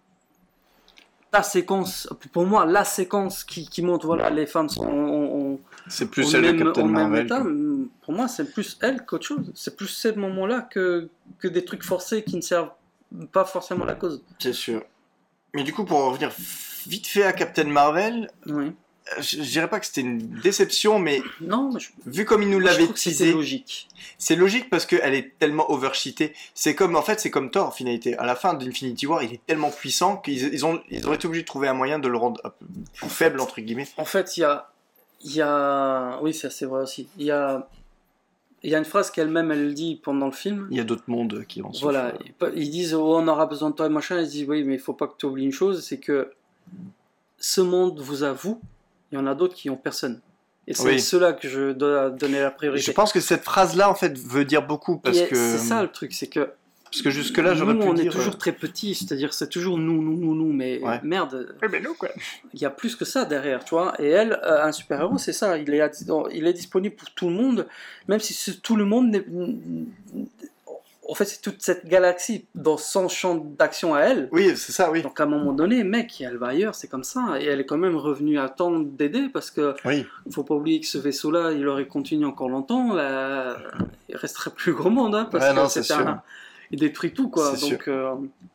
la séquence, pour moi, la séquence qui, qui montre, voilà, les femmes sont on, on, C'est plus au celle de même, Captain au même Marvel. état. que- Pour moi, c'est plus elle qu'autre chose. C'est plus ces moments-là que, que des trucs forcés qui ne servent pas forcément la cause. C'est sûr. Mais du coup, pour en revenir vite fait à Captain Marvel. Oui. Je, je dirais pas que c'était une déception, mais Non, je, vu comme il nous moi, je l'avait trouve que c'était teasé, logique. c'est logique parce qu'elle est tellement overcheatée. C'est comme, en fait, c'est comme Thor en finalité. À la fin d'Infinity War, il est tellement puissant qu'ils ils ont, ils ont été obligés de trouver un moyen de le rendre un peu plus faible, entre guillemets. En fait, il y a, il y a, oui, ça c'est vrai aussi. Il y a, il y a une phrase qu'elle-même elle dit pendant le film. Il y a d'autres mondes qui en souffrent. Voilà, ils disent oh, on aura besoin de toi et machin. Ils disent oui, mais il faut pas que tu oublies une chose, c'est que ce monde vous a vous. Il y en a d'autres qui ont personne. Et c'est Oui. ceux-là que je dois donner la priorité. Je pense que cette phrase-là, en fait, veut dire beaucoup parce Et que c'est ça le truc, c'est que parce que jusque-là, j'aurais nous, pu on dire est toujours euh, très petits, c'est-à-dire c'est toujours nous, nous, nous, nous, mais Ouais. merde, oui, mais non, quoi. il y a plus que ça derrière, tu vois. Et elle, euh, un super-héros, c'est ça, il est, à- il est disponible pour tout le monde, même si c'est- tout le monde n'est... En fait, c'est toute cette galaxie dans son champ d'action à elle. Oui, c'est ça, oui. Donc à un moment donné, mec, elle va ailleurs, c'est comme ça. Et elle est quand même revenue à temps d'aider parce que Oui. faut pas oublier que ce vaisseau-là, il aurait continué encore longtemps. Là, il resterait plus grand monde, hein, parce Ouais, que non, c'est c'était sûr. un... il détruit tout, quoi. C'est Donc euh,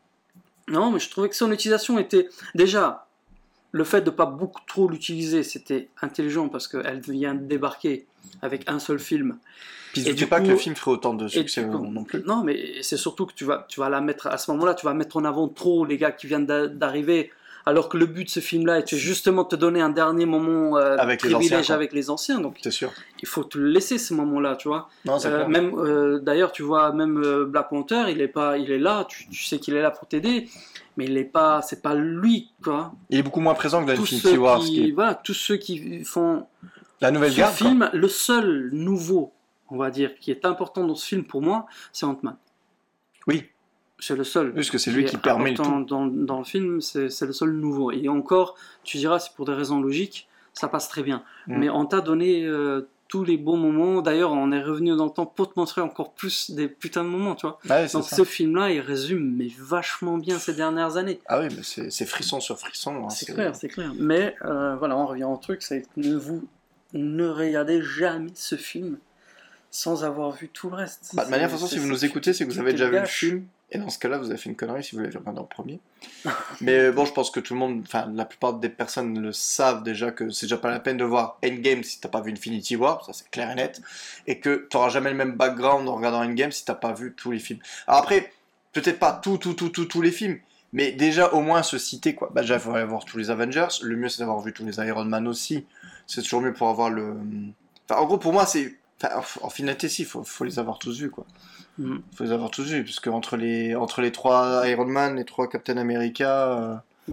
non, mais je trouvais que son utilisation était déjà le fait de pas beaucoup trop l'utiliser, c'était intelligent parce qu'elle vient de débarquer avec un seul film. Puis Et je dis du pas coup- que le film ferait autant de Et succès du coup- non plus. Non, mais c'est surtout que tu vas, tu vas la mettre à ce moment-là, tu vas mettre en avant trop les gars qui viennent d'a- d'arriver, alors que le but de ce film-là était justement de te donner un dernier moment euh, Avec les privilège anciens, quoi. avec les anciens. Donc C'est sûr. il faut te le laisser ce moment-là, tu vois. Non, c'est Euh, clair. même euh, d'ailleurs, tu vois, même euh, Black Panther, il est pas, il est là, tu, tu sais qu'il est là pour t'aider, mais il est pas, c'est pas lui, quoi. Il est beaucoup moins présent que dans Tous Infinity ceux War. ce qui, qui est- voilà, tous ceux qui font La nouvelle ce garde, quoi. film, le seul nouveau, on va dire, qui est important dans ce film pour moi, c'est Ant-Man. Oui, C'est le seul. parce que c'est lui est qui permet le important tout. Dans, dans le film, c'est c'est le seul nouveau. Et encore, tu diras, c'est pour des raisons logiques, ça passe très bien. Mm. Mais on t'a donné euh, tous les bons moments. D'ailleurs, on est revenu dans le temps pour te montrer encore plus des putains de moments, tu vois. Ouais, c'est Donc ça. ce film-là, il résume mais vachement bien ces dernières années. Ah oui, mais c'est c'est frisson sur frisson. hein, C'est clair, c'est clair. Mais euh, voilà, on revient au truc, c'est ne vous ne regardez jamais ce film sans avoir vu tout le reste. Bah, de manière, de toute façon, C'est- si vous c'est- nous écoutez, c'est que vous tu avez te déjà vu le gâches. film. Et dans ce cas-là, vous avez fait une connerie si vous l'avez regardé en premier. Mais euh, bon, je pense que tout le monde, enfin, la plupart des personnes le savent déjà que c'est déjà pas la peine de voir Endgame si t'as pas vu Infinity War, ça c'est clair et net. Et que t'auras jamais le même background en regardant Endgame si t'as pas vu tous les films. Alors après, peut-être pas tout, tout, tout, tout, tous les films. Mais déjà, au moins se citer, quoi. Bah, déjà, il faudrait voir tous les Avengers. Le mieux, c'est d'avoir vu tous les Iron Man aussi. C'est toujours mieux pour avoir le. Enfin, en gros, pour moi, c'est. Enfin, en finalité, si, il faut, faut les avoir tous vus, quoi. Mhm. Il faut les avoir tous vus, parce que entre les, entre les trois Iron Man, les trois Captain America. euh,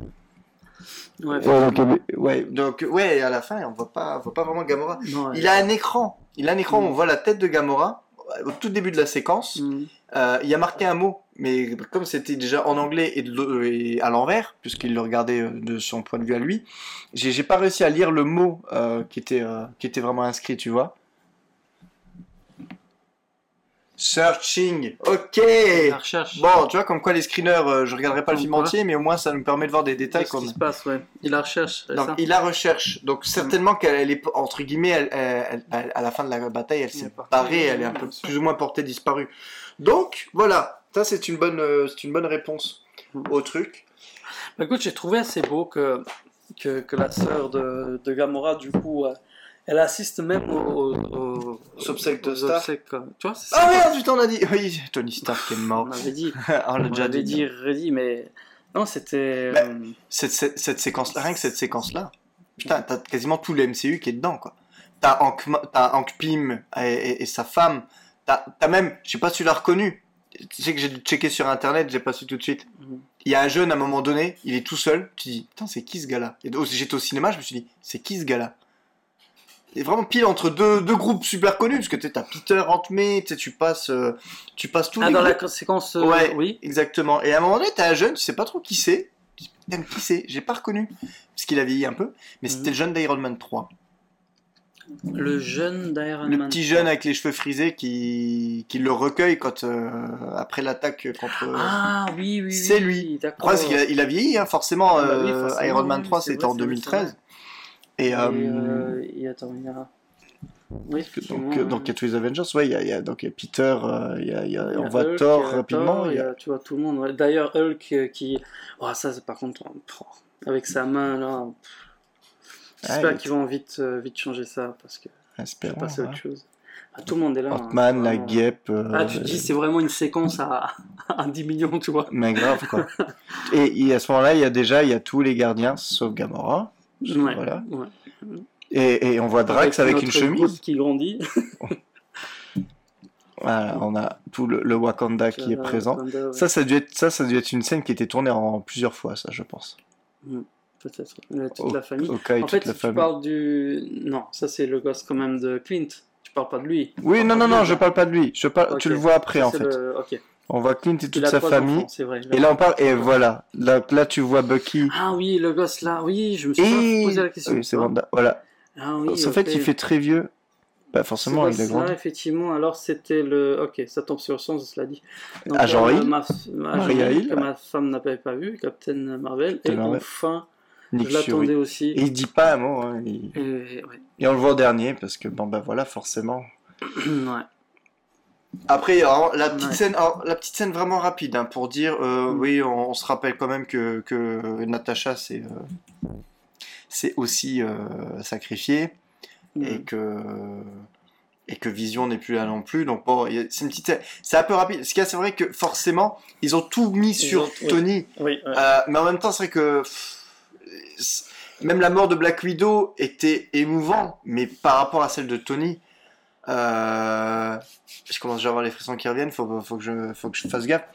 Ouais, Ouais, donc, euh, ouais, donc, ouais, et à la fin, on voit pas, on voit pas vraiment Gamora. non, ouais. Il a un écran. Il a un écran où Mm. on voit la tête de Gamora au tout début de la séquence. Mhm. Euh, il y a marqué un mot, mais comme c'était déjà en anglais et, de l'au- et à l'envers, puisqu'il le regardait euh, de son point de vue à lui, j'ai j'ai pas réussi à lire le mot euh, qui, était, euh, qui était vraiment inscrit, tu vois. Searching, ok. La recherche. Bon, tu vois, comme quoi les screeners, euh, je regarderai pas le Comme film quoi. entier, mais au moins ça nous permet de voir des détails. Qu'est-ce qui Comme... se passe, ouais. Il la recherche, c'est Donc ça. il la recherche. Donc certainement qu'elle elle est entre guillemets, elle, elle- elle- elle- à la fin de la bataille, elle Elle est s'est partie, barrée, elle est un bien peu sûr. plus ou moins portée disparue. Donc voilà, ça c'est une bonne, euh, c'est une bonne réponse Mhm. au truc. Bah, écoute, j'ai trouvé assez beau que, que, que la sœur de, de Gamora, du coup, euh, elle assiste même aux, aux, Aux obsèques de aux Stark. obsèques, quoi. Tu vois, c'est Ah ça. merde, putain on a dit, oui, Tony Stark est mort. On avait dit, on l'a on déjà avait dit. dit, redit, mais non, c'était. Bah, euh, Cette, cette, cette séquence, rien que cette séquence-là, putain, t'as quasiment tout le M C U qui est dedans, quoi. T'as Hank, Ma- t'as Hank Pym et, et- et sa femme. T'as t'as même, je sais pas si tu l'as reconnu. Tu sais que j'ai checké sur internet, j'ai pas su tout de suite. Mhm. Il y a un jeune à un moment donné, il est tout seul. Tu dis, putain, c'est qui ce gars-là? Et donc, j'étais au cinéma, je me suis dit, c'est qui ce gars-là? Il est vraiment pile entre deux, deux groupes super connus, parce que tu sais, t'as Peter, Aunt May, tu sais, tu passes, euh, tu passes tous Ah, les dans groupes. la séquence. euh, Ouais, Oui. exactement. Et à un moment donné, t'as un jeune, tu sais pas trop qui c'est. Tu dis, putain, qui c'est? J'ai pas reconnu. Parce qu'il a vieilli un peu. Mais Mhm. c'était le jeune d'Iron Man trois. Le jeune d'Iron Man. Le petit jeune avec les cheveux frisés qui, qui le recueille quand, euh, après l'attaque contre. Ah oui, oui, oui. C'est lui. D'accord. Après, parce qu'il a, il a vieilli, hein, forcément. Ah bah oui, euh, forcément, Iron Man oui, trois, c'est c'était vrai, en c'est vrai, deux mille treize. Et, Et, euh, euh, et attends, il y a. Oui, donc, euh, donc il y a tous les Avengers. Ouais, il y a, il y a, donc, il y a Peter, euh, il y a, il y a- Il y a on voit Hulk, Thor il y a rapidement. Thor, il il y y a- a, tu vois tout le monde. ouais. D'ailleurs, Hulk euh, qui. Oh, ça, c'est par contre. oh, avec sa main là. J'espère Ah, il- qu'ils vont vite, euh, vite changer ça parce que je vais Espérons. passer à autre Ouais. chose. Ah, tout le monde est là. hein, Ant-Man, c'est la vraiment- guêpe. euh, Ah, tu te dis, c'est vraiment une séquence à, à dix millions, tu vois. Mais grave, quoi. Et, et à ce moment-là, il y a déjà il y a tous les gardiens, sauf Gamora. Ouais, Voilà. ouais. Et, et on voit Drax avec, notre une chemise. Groot qui grandit. Voilà, on a tout le, le Wakanda qui est Euh, présent. Wakanda, ouais. Ça, ça a dû être, ça, ça a dû être une scène qui était tournée en plusieurs fois, ça, je pense. Hmm, Peut-être. Euh, Toute Au, la famille. au cas et En toute fait, la si tu famille. parles du. Non, ça c'est le gosse quand même de Clint. Tu parles pas de lui. Tu Oui, parles non, pas non, de non, lui, je là. parle pas de lui. Je parle, Ok. Tu le vois après, Ça, en c'est fait. le- Ok. On voit Clint et Il toute a sa trois famille. enfants, c'est vrai. Et là, on parle, et voilà. Là, là, tu vois Bucky. Ah oui, le gosse là. Oui, je me suis Et... pas posé la question. Oui, c'est tu vois. Wanda. Voilà. Ah oui. En fait, ok. il fait très vieux. Bah, forcément, Ce il a gosse-là, grandi. effectivement, alors c'était le. Ok, ça tombe sur le sens, cela dit. Donc, Agent euh, Hill. ma... ma- Maria Agent Hill, Hill, que ouais. ma femme n'avait pas vu, Captain Marvel. Captain et Marvel. enfin, Nick je l'attendais Fury. aussi. Et il dit pas un mot. Hein. Il... Et, ouais. Et on le voit en dernier, parce que, bon, bah voilà, forcément. ouais. Après, alors, la petite Ouais. scène, alors, la petite scène vraiment rapide, hein, pour dire, euh, Mm. oui, on, on se rappelle quand même que, que Natasha c'est euh, c'est aussi euh, sacrifiée et Mm. que et que Vision n'est plus là non plus. Donc bon, il y a- c'est une petite, scène- c'est un peu rapide. Ce qu'il y a, c'est vrai que forcément, ils ont tout mis sur ont- oui. Tony, Oui, ouais. euh, mais en même temps, c'est vrai que pff, c'est- même la mort de Black Widow était émouvant, mais par rapport à celle de Tony. Euh, je commence déjà à avoir les frissons qui reviennent, faut, faut, que je, faut que je fasse gaffe.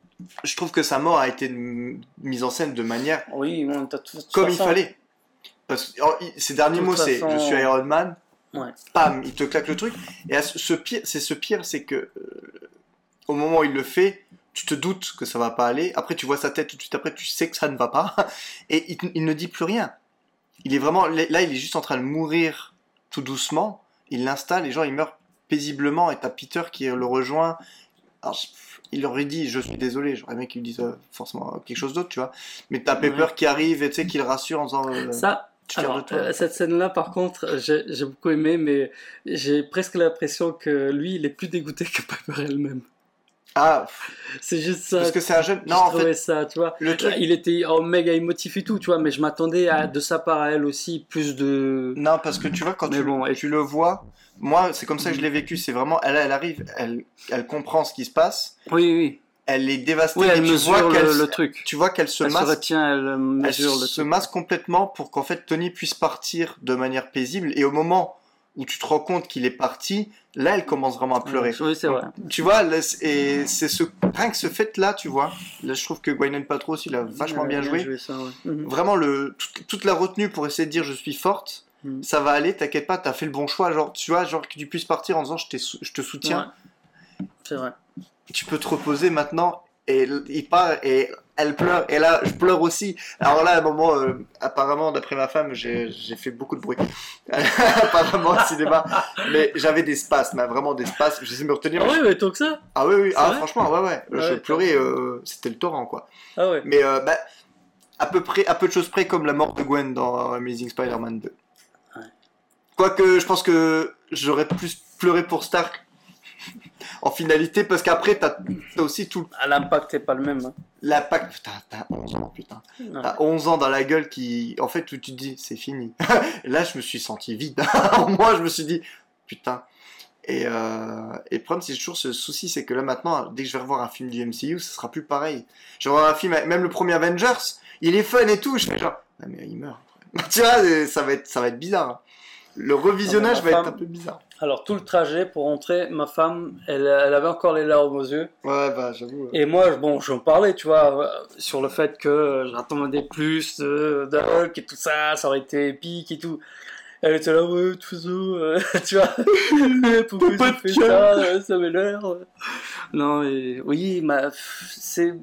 Je trouve que sa mort a été m- mise en scène de manière Oui, bon, t'as tout, de toute comme il façon- fallait. Parce que alors, il- ses derniers De mots, toute c'est façon- je suis Iron Man. Ouais. Pam, il te claque le truc. Et à ce, ce pire, c'est ce pire, c'est que euh, au moment où il le fait, tu te doutes que ça va pas aller. Après, tu vois sa tête tout de suite après, tu sais que ça ne va pas. Et il, il ne dit plus rien. Il est vraiment là, il est juste en train de mourir tout doucement. Il l'installe, les gens ils meurent paisiblement et t'as Peter qui le rejoint. Alors, je- il leur aurait dit je suis désolé, j'aurais aimé qu'il lui dise euh, forcément quelque chose d'autre, tu vois. Mais t'as Pepper Ouais. qui arrive et tu sais qu'il le rassure en disant euh, Ça, tu fier de alors, toi. euh, cette scène-là, par contre, j'ai j'ai beaucoup aimé, mais j'ai presque l'impression que lui, il est plus dégoûté que Pepper elle-même. Ah, C'est juste ça. parce que c'est un jeune. Je Non, en trouvais fait, ça, tu vois. le truc. Il était oh, méga émotif et tout, tu vois, mais je m'attendais à, de sa part à elle aussi, plus de. Non, parce que tu vois, quand Mais tu, bon, et- tu le vois, moi, c'est comme ça que je l'ai vécu. C'est vraiment, elle, elle arrive, elle, elle comprend ce qui se passe, Oui, oui. elle est dévastée. Oui, et elle tu vois mesure qu'elle le, se- le truc. Tu vois qu'elle se Elle se masque. retient, elle Elle mesure le se truc. masque complètement pour qu'en fait Tony puisse partir de manière paisible. Et au moment où tu te rends compte qu'il est parti, là, elle commence vraiment à pleurer. Oui, c'est vrai. Tu vois, là, c'est- et c'est ce rien que ce fait-là, tu vois. Là, je trouve que Gwyneth Paltrow aussi, il a vachement Euh, bien joué. ça, ouais. Mhm. Vraiment, le, toute, toute la retenue pour essayer de dire je suis forte, Mhm. ça va aller, t'inquiète pas, t'as fait le bon choix. Genre, tu vois, genre que tu puisses partir en disant je, t'ai sou- je te soutiens, Ouais. C'est vrai. tu peux te reposer maintenant. Et l- il part et elle pleure. Et là, je pleure aussi. Alors là, à un moment, euh, apparemment, d'après ma femme, j'ai j'ai fait beaucoup de bruit. apparemment, au cinéma. Mais j'avais des spasmes, hein, vraiment des spasmes. J'essaie de me retenir. Ah mais ouais, je- mais tant que ça. Ah oui, oui, C'est ah, vrai franchement, ouais, ouais. Ah je ouais, pleurais, euh, c'était le torrent, quoi. Ah ouais. Mais euh, bah, à peu près, à peu de choses près, comme la mort de Gwen dans Amazing Spider-Man deux. Ouais. Quoique, je pense que j'aurais plus pleuré pour Stark en finalité, parce qu'après, t'as t'as aussi tout Ah, l'impact est pas le même. hein. l'impact. Putain, t'as onze ans, putain. Ouais. T'as onze ans dans la gueule qui, en fait, où tu te dis, c'est fini. Et là, je me suis senti vide. Moi, je me suis dit, putain. Et, euh, et le problème, c'est toujours ce souci, c'est que là, maintenant, dès que je vais revoir un film du M C U, ça sera plus pareil. Je vais revoir un film, même le premier Avengers, il est fun et tout. Je fais genre, ah, mais il meurt. Tu vois, ça va être, ça va être bizarre. hein. Le revisionnage Ah, ma va femme- être un peu bizarre. Alors, tout le trajet pour rentrer, ma femme, elle, elle avait encore les larmes aux yeux. Ouais, bah, j'avoue. Et moi, bon, j'en parlais, tu vois, euh, sur le fait que j'attendais plus de, de Hulk et tout ça, ça aurait été épique et tout. Elle était là, ouais, de toute façon, euh, tu vois, pourquoi Pas tu de fais cœur. ça, euh, ça m'énerve. euh. Non, et oui, ma, c'est,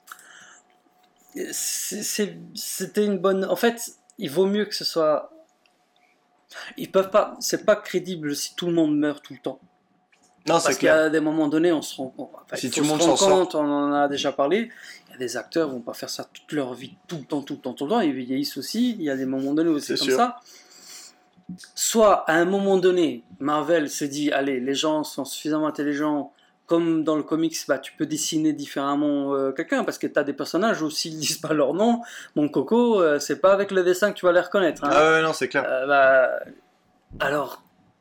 c'est- c'est- c'était une bonne. En fait, il vaut mieux que ce soit. Ils peuvent pas. C'est pas crédible si tout le monde meurt tout le temps. Non, Parce c'est qu'il y clair. a des moments donnés, on se rend compte. Enfin, Si il tout faut le monde se rendre s'en sort. compte, on en a déjà parlé. Il y a des acteurs qui vont pas faire ça toute leur vie, tout le temps, tout le temps, tout le temps. Ils vieillissent aussi. Il y a des moments donnés où c'est C'est comme sûr. ça. Soit à un moment donné, Marvel se dit allez, les gens sont suffisamment intelligents comme dans le comics, bah, tu peux dessiner différemment euh, quelqu'un, parce que tu as des personnages où s'ils disent pas leur nom, mon coco, euh, c'est pas avec le dessin que tu vas les reconnaître. Hein. Ah ouais, non, c'est clair. Euh, bah, alors,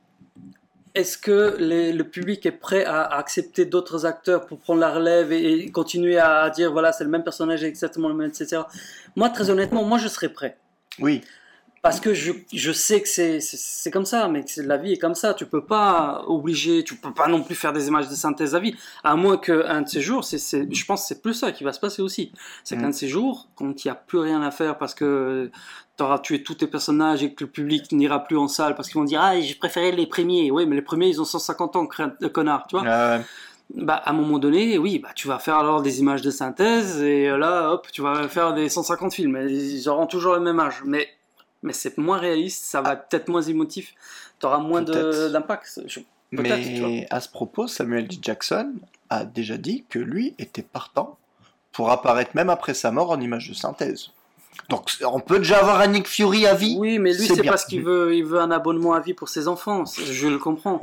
est-ce que les, le public est prêt à, à accepter d'autres acteurs pour prendre la relève et, et continuer à, à dire, voilà, c'est le même personnage, exactement le même, et cetera. Moi, très honnêtement, moi, je serais prêt. Oui. Parce que je, je sais que c'est, c'est, c'est comme ça, mais que la vie est comme ça. Tu peux pas obliger, tu peux pas non plus faire des images de synthèse à vie. À moins qu'un de ces jours, c'est, c'est, je pense que c'est plus ça qui va se passer aussi. C'est mmh. qu'un de ces jours, quand il n'y a plus rien à faire parce que tu auras tué tous tes personnages et que le public n'ira plus en salle parce qu'ils vont dire « Ah, j'ai préféré les premiers. » Oui, mais les premiers, ils ont cent cinquante ans, connard, tu vois. Euh... Bah, à un moment donné, oui, bah, tu vas faire alors des images de synthèse et là, hop, tu vas faire des cent cinquante films. Ils auront toujours le même âge. Mais mais c'est moins réaliste, ça va ah. peut-être moins émotif, tu auras moins de, d'impact. Je, mais à ce propos, Samuel L. Jackson a déjà dit que lui était partant pour apparaître même après sa mort en image de synthèse. Donc on peut déjà avoir un Nick Fury à vie. Oui, mais lui c'est, c'est parce qu'il veut, il veut un abonnement à vie pour ses enfants, je le comprends.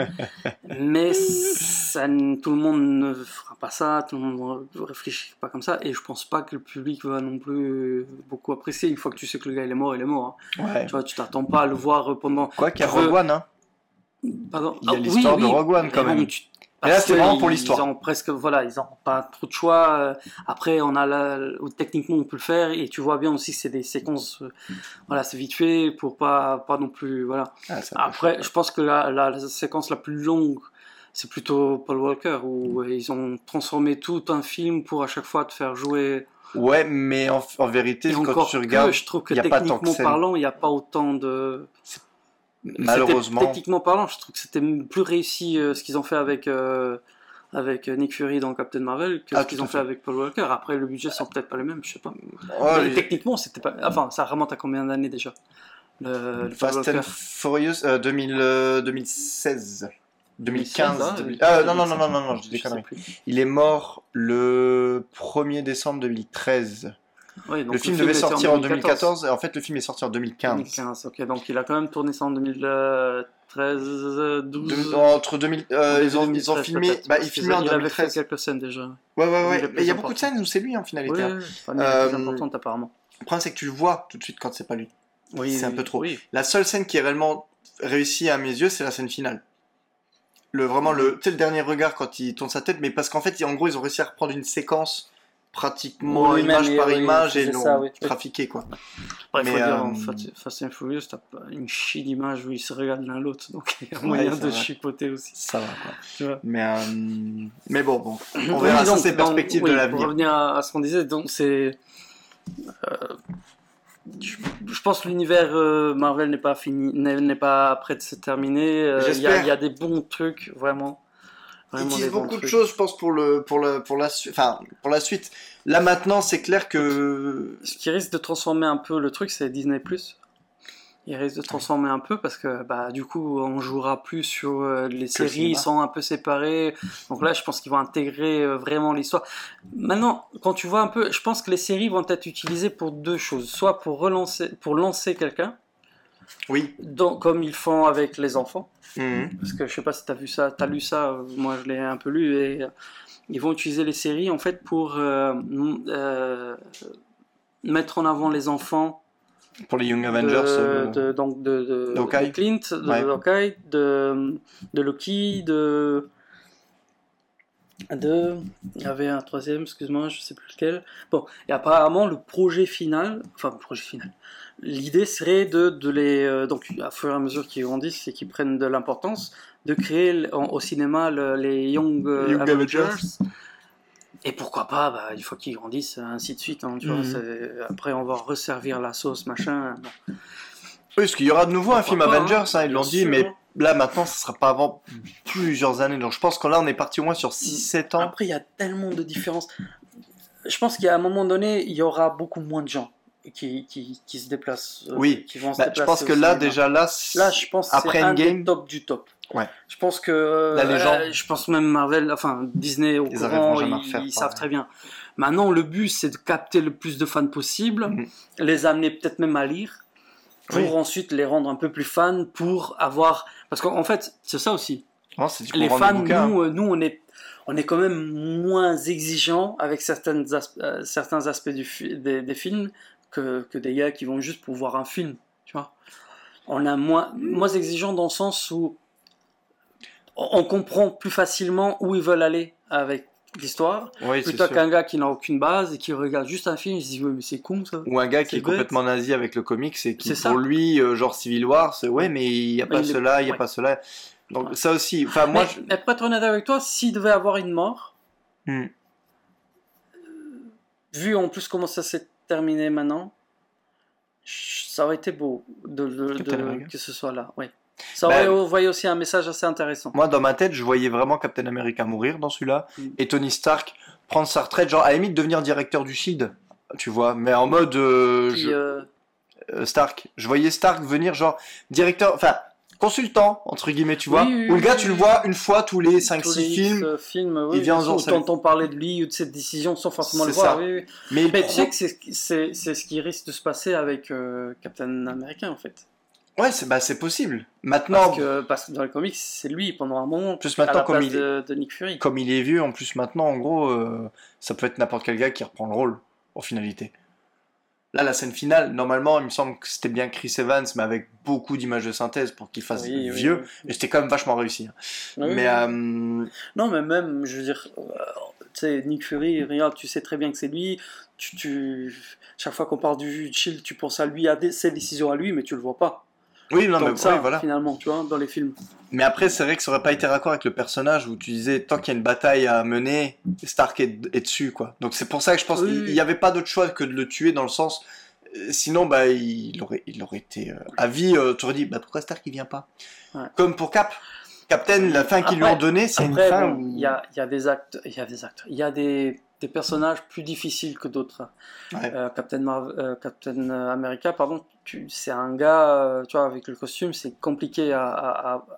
Mais ça, tout le monde ne fera pas ça, tout le monde ne réfléchit pas comme ça, et je pense pas que le public va non plus beaucoup apprécier. Une fois que tu sais que le gars il est mort, il est mort. Hein. Ouais. Tu vois, tu t'attends pas à le voir pendant. Quoi qu'il y a Rogue One, hein. Pardon. Il y a ah, l'histoire oui, de Rogue One quand même. même. Tu... Et là, c'est vraiment pour l'histoire. Ils ont presque, voilà, ils n'ont pas trop de choix. Après, on a la, techniquement, on peut le faire. Et tu vois bien aussi que c'est des séquences, voilà, c'est vite fait pour pas, pas non plus, voilà. Ah, après, je pense que la, la, la séquence la plus longue, c'est plutôt Paul Walker, où ils ont transformé tout un film pour à chaque fois te faire jouer. Ouais, mais en, en vérité, et quand tu regardes, je trouve que techniquement parlant, il n'y a pas autant de. C'est... Malheureusement. C'était, techniquement parlant, je trouve que c'était plus réussi euh, ce qu'ils ont fait avec, euh, avec Nick Fury dans Captain Marvel que ah, ce qu'ils ont fait. fait avec Paul Walker. Après, le budget sont peut-être pas les mêmes, je sais pas. Oh, mais, les... Techniquement, c'était pas. Enfin, ça remonte à combien d'années déjà le, le Fast and Furious euh, deux mille, euh, deux mille seize. deux mille quinze. Hein, deux mille... Ah, non, non, non, non, non, non, je dis des conneries. Il est mort le premier décembre deux mille treize. Oui, donc le, film le film devait sortir en deux mille quatorze et en fait le film est sorti en deux mille quinze. deux mille quinze, ok, donc il a quand même tourné ça en deux mille treize, douze. De, entre deux mille, euh, ils ont ils ont filmé, bah ils filmaient en deux mille treize. Il avait fait quelques scènes déjà. Ouais ouais ouais, mais il y a beaucoup de scènes où c'est lui en finalité. Oui, oui, c'est euh, plus importante apparemment. Le problème c'est que tu le vois tout de suite quand c'est pas lui. Oui, c'est un peu trop. Oui. La seule scène qui est réellement réussie à mes yeux, c'est la scène finale. Le vraiment le, tu sais le dernier regard quand il tourne sa tête, mais parce qu'en fait en gros ils ont réussi à reprendre une séquence pratiquement oui, image mais, par oui, image et l'ont ça, oui. trafiqué quoi. Après, il faut euh... dire, Fast and Furious, t'as une chie d'image où ils se regardent l'un l'autre, donc il y a ouais, moyen de va. chipoter aussi. Ça va quoi. Tu vois. Mais, euh... mais bon, bon, on verra oui, donc, ça, c'est perspectives donc, de oui, l'avenir. Pour revenir à, à ce qu'on disait, donc c'est... Euh... Je, je pense que l'univers euh, Marvel n'est pas fini, n'est, n'est pas prêt de se terminer. Il euh, y, y a des bons trucs, vraiment. Ils disent beaucoup de choses, je pense, pour, le, pour, le, pour, la, enfin, pour la suite. Là, maintenant, c'est clair que... Ce qui risque de transformer un peu le truc, c'est Disney plus. Il risque de transformer un peu parce que, bah, du coup, on jouera plus sur euh, les que séries, ils sont un peu séparés. Donc là, je pense qu'ils vont intégrer euh, vraiment l'histoire. Maintenant, quand tu vois un peu, je pense que les séries vont être utilisées pour deux choses. Soit pour, relancer, pour lancer quelqu'un. Oui. Donc, comme ils font avec les enfants. Mmh. Parce que je sais pas si tu as vu ça, tu as lu ça, moi je l'ai un peu lu, et euh, ils vont utiliser les séries en fait pour euh, euh, mettre en avant les enfants. Pour les Young Avengers de, euh... de, donc de, de, de Clint, de ouais. Hawkeye, de, de Loki, de. de. Il y avait un troisième, excuse-moi, je sais plus lequel. Bon, et apparemment le projet final, enfin le projet final. L'idée serait de, de les... Euh, donc, à fur et à mesure qu'ils grandissent et qu'ils prennent de l'importance, de créer en, au cinéma le, les Young, euh, Young Avengers. Avengers. Et pourquoi pas, bah, une fois qu'ils grandissent, ainsi de suite. Hein, tu mm-hmm. vois, c'est... Après, on va resservir la sauce, machin. Bon. Oui, parce qu'il y aura de nouveau pourquoi un film pas, Avengers, hein, ils l'ont dit, mais là, maintenant, ce ne sera pas avant plusieurs années. Donc, je pense que là, on est parti au moins sur six sept ans. Après, il y a tellement de différences. Je pense qu'à un moment donné, il y aura beaucoup moins de gens. Qui, qui, qui se déplacent. Euh, oui, qui vont se bah, je pense que là, déjà, là, là je pense après c'est Endgame, un des top du top. Ouais. Je pense que. Euh, là, les gens... euh, je pense même Marvel, enfin Disney au ils courant, ils, faire, ils savent très bien. Maintenant, le but, c'est de capter le plus de fans possible, mm-hmm. les amener peut-être même à lire, pour oui. ensuite les rendre un peu plus fans, pour avoir. Parce qu'en fait, c'est ça aussi. Non, c'est du Les pour vendre fans, des bouquins. nous, euh, nous on, est, on est quand même moins exigeants avec certaines as- euh, certains aspects du fi- des, des films que, que des gars qui vont juste pour voir un film, tu vois. On est moins, moins exigeants dans le sens où on on comprend plus facilement où ils veulent aller avec l'histoire, Oui, c'est plutôt sûr. qu'un gars qui n'a aucune base et qui regarde juste un film, il se dit ouais, mais c'est con ça. Ou un gars qui C'est est bête. complètement nazi avec le comics et qui, C'est ça. pour lui, euh, genre Civil War, c'est ouais, mais il n'y a Mais pas il est- cela, il n'y a ouais. pas cela. Donc Ouais. ça aussi, enfin moi, mais, je... mais pour être honnête avec toi, s'il devait avoir une mort, Hmm. vu en plus comment ça s'est terminé maintenant, ch- ça aurait été beau de, de- Captain de- America. que ce soit là. Oui. Ça Bah, aurait envoyé aussi un message assez intéressant. moi dans ma tête, je voyais vraiment Captain America mourir dans celui-là Mm. et Tony Stark prendre sa retraite, genre à la limite devenir directeur du Shield, tu vois, mais en mode euh, Puis, je- euh, euh, Stark. Je voyais Stark venir genre directeur, enfin consultant entre guillemets, tu vois, Oui, oui, où le gars oui, tu oui. le vois une fois tous les cinq tous six les films, X, euh, films, oui, il vient en bien sûr, faisant où ça. t'entends parler de lui ou de cette décision sans forcément le C'est voir. ça. Oui, oui. mais il Mais tu prend- sais que c'est c'est- c'est ce qui risque de se passer avec euh, Captain America en fait. ouais, c'est bah c'est possible. Maintenant, Parce que, parce que dans les comics, c'est lui pendant un moment. Plus à maintenant, la comme place il est- de, de Nick Fury. comme il est vieux, en plus maintenant, en gros, euh, ça peut être n'importe quel gars qui reprend le rôle, en finalité. Là, la scène finale, normalement, il me semble que c'était bien Chris Evans, mais avec beaucoup d'images de synthèse pour qu'il fasse Oui, oui, vieux. oui. Et c'était quand même vachement réussi. hein. Oui, mais oui. euh, Non, mais même, je veux dire, euh, tu sais, Nick Fury, regarde, tu sais très bien que c'est lui. Tu, tu... Chaque fois qu'on parle du Shield, tu penses à lui, à des... ses décisions à lui, mais tu le vois pas. oui, non, Tant mais que ça, ouais, voilà. finalement, tu vois, dans les films. Mais après, c'est vrai que ça aurait pas été raccord avec le personnage où tu disais tant qu'il y a une bataille à mener, Stark est, est dessus, quoi. Donc c'est pour ça que je pense Oui, qu'il oui. n'y avait pas d'autre choix que de le tuer dans le sens. euh, Sinon, bah, il aurait, il aurait été euh, à vie. Euh, tu aurais dit, bah, pourquoi Stark il vient pas Ouais. Comme pour Cap. Captain, la fin qu'ils lui Après- ont donnée, c'est une Après, fin bon, où. il y a, il y a des actes, il y a des actes, il y a des, des personnages plus difficiles que d'autres. Ouais. Euh, Captain, Mar- euh, Captain America, pardon, tu- c'est un gars, euh, tu vois, avec le costume, c'est compliqué à, à, à-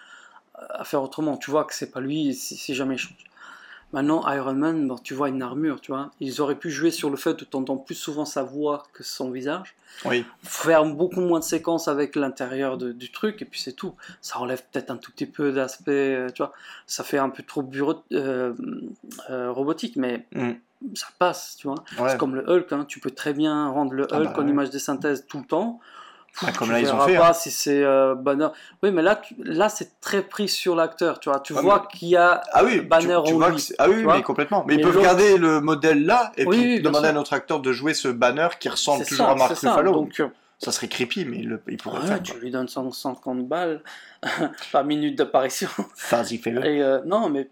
à faire autrement. Tu vois que c'est pas lui, si, si jamais il change. Maintenant, Iron Man, bon, tu vois une armure, tu vois. Ils auraient pu jouer sur le fait que tu entends plus souvent sa voix que son visage. Oui. Faire beaucoup moins de séquences avec l'intérieur de- du truc, et puis c'est tout. Ça enlève peut-être un tout petit peu d'aspect, euh, tu vois. Ça fait un peu trop bureau, euh, euh, robotique, mais Mm. ça passe, tu vois. Ouais. C'est comme le Hulk, hein. Tu peux très bien rendre le Hulk Ah bah en ouais. image de synthèse tout le temps. Ah, comme tu là, ils ont verras fait, pas hein. si c'est euh, Banner. Oui, mais là, tu- là c'est très pris sur l'acteur, tu vois. Tu Ouais, vois qu'il y a Ah oui, Banner tu, tu en vois lui, que c'est- ah oui, tu oui, vois. mais complètement. Mais ils Mais peuvent l'autre- garder le modèle là et Oui, puis oui, bien demander à sûr. notre acteur de jouer ce banner qui ressemble C'est toujours ça, à Mark c'est ça. Ruffalo. Donc, euh, Ça serait creepy, mais il, le- il pourrait ouais, le faire. tu quoi. lui donnes cent cinquante balles par minute d'apparition. Vas-y, fais-le. Et euh, non, mais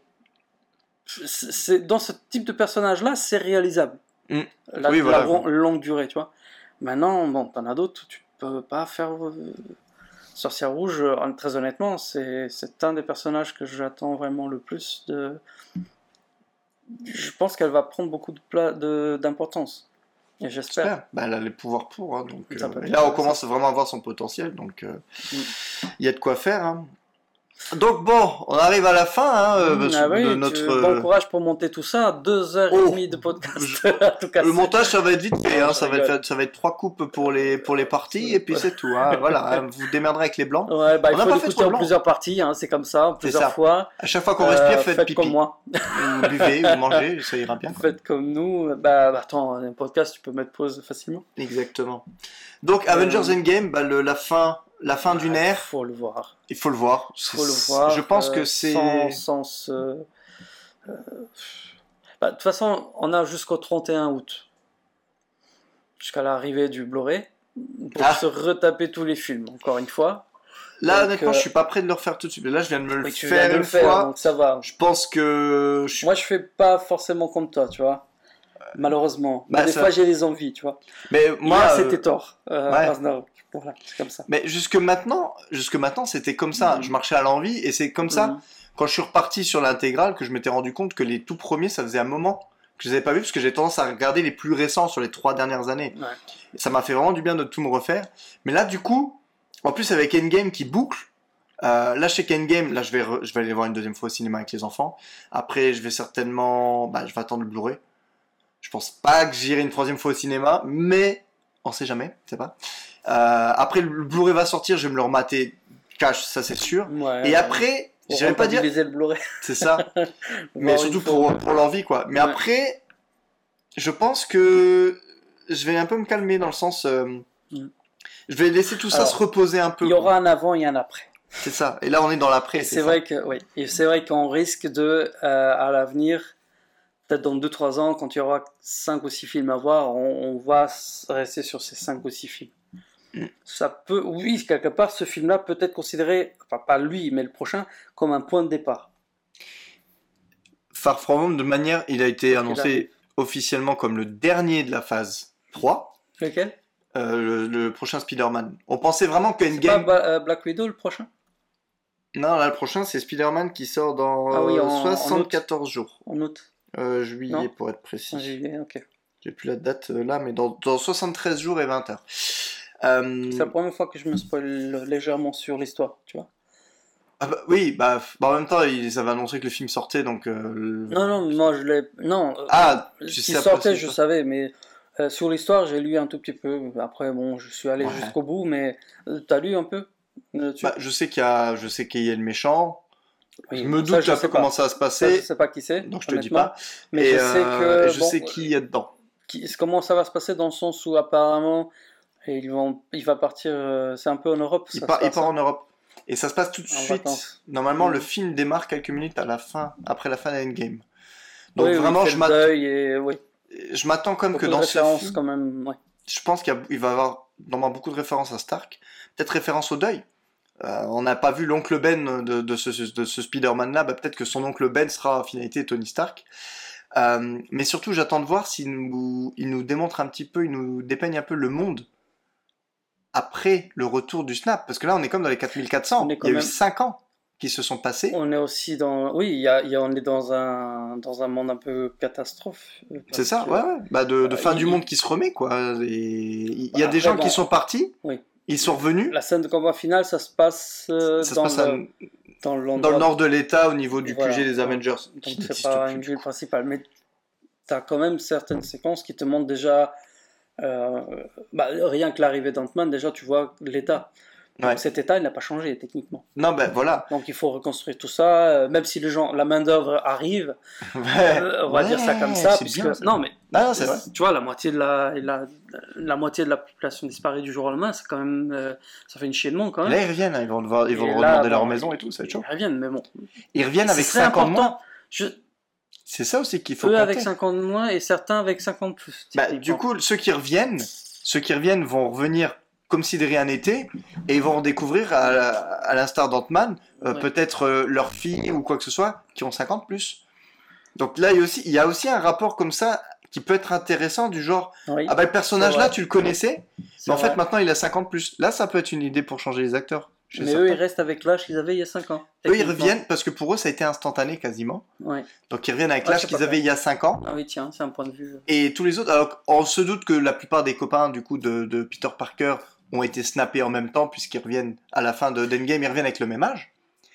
c'est c'est- dans ce type de personnage-là, c'est réalisable. Mm. La, Oui, la voilà. ron- longue durée, tu vois. Maintenant, bon, t'en as d'autres, tu peux pas faire. euh, Sorcière Rouge, euh, très honnêtement, c'est c'est un des personnages que j'attends vraiment le plus de. Je pense qu'elle va prendre beaucoup de pla- de- d'importance. Et j'espère. J'espère. Bah, elle a les pouvoirs pour. hein, donc, Ça euh, peut et être là, on intéressant. commence vraiment à voir son potentiel. Donc, euh, il Mm. y a de quoi faire. hein. Donc, bon, on arrive à la fin hein, euh, Mmh, de ah oui, notre. tu- euh, bon courage pour monter tout ça, deux heures Oh, et demie de podcast. en tout cas, Le c'est- montage, ça va être vite fait, Non, hein, je ça, va rigole. être, ça va être trois coupes pour les, pour les parties, et puis c'est tout. hein, Voilà, hein, vous démerderez avec les blancs. Ouais, bah, On il n'a faut pas fait l'écouter trop en blanc. plusieurs parties, hein, c'est comme ça, plusieurs ça. fois. À chaque fois qu'on Euh, respire, faites, faites pipi. comme moi, Ou buvez, ou mangez, ça ira bien. quoi. faites comme nous. Bah, bah, attends, un podcast, tu peux mettre pause facilement. Exactement. Donc, Avengers Euh, Endgame, bah, le, la fin, la fin d'une Il ère, faut le voir. il faut le voir. Il faut le voir. Je pense euh, que c'est. Sans, sans se- euh, bah, de toute façon, on a jusqu'au trente et un août. Jusqu'à l'arrivée du Blu-ray. Pour Ah. se retaper tous les films, encore une fois. Là, Donc, honnêtement, euh, je suis pas prêt de le refaire tout de suite. Mais là, je viens de me le Oui, tu viens faire de une le faire, fois. donc ça va. Je pense que. Je suis... Moi, je fais pas forcément comme toi, tu vois. Malheureusement. Bah, Mais des ça- fois, j'ai des envies, tu vois. Mais Moi, moi, c'était euh, tort. Euh, ouais. Ragnarok. Voilà, c'est comme ça. Mais jusque maintenant, jusque maintenant, c'était comme ça. Mhm. Je marchais à l'envie et c'est comme ça. Mhm. Quand je suis reparti sur l'intégrale, que je m'étais rendu compte que les tout premiers, ça faisait un moment que je les avais pas vus parce que j'ai tendance à regarder les plus récents sur les trois dernières années. Ouais. Et ça m'a fait vraiment du bien de tout me refaire. Mais là, du coup, en plus avec Endgame qui boucle, euh, là, chez Endgame, là, je vais, re- je vais aller voir une deuxième fois au cinéma avec les enfants. Après, je vais certainement, bah, je vais attendre le Blu-ray. Je pense pas que j'irai une troisième fois au cinéma, mais on sait jamais, je sais pas. Euh, après, le Blu-ray va sortir, je vais me le remater cash, ça c'est sûr. Ouais. Et après, J'irais pas dire. Le Blu-ray. C'est ça. Mais surtout pour, pour l'envie, quoi. Mais ouais. Après, je pense que je vais un peu me calmer dans le sens. Euh, mm. Je vais laisser tout ça Alors, se reposer un peu. Il y aura un avant et un après. C'est ça. Et là, on est dans l'après. Et c'est, c'est vrai que, oui. Et c'est vrai qu'on risque de, euh, à l'avenir, peut-être dans deux trois ans, quand il y aura cinq ou six films à voir, on, on va rester sur ces cinq ou six films. Mm. Ça peut, oui, quelque part, ce film-là peut être considéré, enfin pas lui, mais le prochain, comme un point de départ. Far From Home, de manière, il a été annoncé officiellement comme le dernier de la phase trois. Lequel ? euh, le, le prochain Spider-Man. On pensait vraiment que C'est Endgame... pas euh, Black Widow le prochain ? Non, là, le prochain, c'est Spider-Man qui sort dans ah oui, en, soixante-quatorze en jours. En août. Euh, juillet, non pour être précis. En juillet, ok. J'ai plus la date euh, là, mais dans, dans soixante-treize jours et vingt heures. Euh... C'est la première fois que je me spoil légèrement sur l'histoire, tu vois. Ah bah, oui, bah, bah en même temps, ils avaient annoncé que le film sortait, donc... Euh, le... Non, non, moi je l'ai... Non, ah, euh, qui sortait, je savais, mais euh, sur l'histoire, j'ai lu un tout petit peu. Après, bon, je suis allé ouais. jusqu'au bout, mais euh, t'as lu un peu euh, bah, je sais qu'il y a, je sais qu'il y a le méchant. Oui, je me doute ça, un peu comment ça va se passer. Ça, je sais pas qui c'est, donc je te dis pas. Mais et je sais euh, que... je bon, sais qui y a dedans. Qui, comment ça va se passer dans le sens où apparemment... Et ils vont, il va partir, euh, c'est un peu en Europe. Il ça part, se il part en Europe. Et ça se passe tout de en suite. Vacances. Normalement, mmh. le film démarre quelques minutes à la fin, après la fin d'Endgame. Donc oui, vraiment, oui, je, m'attends, et... oui. je m'attends comme beaucoup que dans ce film, quand même, ouais. je pense qu'il y a, il va y avoir normalement beaucoup de références à Stark. Peut-être référence au deuil. Euh, on n'a pas vu l'oncle Ben de, de ce, de ce Spider-Man-là. Bah, peut-être que son oncle Ben sera en finalité Tony Stark. Euh, mais surtout, j'attends de voir s'il nous, il nous démontre un petit peu, il nous dépeigne un peu le monde après le retour du snap, parce que là on est comme dans les quatre mille quatre cents, il y a même... eu cinq ans qui se sont passés. On est aussi dans, oui, il y a, il y a, on est dans un, dans un monde un peu catastrophe. C'est ça, que... ouais, ouais, bah de, de euh, fin il... du monde qui se remet quoi. Et... il y a Après, des gens bon, qui sont partis, oui. Ils sont revenus. La scène de combat finale, ça se passe, euh, ça dans, se passe le, à... dans, le dans le nord de l'État au niveau du voilà. Q G des Avengers. Donc c'est pas une ville principale, mais t'as quand même certaines séquences qui te montrent déjà. Euh, bah, rien que l'arrivée d'Ant-Man, déjà tu vois l'état. Ouais. Cet état, il n'a pas changé techniquement. Non, ben voilà. Donc il faut reconstruire tout ça, euh, même si les gens, la main d'œuvre arrive. Ouais. Euh, on va ouais, dire ça comme ça, puisque bien, non mais ah, non, c'est vrai. Tu vois, la moitié de la, la, la moitié de la population disparaît du jour au lendemain, c'est quand même, euh, ça fait une chier de monde quand même. Là ils reviennent, hein, ils vont devoir, ils vont redemander leur maison et tout, ça va être chaud. Ils reviennent, mais bon. Ils reviennent avec cinq ans de moins. Je... C'est ça aussi qu'il faut. Eux compter. avec cinquante de moins et certains avec cinquante plus. Bah, du coup, ceux qui reviennent. Ceux qui reviennent vont revenir comme si de rien n'était et ils vont redécouvrir, à, à l'instar d'Ant-Man, euh, ouais. peut-être euh, leurs filles ou quoi que ce soit qui ont cinquante plus. Donc là, il y a aussi, il y a aussi un rapport comme ça qui peut être intéressant du genre, oui. ah bah le personnage là, tu le connaissais, c'est mais en vrai. fait maintenant il a cinquante plus. Là, ça peut être une idée pour changer les acteurs. Mais certains. Eux, ils restent avec l'âge qu'ils avaient il y a cinq ans. Eux, ils reviennent parce que pour eux, ça a été instantané quasiment. Ouais. Donc, ils reviennent avec l'âge ah, qu'ils avaient il y a cinq ans. Ah oui, tiens, c'est un point de vue. Et tous les autres, alors, on se doute que la plupart des copains, du coup, de, de Peter Parker ont été snappés en même temps, puisqu'ils reviennent à la fin de d'Endgame, ils reviennent avec le même âge.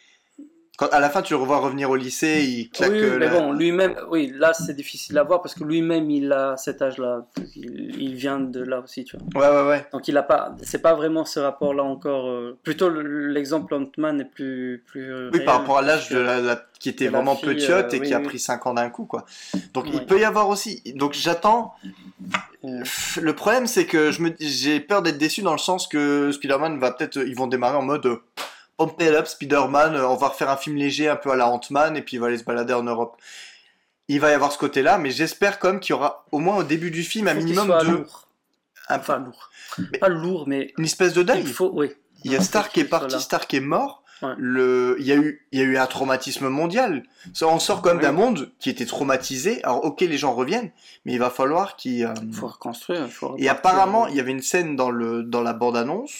Quand, à la fin, tu le revois revenir au lycée, il claque... Oui, mais la... bon, lui-même, oui, là, c'est difficile à voir, parce que lui-même, il a cet âge-là. Il, il vient de là aussi, tu vois. Ouais, ouais, ouais. Donc, il a pas... C'est pas vraiment ce rapport-là encore... Euh... Plutôt, l'exemple Ant-Man est plus... plus oui, réel, par rapport à l'âge de la, la... qui était vraiment fille, petite euh, et oui, qui a oui. pris cinq ans d'un coup, quoi. Donc, oui. il peut y avoir aussi... Donc, j'attends... Euh... Le problème, c'est que je me... j'ai peur d'être déçu dans le sens que Spider-Man va peut-être... Ils vont démarrer en mode... Pump it up, Spider-Man, on va refaire un film léger un peu à la Ant-Man et puis il va aller se balader en Europe. Il va y avoir ce côté-là, mais j'espère quand même qu'il y aura au moins au début du film un faut minimum de... Lourd. Un... Enfin lourd. Mais... Pas lourd, mais... Une espèce de deuil. Il faut, oui. Il y a Stark qui est parti, Stark est mort. Ouais. Le... Il, y a eu... il y a eu un traumatisme mondial. On sort quand même oui. d'un monde qui était traumatisé. Alors ok, les gens reviennent, mais il va falloir qu'il... Euh... Il faut reconstruire. Il faut et apparemment, il y avait une scène dans, le... dans la bande-annonce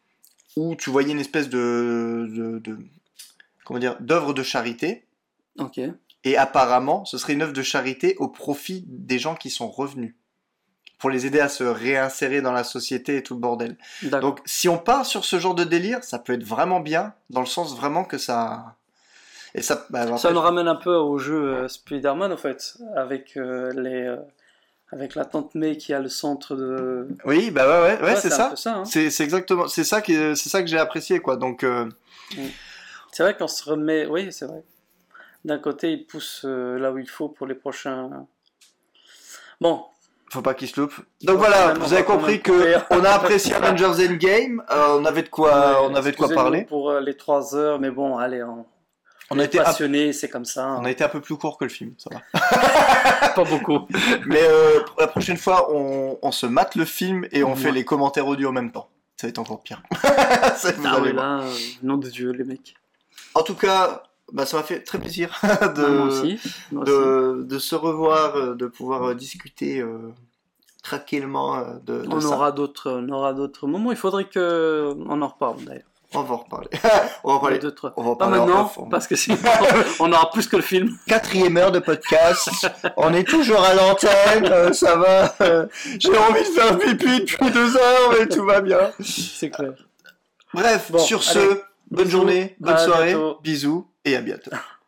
où tu voyais une espèce de, de, de comment dire, d'œuvre de charité. Ok. Et apparemment, ce serait une œuvre de charité au profit des gens qui sont revenus, pour les aider à se réinsérer dans la société et tout le bordel. D'accord. Donc, si on part sur ce genre de délire, ça peut être vraiment bien, dans le sens vraiment que ça... Et ça, bah, ça nous ramène un peu au jeu euh, Spider-Man, en fait, avec euh, les... Euh... Avec la tante May qui a le centre de. Oui, bah ouais, ouais, ouais, ouais c'est, c'est ça. ça hein. C'est, c'est exactement, c'est ça que, c'est ça que j'ai apprécié, quoi. Donc, euh... mm. C'est vrai qu'on se remet. Oui, c'est vrai. D'un côté, il pousse euh, là où il faut pour les prochains. Bon. Faut pas qu'il se loupe. Donc voilà, vous avez compris que on a apprécié Avengers Endgame. Euh, on avait de quoi, Ouais, on avait de quoi parler. Pour euh, les trois heures, mais bon, allez, on, on a été passionné, c'est comme ça. Hein. On a été un peu plus court que le film, ça va. Pas beaucoup. Mais euh, la prochaine fois, on, on se mate le film et on ouais. fait les commentaires audio en même temps. Ça va être encore pire. Ça, vous ah ouais, là, euh, nom de Dieu, les mecs. En tout cas. Bah, ça m'a fait très plaisir de, moi aussi. Moi de, aussi. de se revoir, de pouvoir discuter euh, tranquillement de, de on ça. Aura d'autres, on aura d'autres moments, il faudrait qu'on en reparle d'ailleurs. On va en reparler. on va en parler. Deux, on va pas maintenant, parce que sinon on aura plus que le film. Quatrième heure de podcast, on est toujours à l'antenne, euh, ça va. Euh, j'ai envie de faire pipi depuis deux heures, mais tout va bien. C'est clair. Bref, bon, sur ce, allez, bonne bisous, journée, bonne soirée, bientôt. Bisous et à bientôt.